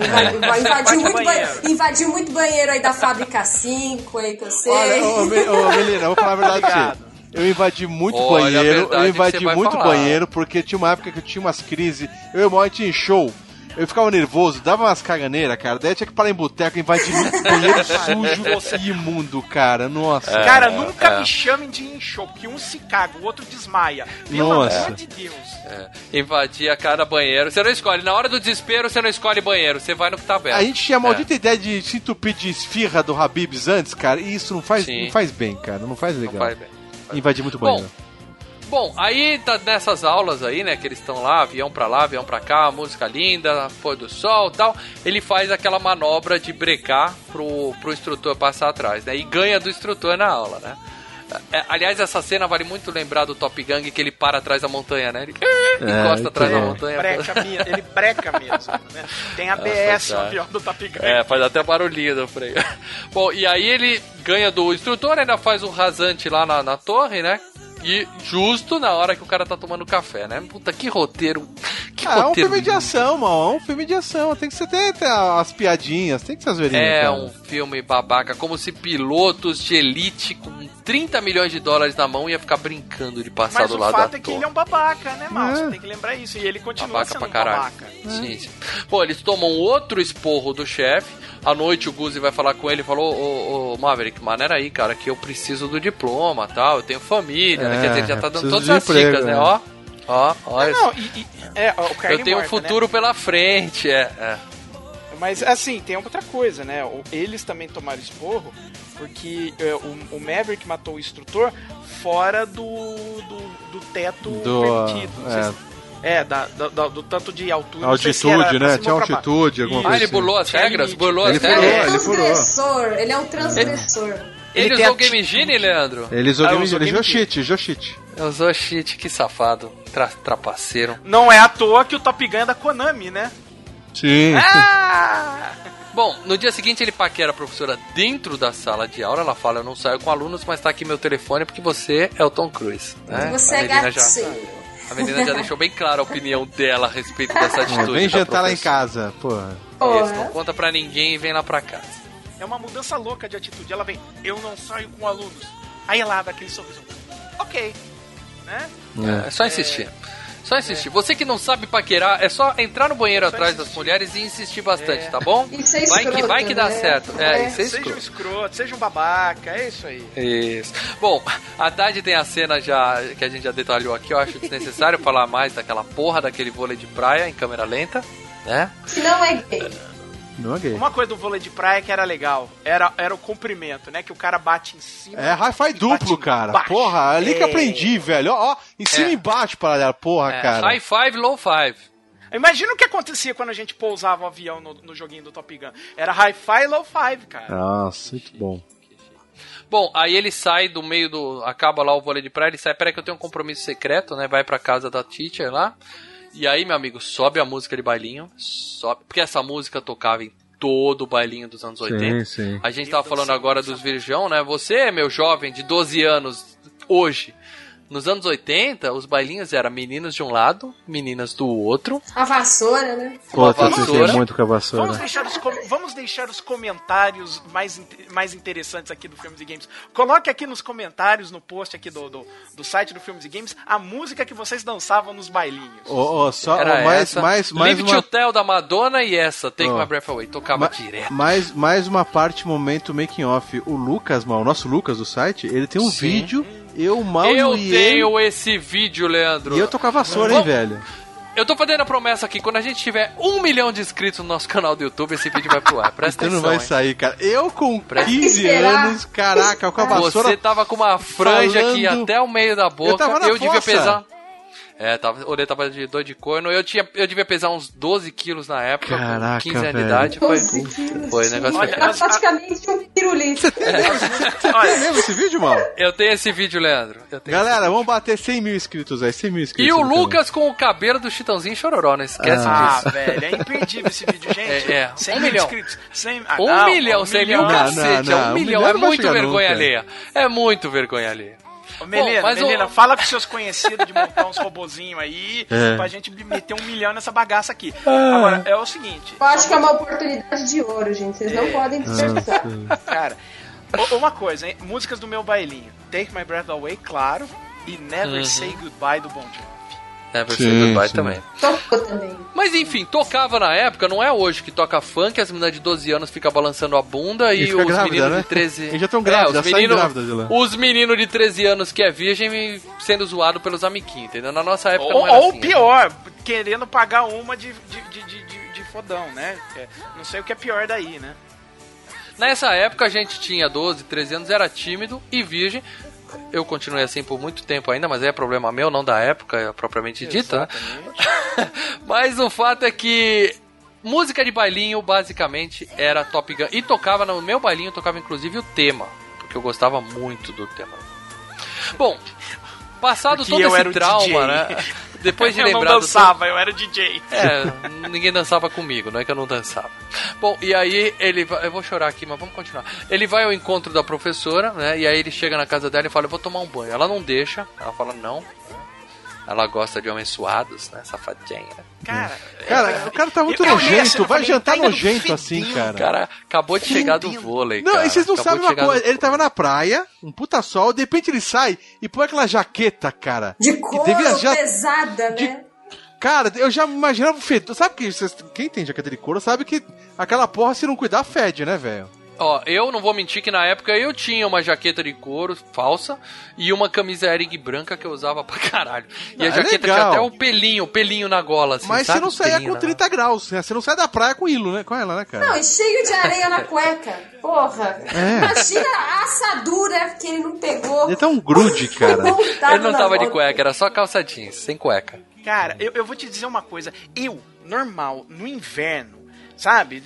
Invadiu muito banheiro aí da Fábrica 5 aí que eu sei. Olha, Melina, vou falar a verdade pra você. Eu invadi muito banheiro. Eu invadi muito banheiro porque tinha uma época que eu tinha umas crises. Eu e o Moy tinha show. Eu ficava nervoso, dava umas caganeiras, cara. Daí tinha que parar em boteco, invadir banheiro sujo e imundo, cara. Nossa. Cara, nunca me chamem de enxô, porque um se caga, o outro desmaia. Pelo amor de Deus. Invadir a cada banheiro. Você não escolhe. Na hora do desespero, você não escolhe banheiro. Você vai no que tá aberto. A gente tinha a maldita ideia de se entupir de esfirra do Habib's antes, cara. E isso não faz bem, cara. Não faz legal. Não faz bem. Invadir muito banheiro. Bom, aí tá nessas aulas aí, né, que eles estão lá, avião pra cá, música linda, pôr do sol e tal, ele faz aquela manobra de brecar pro instrutor passar atrás, né, e ganha do instrutor na aula, né. Aliás, essa cena vale muito lembrar do Top Gun, que ele para atrás da montanha, né, ele encosta atrás da montanha. Ele breca mesmo, né, tem ABS no avião do Top Gun. Faz até barulhinho do freio. Bom, e aí ele ganha do instrutor, ainda faz um rasante lá na torre, né. E justo na hora que o cara tá tomando café, né? Puta, que roteiro. É um filme de ação, mano. É um filme de ação. Tem que ser ter as piadinhas, tem que ser as zoeirinhas. Um filme babaca, como se pilotos de elite com 30 milhões de dólares na mão ia ficar brincando de passar do lado da torre. Mas o fato é que ele é um babaca, né, Márcio? Tem que lembrar isso. E ele continua sendo um babaca. Sim. Pô, eles tomam outro esporro do chefe. À noite o Guzzi vai falar com ele e falou: Ô Maverick, maneira aí, cara, que eu preciso do diploma, tal, eu tenho família, né? Quer dizer, ele já tá dando todas as dicas, né? Ó, eu tenho um futuro, né, pela frente, Mas assim, tem outra coisa, né? Eles também tomaram esporro porque o Maverick matou o instrutor fora do teto permitido. Do tanto de altura. Altitude, né? Tinha altitude, alguma coisa. Ele burlou as regras? Ele furou. Ele é um transgressor. Ele usou o Game Engine, Leandro? Ele usou Game Engine. Ele usou cheat. Usou cheat, que safado. Trapaceiro. Não é à toa que o Top Gun é da Konami, né? Sim. Bom, no dia seguinte ele paquera a professora dentro da sala de aula. Ela fala: eu não saio com alunos, mas tá aqui meu telefone porque você é o Tom Cruise, né? Você é gatinho. A menina já deixou bem clara a opinião dela a respeito dessa atitude. Vem jantar lá em casa, porra. Isso, não conta pra ninguém e vem lá pra casa. É uma mudança louca de atitude. Ela vem: eu não saio com alunos. Aí ela abre aquele sorriso. Ok. Né? É só insistir. Só insistir. Você que não sabe paquerar, é só entrar no banheiro atrás das mulheres e insistir bastante, tá bom? E ser escroto, vai que dá certo. Seja um escroto, seja um babaca, é isso aí. Isso. Bom, a tarde tem a cena já que a gente já detalhou aqui, eu acho desnecessário falar mais daquela porra daquele vôlei de praia em câmera lenta, né? Que não é gay. Não é gay. Uma coisa do vôlei de praia que era legal era o comprimento, né? Que o cara bate em cima. É hi-fi duplo, cara. Porra, ali que aprendi, velho. Ó, em cima e embaixo, paralelo. Porra, cara. High five, low five. Imagina o que acontecia quando a gente pousava o avião no joguinho do Top Gun. Era hi-fi e low five, cara. Nossa, muito bom. Bom, aí ele sai do meio do... Acaba lá o vôlei de praia, ele sai... Peraí que eu tenho um compromisso secreto, né? Vai pra casa da teacher lá. E aí, meu amigo, sobe a música de bailinho. Sobe, porque essa música tocava em todo o bailinho dos anos 80. Sim. A gente tava falando agora dos virgão, né? Você, meu jovem de 12 anos, hoje... Nos anos 80, os bailinhos eram meninos de um lado, meninas do outro. A vassoura, né? Pô, eu fiquei muito com a vassoura. Vamos deixar os comentários mais interessantes aqui do Filmes e Games. Coloque aqui nos comentários, no post aqui do site do Filmes e Games, a música que vocês dançavam nos bailinhos. Mais Live uma... to Tell da Madonna e essa, Take My Breath Away. Tocava direto. Mais uma parte, momento making off. O Lucas, o nosso Lucas do site, ele tem um vídeo... Eu tenho esse vídeo, Leandro. E eu tô com a vassoura, hein, velho? Eu tô fazendo a promessa aqui, quando a gente tiver 1 milhão de inscritos no nosso canal do YouTube, esse vídeo vai pro ar. Presta atenção, não vai sair, cara. Eu com 15 anos, caraca, com a vassoura... Você tava com uma franja aqui até o meio da boca. Eu devia pesar... o Lê tava de dor de corno. Eu devia pesar uns 12 quilos na época. Caraca, com 15 anos de velho. idade. Foi negócio. Olha, praticamente um pirulito. Você tem mesmo esse vídeo, mal? Eu tenho esse vídeo, Leandro. Galera, vamos bater 100 mil inscritos aí. 100 mil inscritos. E o Lucas com o cabelo do Chitãozinho Chororó, não esquece disso. Velho, é imperdível esse vídeo, gente. 100 milhão. Inscritos. 100 milhão, 100 mil, cacete. 1 milhão é muito vergonha alheia. É muito vergonha alheia. Ô, Melina, fala com seus conhecidos de montar uns robozinhos aí pra gente meter 1 milhão nessa bagaça aqui. Agora, é o seguinte... Eu acho que é uma oportunidade de ouro, gente. Vocês não podem desperdiçar. Cara, uma coisa, hein? Músicas do meu bailinho. Take My Breath Away, claro. E Never Say Goodbye do Bon Jovi. Never Say Goodbye também. Tocou também. Mas enfim, tocava na época, não é hoje que toca funk, as meninas de 12 anos ficam balançando a bunda e os grávida, meninos né? de 13... Eles já estão grávidos, grávidas de lá. Os meninos de 13 anos que é virgem sendo zoado pelos amiguinhos, entendeu? Na nossa época não era assim. Ou pior, querendo pagar uma de fodão, né? Não sei o que é pior daí, né? Nessa época a gente tinha 12, 13 anos, era tímido e virgem. Eu continuei assim por muito tempo ainda, mas é problema meu, não da época propriamente dita. Mas o fato é que música de bailinho basicamente era Top Gun. E tocava no meu bailinho, tocava inclusive o tema, porque eu gostava muito do tema. Bom, passado todo esse trauma, né? Depois de lembrar. Eu não dançava, eu era DJ. Ninguém dançava comigo, não é que eu não dançava. Bom, e aí ele vai, eu vou chorar aqui, mas vamos continuar. Ele vai ao encontro da professora, né? E aí ele chega na casa dela e fala, eu vou tomar um banho. Ela não deixa, ela fala não. Ela gosta de homens suados, né? Safadinha. Cara, o cara tá muito nojento, vai jantar nojento assim, cara. O cara acabou de chegar do vôlei, Não, cara. e vocês não sabem uma coisa, ele tava na praia, um puta sol, de repente ele sai e põe aquela jaqueta, cara. De couro pesada, né? Cara, eu já imaginava o fedor. Sabe que quem tem jaqueta de couro sabe que aquela porra, se não cuidar, fede, né, velho? Ó, eu não vou mentir que na época eu tinha uma jaqueta de couro falsa e uma camisa Hering branca que eu usava pra caralho. E a jaqueta tinha até um pelinho na gola, assim. Mas sabe? você não saia com 30 graus, né? Você não sai da praia com hilo, né? Com ela, né, cara? Não, e cheio de areia na cueca. Porra. Imagina a assadura que ele não pegou. Ele tá um grude, cara. Ele não tava de cueca, era só calça jeans, sem cueca. Cara, eu vou te dizer uma coisa. Normal, no inverno, sabe?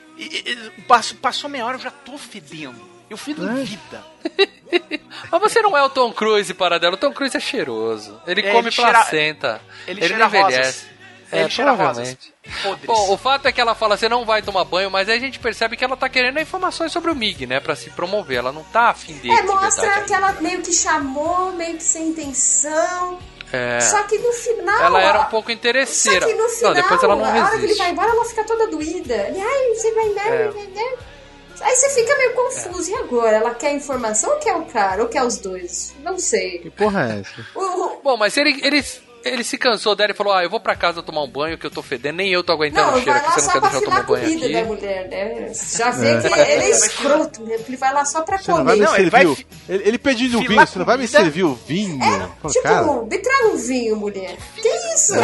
Passou meia hora, eu já tô fedendo. Eu fedo em vida. Mas você não é o Tom Cruise, Paradelo. O Tom Cruise é cheiroso. Ele come placenta. Ele não envelhece. Ele cheira provavelmente. Bom, o fato é que ela fala, você não vai tomar banho, mas aí a gente percebe que ela tá querendo informações sobre o Mig, né? Pra se promover. Ela não tá afim dele. Mostra que ela meio que chamou, meio que sem intenção. Só que no final... Ela era um pouco interesseira. Só que no final, depois ela não resiste. A hora que ele vai embora, ela fica toda doída. Ele, você vai embora, Aí você fica meio confuso. E agora? Ela quer informação ou quer o cara? Ou quer os dois? Não sei. Que porra é essa? Bom, mas ele se cansou dela e falou, eu vou pra casa tomar um banho que eu tô fedendo, nem eu tô aguentando o cheiro aqui, você não quer deixar eu tomar um banho aqui. Da mulher, né? Já vê que ele é escroto mesmo, ele vai lá só pra comer. Ele pediu um vinho, você não vai me servir o vinho? Me traga um vinho, mulher. Que isso?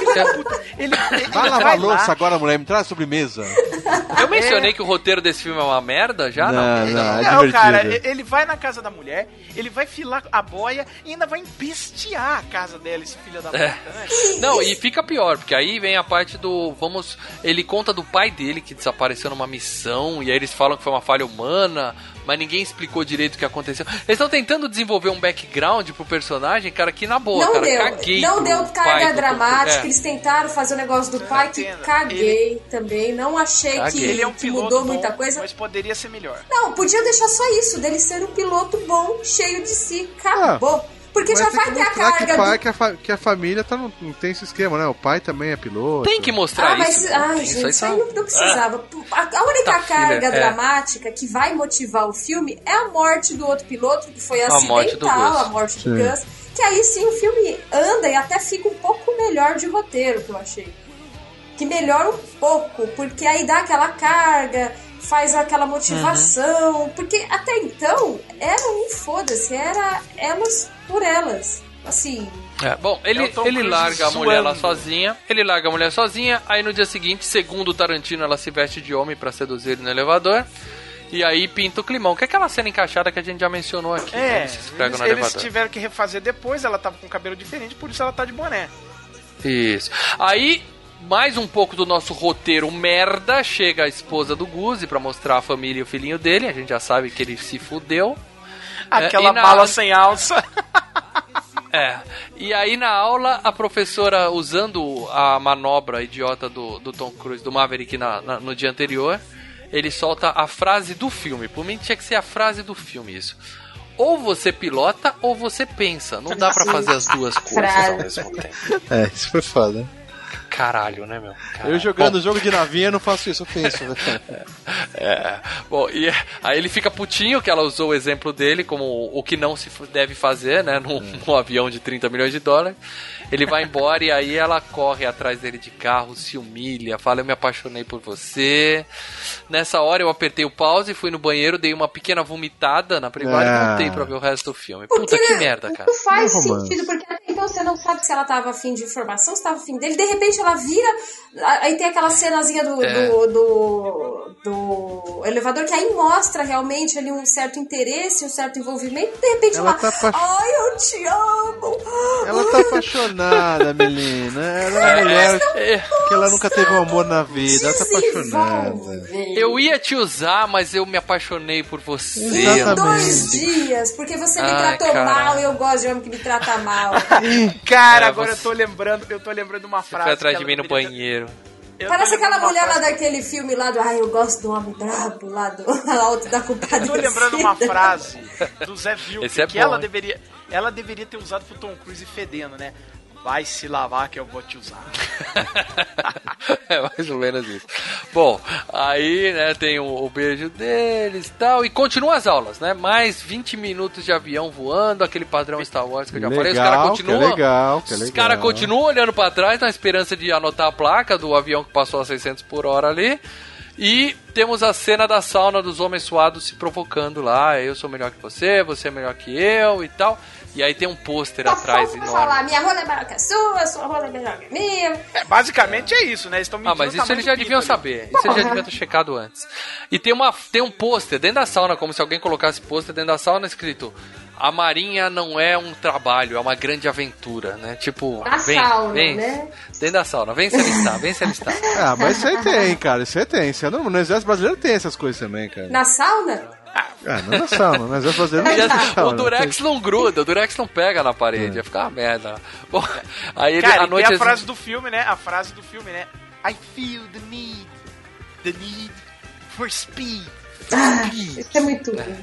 Vai lavar a louça agora, mulher, me traz sobremesa. Eu mencionei que o roteiro desse filme é uma merda, já? Não, cara, ele vai na casa da mulher, ele vai filar a boia e ainda vai empestear a casa dela, esse filho da Não, e fica pior, porque aí vem a parte do... Ele conta do pai dele que desapareceu numa missão, e aí eles falam que foi uma falha humana, mas ninguém explicou direito o que aconteceu. Eles estão tentando desenvolver um background pro personagem, cara, que na boa, não cara, deu. caguei. Não deu carga dramática, eles tentaram fazer o negócio do pai, que caguei também. Não achei que ele é um mudou bom, muita coisa. Mas poderia ser melhor. Não, podia deixar só isso, dele ser um piloto bom, cheio de si, acabou. Porque já vai ter a carga que a família não tem esse esquema, né? O pai também é piloto. Tem que mostrar isso. Gente, isso aí não precisava. A única carga dramática que vai motivar o filme é a morte do outro piloto, que foi acidental, a morte do Gus. Que aí sim o filme anda e até fica um pouco melhor de roteiro, que eu achei. Que melhora um pouco, porque aí dá aquela carga, faz aquela motivação, porque até então era um foda-se, era elas por elas, assim. Bom, ele larga a mulher lá sozinha, aí no dia seguinte, segundo o Tarantino, ela se veste de homem pra seduzir ele no elevador, e aí pinta o climão, que é aquela cena encaixada que a gente já mencionou aqui. Eles tiveram que refazer depois, ela tava com o cabelo diferente, por isso ela tá de boné. Isso. Aí... Mais um pouco do nosso roteiro merda, chega a esposa do Guzzi pra mostrar a família e o filhinho dele, a gente já sabe que ele se fudeu. Aquela mala sem alça. E aí na aula, a professora, usando a manobra idiota do Tom Cruise, do Maverick no dia anterior, ele solta a frase do filme. Por mim tinha que ser a frase do filme isso. Ou você pilota ou você pensa. Não dá pra fazer as duas coisas ao mesmo tempo. Isso foi foda. caralho, né, meu? Caralho. Eu jogando jogo de navinha não faço isso, eu penso. Bom, e aí ele fica putinho que ela usou o exemplo dele como o que não se deve fazer, né, num avião de 30 milhões de dólares. Ele vai embora e aí ela corre atrás dele de carro, se humilha, fala, eu me apaixonei por você. Nessa hora eu apertei o pause, fui no banheiro, dei uma pequena vomitada na privada e voltei pra ver o resto do filme. Puta que merda, cara. Não faz sentido, porque até então você não sabe se ela tava afim de informação, se tava afim dele. De repente ela vira, aí tem aquela cenazinha do elevador que aí mostra realmente ali um certo interesse, um certo envolvimento. De repente ela ai, eu te amo. Ela tá apaixonada, menina. Ela é uma mulher que ela nunca teve um amor na vida. Ela tá apaixonada. Eu ia te usar, mas eu me apaixonei por você. Em 2 dias, porque você me tratou mal e eu gosto de homem que me trata mal. Cara, agora eu tô lembrando uma frase. Foi atrás de mim no banheiro. Parece aquela mulher lá daquele filme lá do eu gosto do homem brabo lá do Alto da Compadecida. Eu tô lembrando uma frase do Zé Vilker que bom, ela deveria ter usado pro Tom Cruise fedendo, né? Vai se lavar que eu vou te usar. É mais ou menos isso. Bom, aí, né, tem o beijo deles e tal, e continua as aulas, né? Mais 20 minutos de avião voando, aquele padrão Star Wars que eu já falei. Os caras continuam. Os caras continuam olhando pra trás na esperança de anotar a placa do avião que passou a 600 por hora ali. E temos a cena da sauna dos homens suados se provocando lá. Eu sou melhor que você é melhor que eu e tal. E aí tem um pôster atrás enorme. Falar, minha rola é melhor que a sua rola é melhor que a minha. Basicamente é isso, né? Eles mas isso eles já deviam saber. Isso eles já deviam ter checado antes. E tem um pôster dentro da sauna, como se alguém colocasse pôster dentro da sauna escrito: a Marinha não é um trabalho, é uma grande aventura, né? Tipo, vem, né? Dentro da sauna, vem se alistar. Ah, mas isso aí tem, cara, isso aí tem. Isso é normal. No Exército Brasileiro tem essas coisas também, cara. Na sauna? Não na sauna, no Exército Brasileiro não tem. O Durex não gruda, o Durex não pega na parede, ia ficar uma merda. Bom, aí cara, à noite tem a frase do filme, né? I feel the need for speed. Isso é muito bom.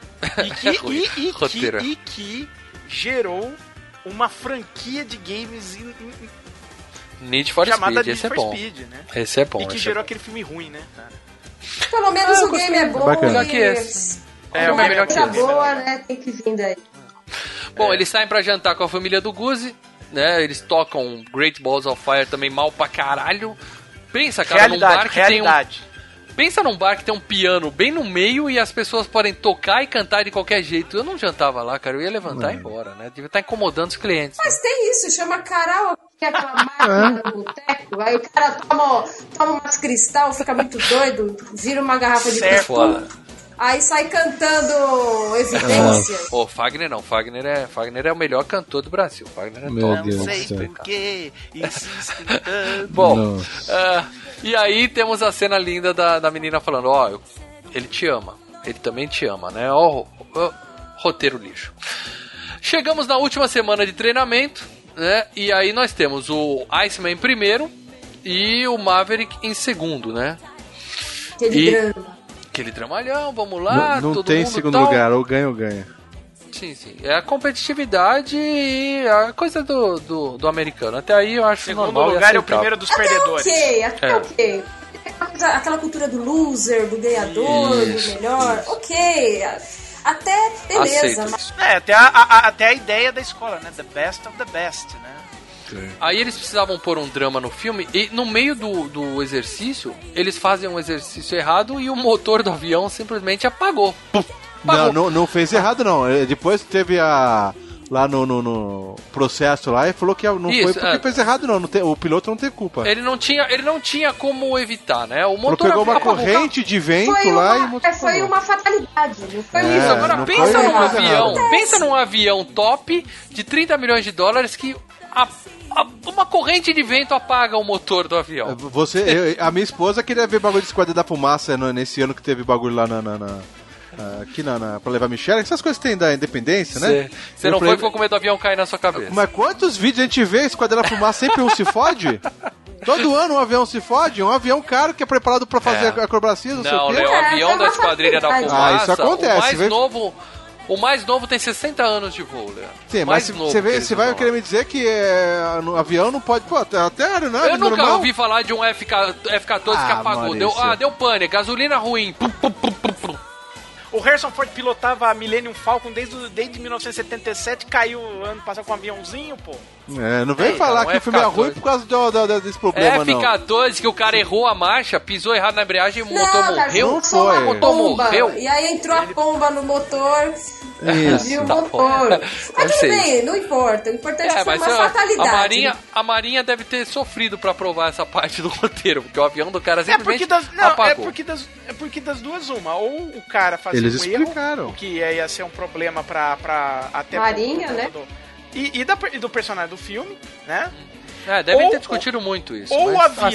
E que gerou uma franquia de games Need for chamada Speed, Need for Speed, né? Esse é bom. E que gerou aquele filme ruim, né, cara? Pelo menos o game é bom. Melhor que esse. Uma melhor coisa boa, né? Tem que vir daí. Bom, eles saem pra jantar com a família do Guzzi, né? Eles tocam Great Balls of Fire também mal pra caralho. Pensa, cara, num bar que tem Pensa num bar que tem um piano bem no meio e as pessoas podem tocar e cantar de qualquer jeito. Eu não jantava lá, cara. Eu ia levantar e ir embora, né? Devia estar incomodando os clientes. Mas tem isso, chama karaokê, aquela máquina do boteco. Aí o cara toma umas cristal, fica muito doido, vira uma garrafa de pitu. Aí sai cantando Evidência. Fagner não. Fagner é o melhor cantor do Brasil. Fagner é Meu Deus. Não sei porquê, insiste tanto. Bom, e aí temos a cena linda da menina falando, ele te ama. Ele também te ama, né? Roteiro lixo. Chegamos na última semana de treinamento, né? E aí nós temos o Iceman em primeiro e o Maverick em segundo, né? Aquele dramalhão, vamos lá, não todo tem mundo segundo tal. lugar, ou ganha ou ganha. Sim. É a competitividade e a coisa do americano. Até aí eu acho segundo normal. Segundo lugar é o primeiro dos perdedores. Ok. Aquela cultura do loser, do ganhador, do melhor. Ok. Até beleza. Mas... até a ideia da escola, né? The best of the best, né? Aí eles precisavam pôr um drama no filme e no meio do exercício, eles fazem um exercício errado e o motor do avião simplesmente apagou. Não fez errado, não. Depois teve lá no processo lá e falou que não foi porque fez errado, não. O piloto não tem culpa. Ele não tinha como evitar, né? O motor pegou uma corrente de vento foi uma fatalidade. Não foi isso. Agora pensa num avião top de 30 milhões de dólares que uma corrente de vento apaga o motor do avião. A minha esposa queria ver bagulho de Esquadrão da Fumaça nesse ano que teve bagulho lá aqui pra levar a Michelle. Essas coisas tem da Independência, né? Você não ficou com medo do avião cair na sua cabeça. Mas quantos vídeos a gente vê Esquadrão da Fumaça, sempre um se fode? Todo ano um avião se fode, um avião caro que é preparado pra fazer acrobacia, não sei o quê. O avião da Esquadrilha da Fumaça, isso acontece, O mais novo tem 60 anos de voo, Leandro. Sim, mas você vai querer me dizer que no avião não pode... Pô, até a aeronave eu nunca normal. ouvi falar de um F-14 que apagou. Deu pane, gasolina ruim. O Harrison Ford pilotava a Millennium Falcon desde 1977, caiu ano passado com um aviãozinho, pô. Não vem falar que o filme é ruim por causa desse problema, não. F-14, que o cara errou a marcha, pisou errado na embreagem e o motor morreu. Não foi. O motor morreu. E aí entrou a pomba no motor. Isso. Viu o motor. Mas tudo bem, não importa. O importante é que foi uma fatalidade. A Marinha deve ter sofrido pra aprovar essa parte do roteiro, porque o avião do cara simplesmente apagou. É porque das duas uma. Ou o cara fazia Eles um explicaram. erro, que ia ser um problema pra até... Marinha, né? E do personagem do filme, né? Devem ter discutido muito isso. Ou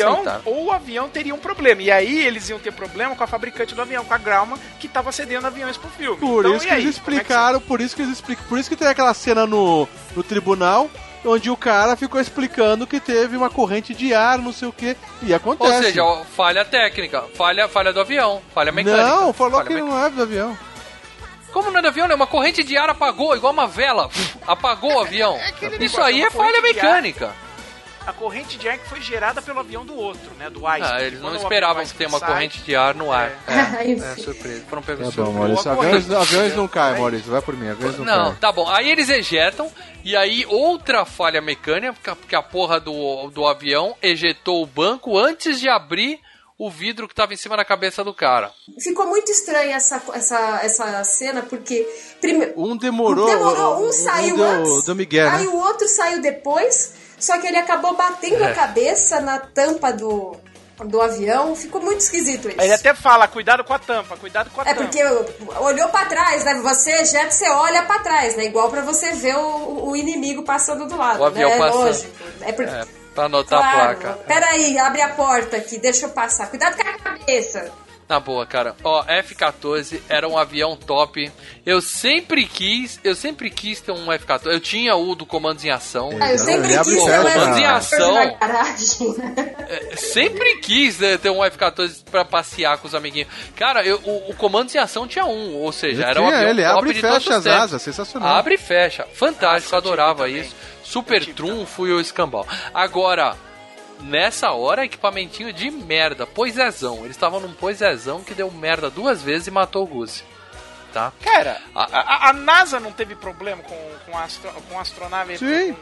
o avião teria um problema. E aí eles iam ter problema com a fabricante do avião, com a Grauman, que tava cedendo aviões pro filme. Por isso que eles explicaram, por isso que tem aquela cena no tribunal, onde o cara ficou explicando que teve uma corrente de ar, não sei o que, e acontece. Ou seja, falha técnica, falha do avião, falha mecânica. Não, falou que não é do avião. Como não é do avião? Uma corrente de ar apagou, igual uma vela. Apagou o avião. Isso aí é falha mecânica. A corrente de ar que foi gerada pelo avião do outro, né? Do Ice. Eles não esperavam que tenha uma corrente de ar no ar. É surpresa. Foram pegos de surpresa. Aviões não caem, Maurício. Vai por mim, aviões não caem. Tá bom. Aí eles ejetam, e aí outra falha mecânica, porque a porra do avião ejetou o banco antes de abrir o vidro que estava em cima da cabeça do cara. Ficou muito estranha essa cena, porque... Um demorou. Um saiu antes, do Miguel, aí o outro saiu depois, só que ele acabou batendo a cabeça na tampa do avião. Ficou muito esquisito isso. Ele até fala, cuidado com a tampa. É porque olhou pra trás, né? Você olha pra trás, né? Igual pra você ver o inimigo passando do lado, o avião né? Passando. Lógico. Pra anotar a placa. Peraí, abre a porta aqui, deixa eu passar. Cuidado com a cabeça. Na boa, cara. F-14 era um avião top. Eu sempre quis ter um F-14. Eu tinha o do Comandos em Ação. Eu sempre quis ter um Comandos em Ação. Na sempre quis ter um F-14 pra passear com os amiguinhos. Cara, o Comandos em Ação tinha um. Ou seja, era um avião ele top abre de e fecha todos os as asas, sensacional. Abre e fecha. Fantástico, adorava isso. Super trunfo e o escambau. Agora, nessa hora, equipamentinho de merda. Poisezão. Eles estavam num poisezão que deu merda 2 vezes e matou o Goose. Tá? Cara, a NASA não teve problema com a astronave? Sim.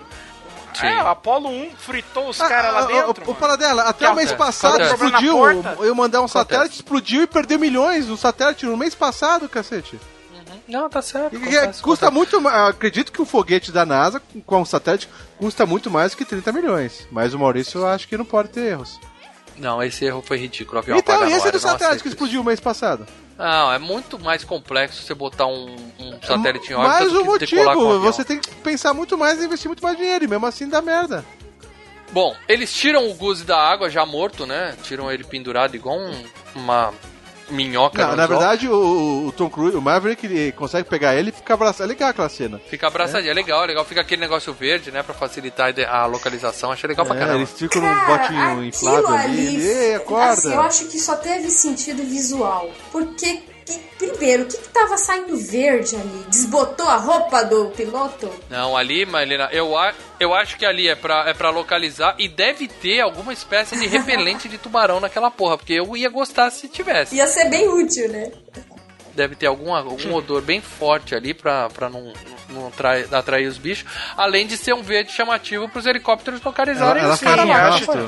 O Apollo 1 fritou os caras lá dentro. O Paradela, até o mês passado explodiu. Eu mandar um satélite, explodiu e perdeu milhões no satélite no mês passado, cacete. Não, tá certo. Custa muito mais. Acredito que o foguete da NASA com o satélite custa muito mais que 30 milhões. Mas o Maurício eu acho que não pode ter erros. Não, esse erro foi ridículo. Então, e esse do satélite que explodiu o mês passado? Não, é muito mais complexo você botar um satélite em órbita. Mas o motivo, você tem que pensar muito mais e investir muito mais dinheiro, e mesmo assim dá merda. Bom, eles tiram o Goose da água já morto, né? Tiram ele pendurado igual uma minhoca. Não, na verdade, o Tom Cruise, o Maverick, ele consegue pegar ele e fica abraçado. É legal aquela cena. Fica abraçadinho, é legal. Fica aquele negócio verde, né? Pra facilitar a localização. Achei legal pra caramba. Eles ficam num botinho inflável ali. Acorda. Assim, eu acho que só teve sentido visual. Porque, primeiro, o que tava saindo verde ali? Desbotou a roupa do piloto? Não, ali, Marlena, eu acho que ali é pra localizar e deve ter alguma espécie de repelente de tubarão naquela porra, porque eu ia gostar se tivesse. Ia ser bem útil, né? Deve ter algum odor bem forte ali pra não atrair os bichos, além de ser um verde chamativo pros helicópteros localizarem os caras lá.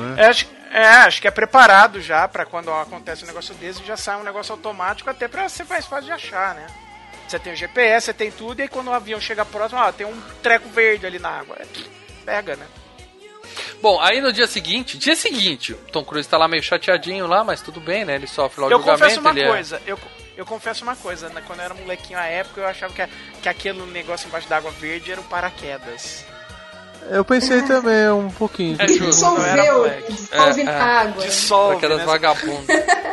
Acho que é preparado já pra quando acontece um negócio desse, já sai um negócio automático, até pra ser mais fácil de achar, né? Você tem o GPS, você tem tudo, e aí quando o avião chega próximo, tem um treco verde ali na água. Pega, né? Bom, aí no dia seguinte, o Tom Cruise tá lá meio chateadinho lá, mas tudo bem, né? Ele sofre lá o julgamento. Eu confesso uma coisa, né? Quando eu era molequinho à época, eu achava que aquele negócio embaixo d'água verde era um paraquedas. Eu pensei também um pouquinho. Dissolve na água. Dissolve, aquelas vagabundas.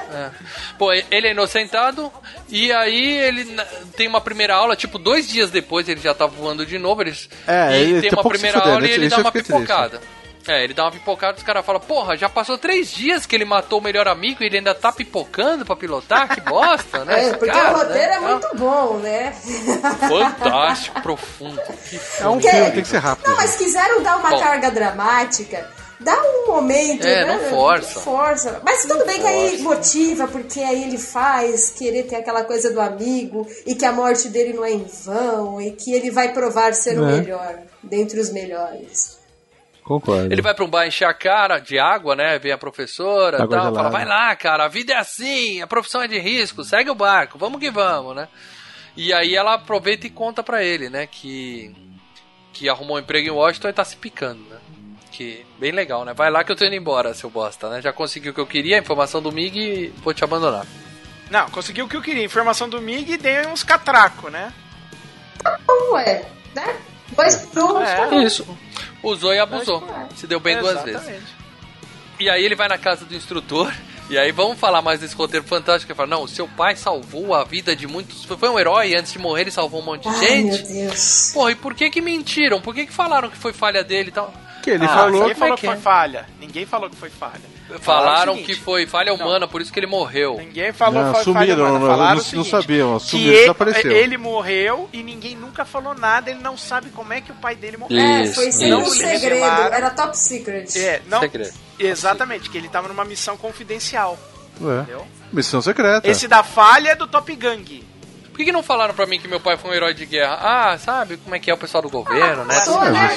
Pô, ele é inocentado e aí ele tem uma primeira aula, tipo 2 dias depois ele já tá voando de novo. Ele tem uma primeira aula e ele dá uma pipocada. Ele dá uma pipocada e os caras falam, porra, já passou 3 dias que ele matou o melhor amigo e ele ainda tá pipocando pra pilotar? Que bosta, né? Porque o roteiro é muito bom, né? Fantástico, profundo. É um filme, tem que ser rápido. Não, mas quiseram dar uma carga dramática, dá um momento, né? Não força. Não força. Mas tudo bem que aí motiva, porque aí ele faz querer ter aquela coisa do amigo e que a morte dele não é em vão e que ele vai provar ser o melhor, dentre os melhores. Concordo. Ele vai pra um bar encher a cara de água, né? Vem a professora e tal, fala, vai lá, cara, a vida é assim, a profissão é de risco, segue o barco, vamos que vamos, né? E aí ela aproveita e conta pra ele, né, que arrumou um emprego em Washington e tá se picando, né? Que bem legal, né? Vai lá que eu tô indo embora, seu bosta, né? Já consegui o que eu queria, a informação do MiG e vou te abandonar. Não, conseguiu o que eu queria, informação do MiG e dei uns catracos, né? Ué, né? 2 por 1. Isso. Usou e abusou. Se deu bem 2 vezes. E aí ele vai na casa do instrutor. E aí vamos falar mais desse roteiro fantástico. Ele fala, não, o seu pai salvou a vida de muitos. Foi um herói, antes de morrer ele salvou um monte de gente. Meu Deus. Porra, e por que mentiram? Por que falaram que foi falha dele e tal? Que ele falou. Ninguém falou que foi falha. Ninguém falou que foi falha. Falaram que foi falha humana, por isso que ele morreu. Ninguém falou que foi falha humana. Falaram o seguinte, não sabiam, sumiu, desapareceu. Ele morreu e ninguém nunca falou nada, ele não sabe como é que o pai dele morreu. Foi sempre um segredo, era top secret. Segredo. Exatamente, que ele tava numa missão confidencial. Entendeu? Missão secreta. Esse da falha é do Top Gang. Por que não falaram pra mim que meu pai foi um herói de guerra? Ah, sabe como é que é o pessoal do governo, né?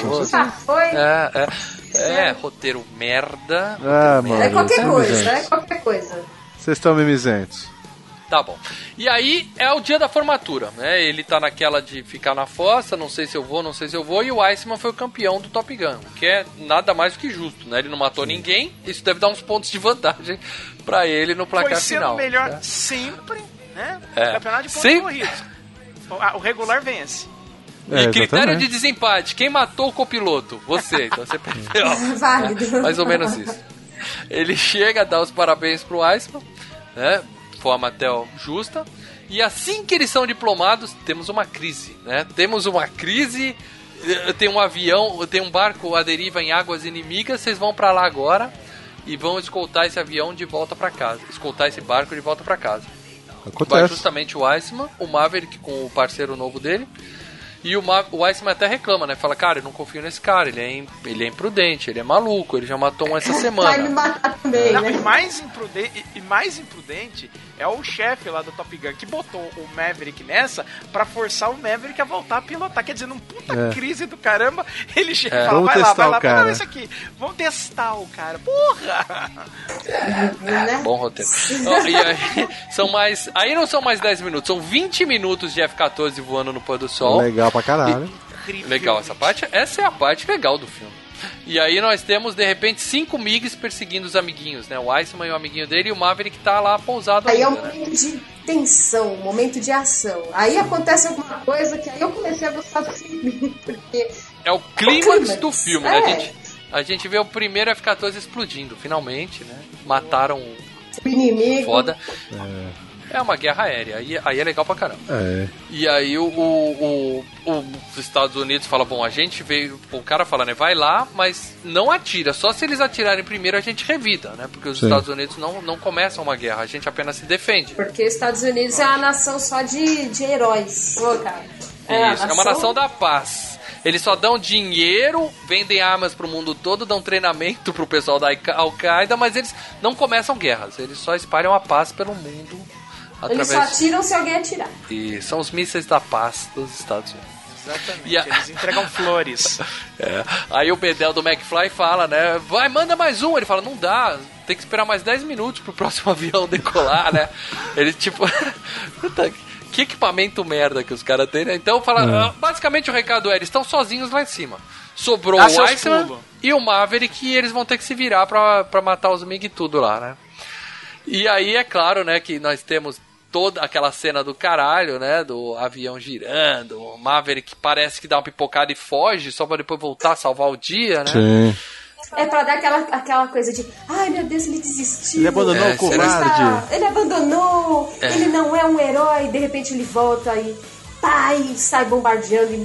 Roteiro merda. É qualquer coisa, é qualquer coisa. Vocês estão mimizentos. Tá bom. E aí é o dia da formatura, né? Ele tá naquela de ficar na fossa, não sei se eu vou, e o Iceman foi o campeão do Top Gun, o que é nada mais do que justo, né? Ele não matou ninguém, isso deve dar uns pontos de vantagem pra ele no placar final. Foi sendo melhor sempre, né? Campeonato de pontos corridos. O regular vence. E critério de desempate, quem matou o copiloto? Você, então você perdeu. Válido. Mais ou menos isso. Ele chega a dar os parabéns pro Iceman, né? Forma até justa. E assim que eles são diplomados, temos uma crise, né? Tem um avião, tem um barco à deriva em águas inimigas, vocês vão pra lá agora e vão escoltar esse avião de volta pra casa. Escoltar esse barco de volta pra casa. Acontece. Vai justamente o Iceman, o Maverick com o parceiro novo dele. E o Iceman até reclama, né? Fala, cara, eu não confio nesse cara, ele é imprudente, ele é maluco, ele já matou um essa semana. Vai me matar também, né? E mais imprudente é o chefe lá do Top Gun, que botou o Maverick nessa pra forçar o Maverick a voltar a pilotar. Quer dizer, num puta crise do caramba, ele chega e fala, vai lá, vamos isso aqui. Vamos testar o cara. Porra! Bom roteiro. E aí, aí não são mais 10 minutos, são 20 minutos de F-14 voando no pôr do sol. Legal pra caralho. Legal essa é a parte legal do filme. E aí nós temos, de repente, 5 MiGs perseguindo os amiguinhos, né? O Iceman e o amiguinho dele, e o Maverick tá lá pousado aí ainda, é um momento de tensão, um momento de ação. Aí acontece alguma coisa que aí eu comecei a gostar do filme, porque... É o clímax do filme, né? A gente vê o primeiro F-14 explodindo, finalmente, né? Mataram o inimigo. Foda. É uma guerra aérea, aí é legal pra caramba. E aí os Estados Unidos falam, bom, a gente veio... O cara fala, né, vai lá, mas não atira. Só se eles atirarem primeiro a gente revida, né? Porque os Estados Unidos não começam uma guerra, a gente apenas se defende. Porque os Estados Unidos é uma nação só de heróis. Ô, cara. Isso, é uma nação da paz. Eles só dão dinheiro, vendem armas pro mundo todo, dão treinamento pro pessoal da Al-Qaeda, mas eles não começam guerras, eles só espalham a paz pelo mundo. Eles só atiram se alguém atirar. E são os mísseis da paz dos Estados Unidos. Exatamente, eles entregam flores. Aí o Bedel do McFly fala, né? Vai, manda mais um. Ele fala, não dá, tem que esperar mais 10 minutos pro próximo avião decolar, né? Ele tipo... Que equipamento merda que os caras têm, né? Então fala, basicamente o recado é, eles estão sozinhos lá em cima. Sobrou o Iceman e o Maverick, e eles vão ter que se virar pra matar os MiG e tudo lá, né? E aí é claro, né, que nós temos toda aquela cena do caralho, né, do avião girando, o Maverick parece que dá uma pipocada e foge só pra depois voltar a salvar o dia, né? Sim. É pra dar aquela coisa de, ai meu Deus, ele desistiu. Ele abandonou o covarde. Ele abandonou, ele não é um herói, de repente ele volta e sai bombardeando e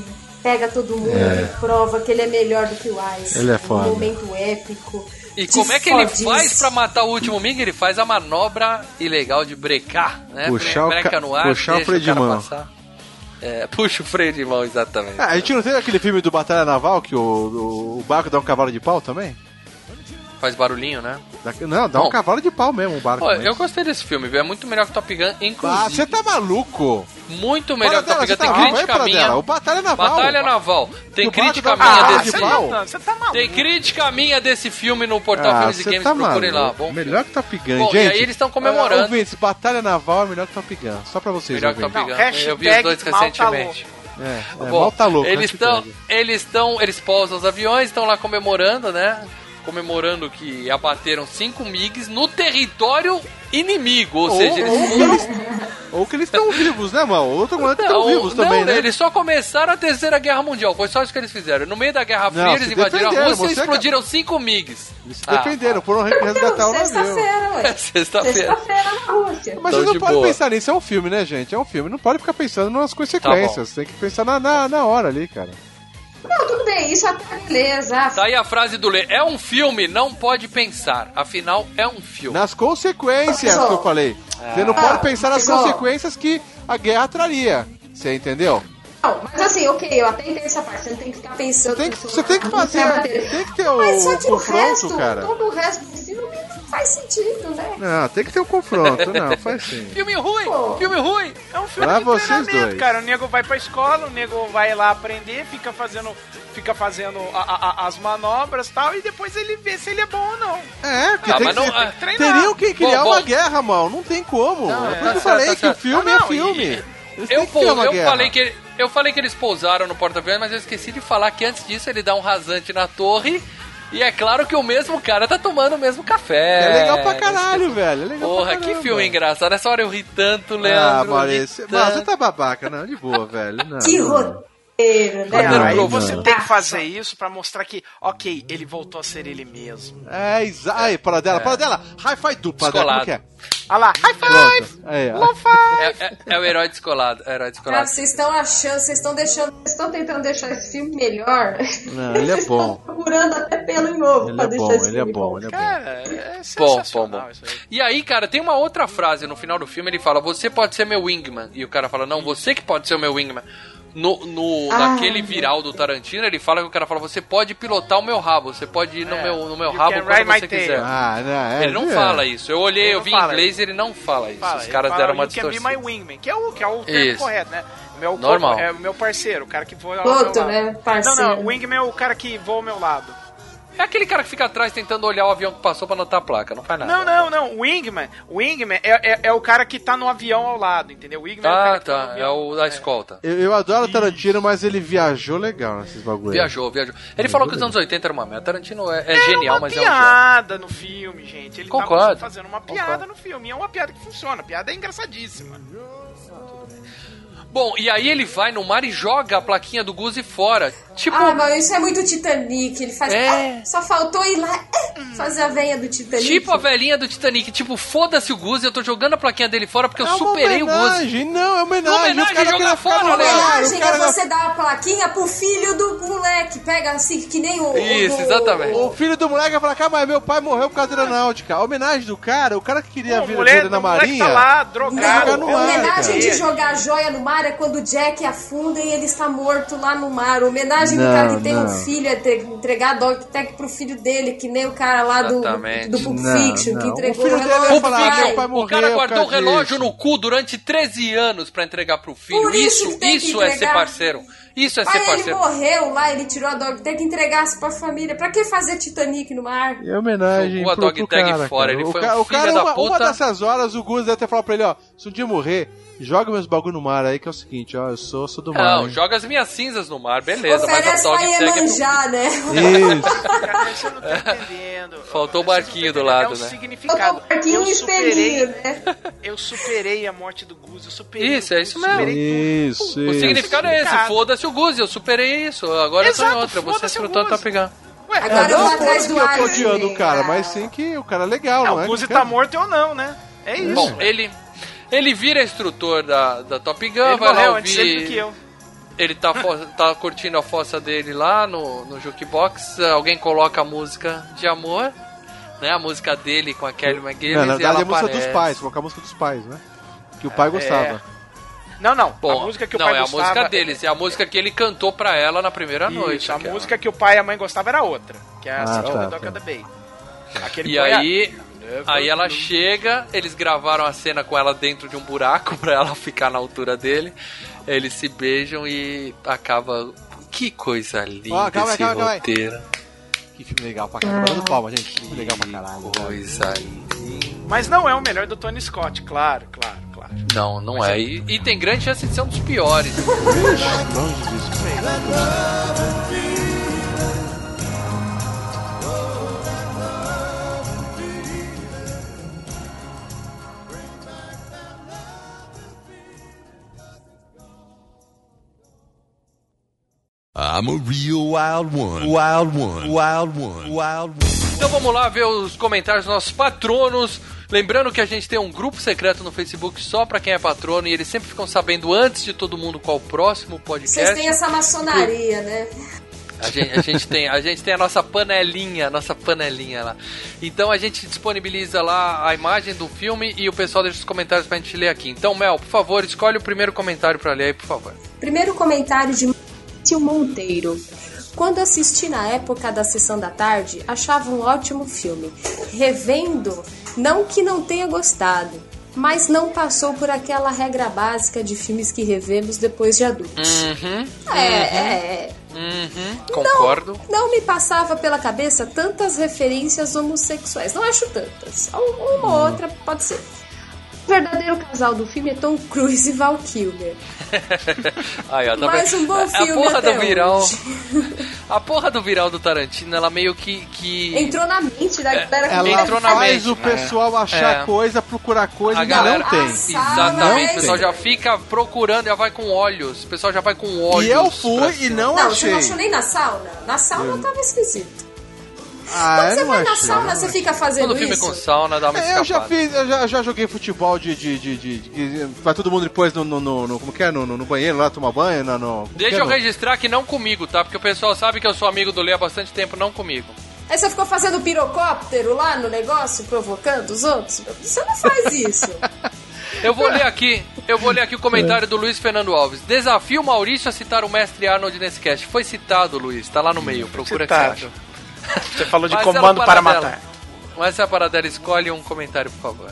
pega todo mundo e prova que ele é melhor do que o Ice. Ele é foda. Um momento épico. E como é que ele faz pra matar o último Ming? Ele faz a manobra ilegal de brecar, né? Breca no ar, puxar o freio de mão. Puxa o freio de mão, exatamente. A gente não teve aquele filme do Batalha Naval que o barco dá um cavalo de pau também? Faz barulhinho, né? Não, dá um cavalo de pau mesmo, um barco. Olha, eu gostei desse filme, viu? É muito melhor que Top Gun, inclusive. Você tá maluco? Muito melhor que Top Gun. Tem crítica minha. O Batalha Naval. Batalha Naval. Tem crítica minha desse filme. Você tá maluco. Tem crítica minha desse filme no portal Filmes e Games. Procurem lá. Bom, melhor que Top Gun, bom, gente. E aí eles estão comemorando. Ouvintes, Batalha Naval é melhor que Top Gun. Só pra vocês. Melhor que Top Gun. Eu vi os dois recentemente. Bom, mal tá louco. Eles pousam os aviões, estão lá comemorando, né? Comemorando que abateram 5 MiGs no território inimigo, ou seja, ou que eles estão vivos, né, mano? Ou estão vivos também, né? Eles só começaram a Terceira Guerra Mundial, foi só isso que eles fizeram. No meio da Guerra Fria, eles invadiram a Rússia e explodiram 5 MiGs. Eles se defenderam, foram resgatar o navio. Sexta-feira na Rússia. Mas você não pode pensar nisso, é um filme, né, gente? É um filme, não pode ficar pensando nas consequências. Tem que pensar na hora ali, cara. Não, tudo bem, isso até beleza. Tá aí a frase do Lê. É um filme, não pode pensar. Afinal, é um filme. Nas consequências que eu falei. Você não pode pensar nas consequências que a guerra traria. Você entendeu? Não, mas assim, ok, eu até entendo essa parte. Você não tem que ficar pensando... Você tem que fazer... Tem que ter o confronto, cara. Todo o resto do filme não faz sentido, né? Não, tem que ter um confronto. Não, faz sim. Filme ruim! Filme ruim! É um filme pra de vocês treinamento, dois. cara. O nego vai pra escola, o nego vai lá aprender, fica fazendo as manobras e tal, e depois ele vê se ele é bom ou não. Tem que treinar. Teriam que criar uma guerra, mal. Não tem como. Eu falei que o filme é filme. Eu falei que eles pousaram no porta-aviões, mas eu esqueci de falar que antes disso ele dá um rasante na torre. E é claro que o mesmo cara tá tomando o mesmo café. É legal pra caralho, velho. É legal Porra, pra caramba. Que filme engraçado. Nessa hora eu ri tanto, Leandro. Mas você tá babaca, não. De boa, velho. Não, que roteiro, né? Aí você tem que fazer isso pra mostrar que, ok, ele voltou a ser ele mesmo. Aí, para dela. Hi-fi dupla, como que é? Olha lá, high five! Low five! É o herói descolado. Cara, vocês estão achando, vocês estão tentando deixar esse filme melhor. Não, ele é bom. Procurando até pelo novo pra deixar esse filme bom. Cara, é sensacional isso aí. E aí, cara, tem uma outra frase no final do filme, ele fala, você pode ser meu wingman. E o cara fala, não, você que pode ser o meu wingman. Naquele viral do Tarantino, ele fala que o cara fala, você pode pilotar o meu rabo, você pode ir no meu rabo quando você quiser. Ele não fala isso. Eu vi em inglês e ele não fala isso. Os caras deram uma distorção. You can be my wingman, que é o termo correto, né? Normal. É o meu parceiro, o cara que voa ao meu lado. Né? Parceiro. Não, o wingman é o cara que voa ao meu lado. É aquele cara que fica atrás tentando olhar o avião que passou pra anotar a placa, não faz nada. Não. O wingman é o cara que tá no avião ao lado, entendeu? O wingman é o cara que é o da escolta. Eu adoro o Tarantino, mas ele viajou legal nesses bagulhos. Viajou. Ele falou que os anos 80 era uma merda. Tarantino é genial, mas é um piada no filme, gente. Ele Concordo. tá fazendo uma piada no filme. E é uma piada que funciona. A piada é engraçadíssima. Bom, e aí ele vai no mar e joga a plaquinha do Guzzi fora. Tipo... mas isso é muito Titanic. Ele faz... só faltou ir lá fazer a velhinha do Titanic. Tipo a velhinha do Titanic. Tipo, foda-se o Guzzi, eu tô jogando a plaquinha dele fora porque eu superei o Guzzi. Não, é homenagem. É jogar fora, né? Homenagem é você dar a plaquinha pro filho do moleque. Pega assim, que nem o... Isso, exatamente. O filho do moleque vai falar, cara, mas meu pai morreu por causa da aeronáutica. A homenagem do cara que queria vir dele na marinha... tá lá, drogado. A homenagem de jogar joia no mar é quando o Jack afunda e ele está morto lá no mar. A homenagem do cara que tem um filho é entregar a dog tag pro filho dele, que nem o cara lá do Pulp Fiction, que entregou o relógio. O cara guardou o relógio no cu durante 13 anos pra entregar pro filho. Isso é ser parceiro. Isso é ser parceiro. Ele morreu lá, ele tirou a dog tag e entregasse pra família. Pra que fazer Titanic no mar? É homenagem a dog tag cara, fora. Ele foi um filho da puta. Uma dessas horas o Guzzi deve ter falado pra ele, se um dia morrer, joga meus bagulho no mar aí, que é o seguinte, eu sou do mar. Não, joga as minhas cinzas no mar, beleza. Oferece mas a dog tag é manjar, né? Isso. Cara, você não tá entendendo. Faltou o barquinho do lado, né? É o significado. Faltou o barquinho e espelhinho, né? Eu superei a morte do Guzzi, Isso, é isso mesmo. Isso. O significado é esse, foda-se o Guzzi, eu superei isso, agora eu tô em outra, você frutou tá pegando. Agora eu vou atrás do ar. Eu tô odiando o cara, mas sim que o cara é legal, não é? O Guzzi tá morto ou não, né? É isso. Bom, ele vira instrutor da Top Gun, ele vai lá morreu ouvir... antes dele do que eu. Ele tá curtindo a fossa dele lá no jukebox, alguém coloca a música de amor, né? A música dele com a Kelly McGillis. Na verdade, e a música dos pais, colocar a música dos pais, né? Que o pai gostava. Não. Bom, a música que o pai gostava... Não, é a música deles. É a música que ele cantou pra ela na primeira noite. A música que o pai e a mãe gostavam era outra. Que é a City of the Dock of the Bay. E aí ela chega, eles gravaram a cena com ela dentro de um buraco pra ela ficar na altura dele. Eles se beijam e acaba... Que coisa linda esse roteiro. Que filme legal pra caralho. Dando palma, gente. Que filme legal pra caralho. Coisa linda. Mas não é o melhor do Tony Scott, claro. Não é. E tem grande chance de ser um dos piores. Longe disso. I'm a real wild one. Wild one. Wild one. Wild one. Então vamos lá ver os comentários dos nossos patronos. Lembrando que a gente tem um grupo secreto no Facebook só pra quem é patrono e eles sempre ficam sabendo antes de todo mundo qual o próximo podcast. Vocês têm essa maçonaria, né? A gente tem a nossa panelinha lá. Então a gente disponibiliza lá a imagem do filme e o pessoal deixa os comentários pra gente ler aqui. Então, Mel, por favor, escolhe o primeiro comentário pra ler aí, por favor. Primeiro comentário de Márcio Monteiro. Quando assisti na época da sessão da tarde, achava um ótimo filme. Revendo, não que não tenha gostado, mas não passou por aquela regra básica de filmes que revemos depois de adultos. Concordo. Não me passava pela cabeça tantas referências homossexuais. Não acho tantas. Uma ou outra pode ser. O verdadeiro casal do filme é Tom Cruise e Val Kilmer. Mas um bom filme a porra até do viral. hoje. A porra do viral do Tarantino, ela meio que... Entrou na mente da galera. Ela faz o pessoal achar coisa, procurar coisa a e galera não tem. Exatamente, o pessoal já fica procurando, já vai com olhos. O pessoal já vai com olhos. E eu fui e não achei. Você não achou nem na sauna? Na sauna tava esquisito. Quando você vai na sauna, você fica fazendo isso? Todo filme com sauna dá uma escapada. Eu já joguei futebol vai todo mundo depois no como que é? No banheiro lá tomar banho? Deixa eu registrar que não comigo, tá? Porque o pessoal sabe que eu sou amigo do Lê há bastante tempo, não comigo. Aí você ficou fazendo pirocóptero lá no negócio, provocando os outros? Você não faz isso. Eu vou ler aqui o comentário do Luiz Fernando Alves. Desafio Maurício a citar o mestre Arnold nesse cast. Foi citado, Luiz, tá lá no meio, procura que você acha. Você falou de Comando para Matar. Mas se a Paradela escolhe um comentário, por favor.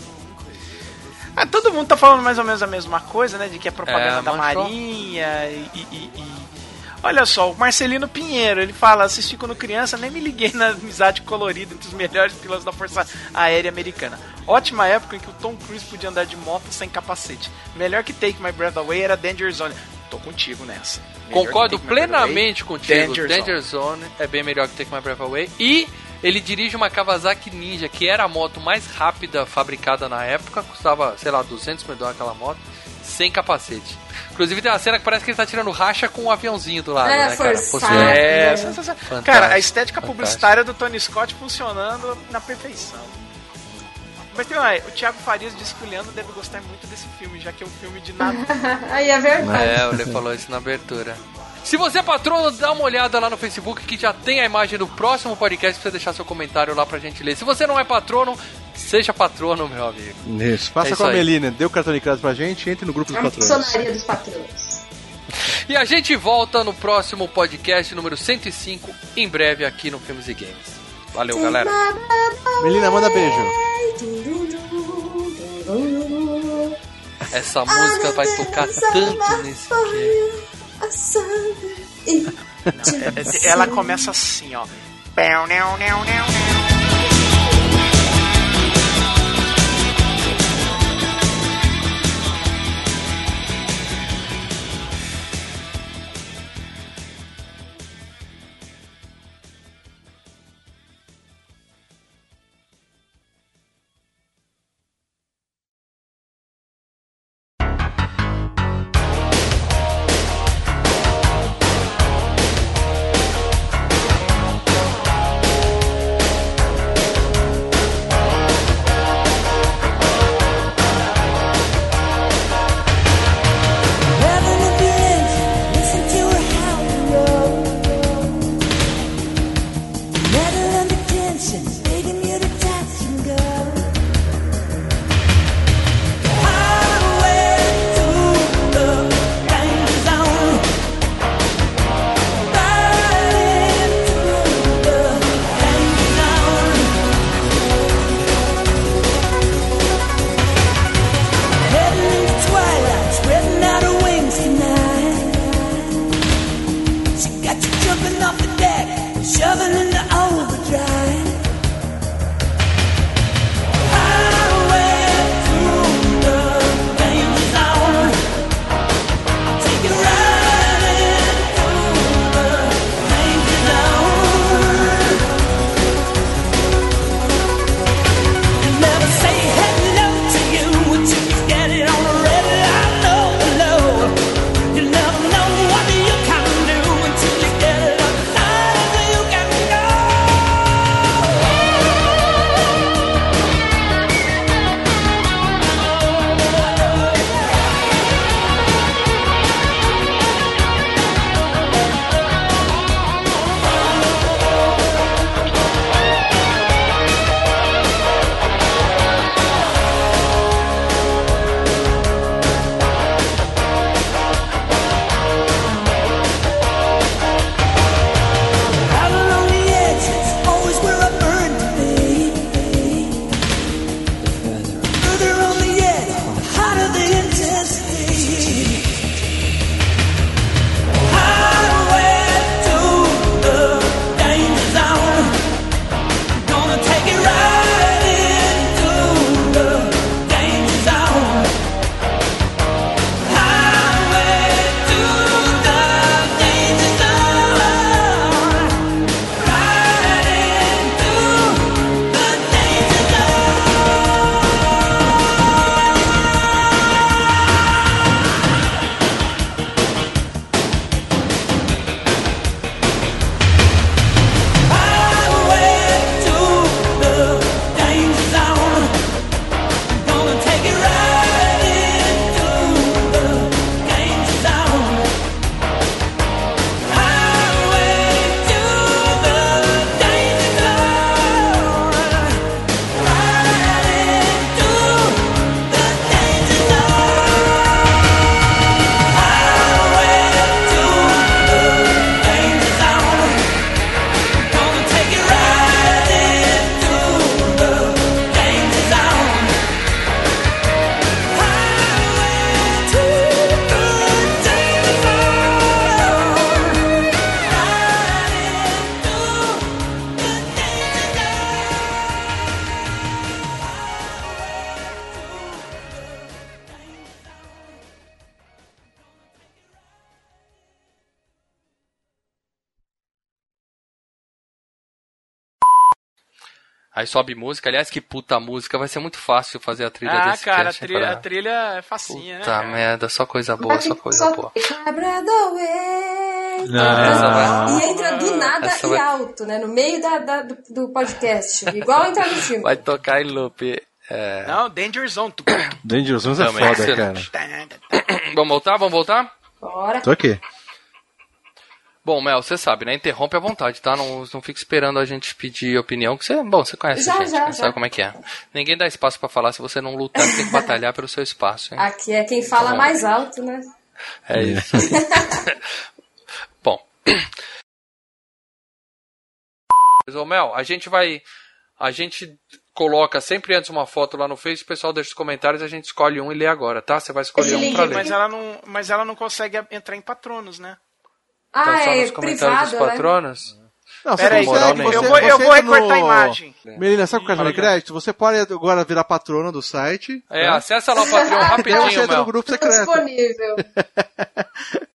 Todo mundo tá falando mais ou menos a mesma coisa, né? De que é propaganda da Marinha Olha só, o Marcelino Pinheiro, ele fala: assisti quando criança, nem me liguei na amizade colorida entre os melhores pilotos da Força Aérea Americana. Ótima época em que o Tom Cruise podia andar de moto sem capacete. Melhor que Take My Breath Away era Danger Zone. Tô contigo nessa. Concordo plenamente contigo. Danger Zone é bem melhor que Take My Breath Away. E ele dirige uma Kawasaki Ninja, que era a moto mais rápida fabricada na época. Custava, sei lá, 200 mil dólares aquela moto. Sem capacete. Inclusive tem uma cena que parece que ele tá tirando racha com um aviãozinho do lado, né, cara? Cara, a estética publicitária do Tony Scott funcionando na perfeição. Mas tem o Thiago Farias disse que o Leandro deve gostar muito desse filme, já que é um filme de nada. Aí é verdade. O Lê falou isso na abertura. Se você é patrono, dá uma olhada lá no Facebook que já tem a imagem do próximo podcast pra você deixar seu comentário lá pra gente ler. Se você não é patrono, seja patrono, meu amigo. Isso, faça com a Melina, dê o cartão de crédito pra gente e entre no grupo dos patronos. A maçonaria dos patronos. E a gente volta no próximo podcast número 105, em breve aqui no Filmes e Games. Valeu, galera. Melina, manda beijo. Essa música vai tocar tanto nesse dia. Ela começa assim, ó. Aí sobe música. Aliás, que puta música. Vai ser muito fácil fazer a trilha desse cara, cast. a trilha é facinha, né? Puta merda, só coisa boa, só coisa boa. E entra do nada e alto, né? No meio do podcast. Igual entrar no filme. Vai tocar em loop. Não, Danger Zone. Danger Zone é foda, cara. Vamos voltar? Bora. Tô aqui. Bom, Mel, você sabe, né? Interrompe à vontade, tá? Não fica esperando a gente pedir opinião, que você conhece a gente, né? Sabe como é que é. Ninguém dá espaço pra falar, se você não lutar, você tem que batalhar pelo seu espaço, hein? Aqui é quem fala mais alto, né? É isso aí. Bom. Ô, Mel, a gente coloca sempre antes uma foto lá no Face, o pessoal deixa os comentários, a gente escolhe um e lê agora, tá? Você vai escolher um pra ler. Mas ela não consegue entrar em patronos, né? Então, só nos comentários dos patronos? Né? Não, você peraí, consegue, eu vou recortar a imagem. Melina, sabe o cartão de crédito? Você pode agora virar patrona do site. Acessa lá o Patreon rapidinho, você entra no grupo secreto. Disponível.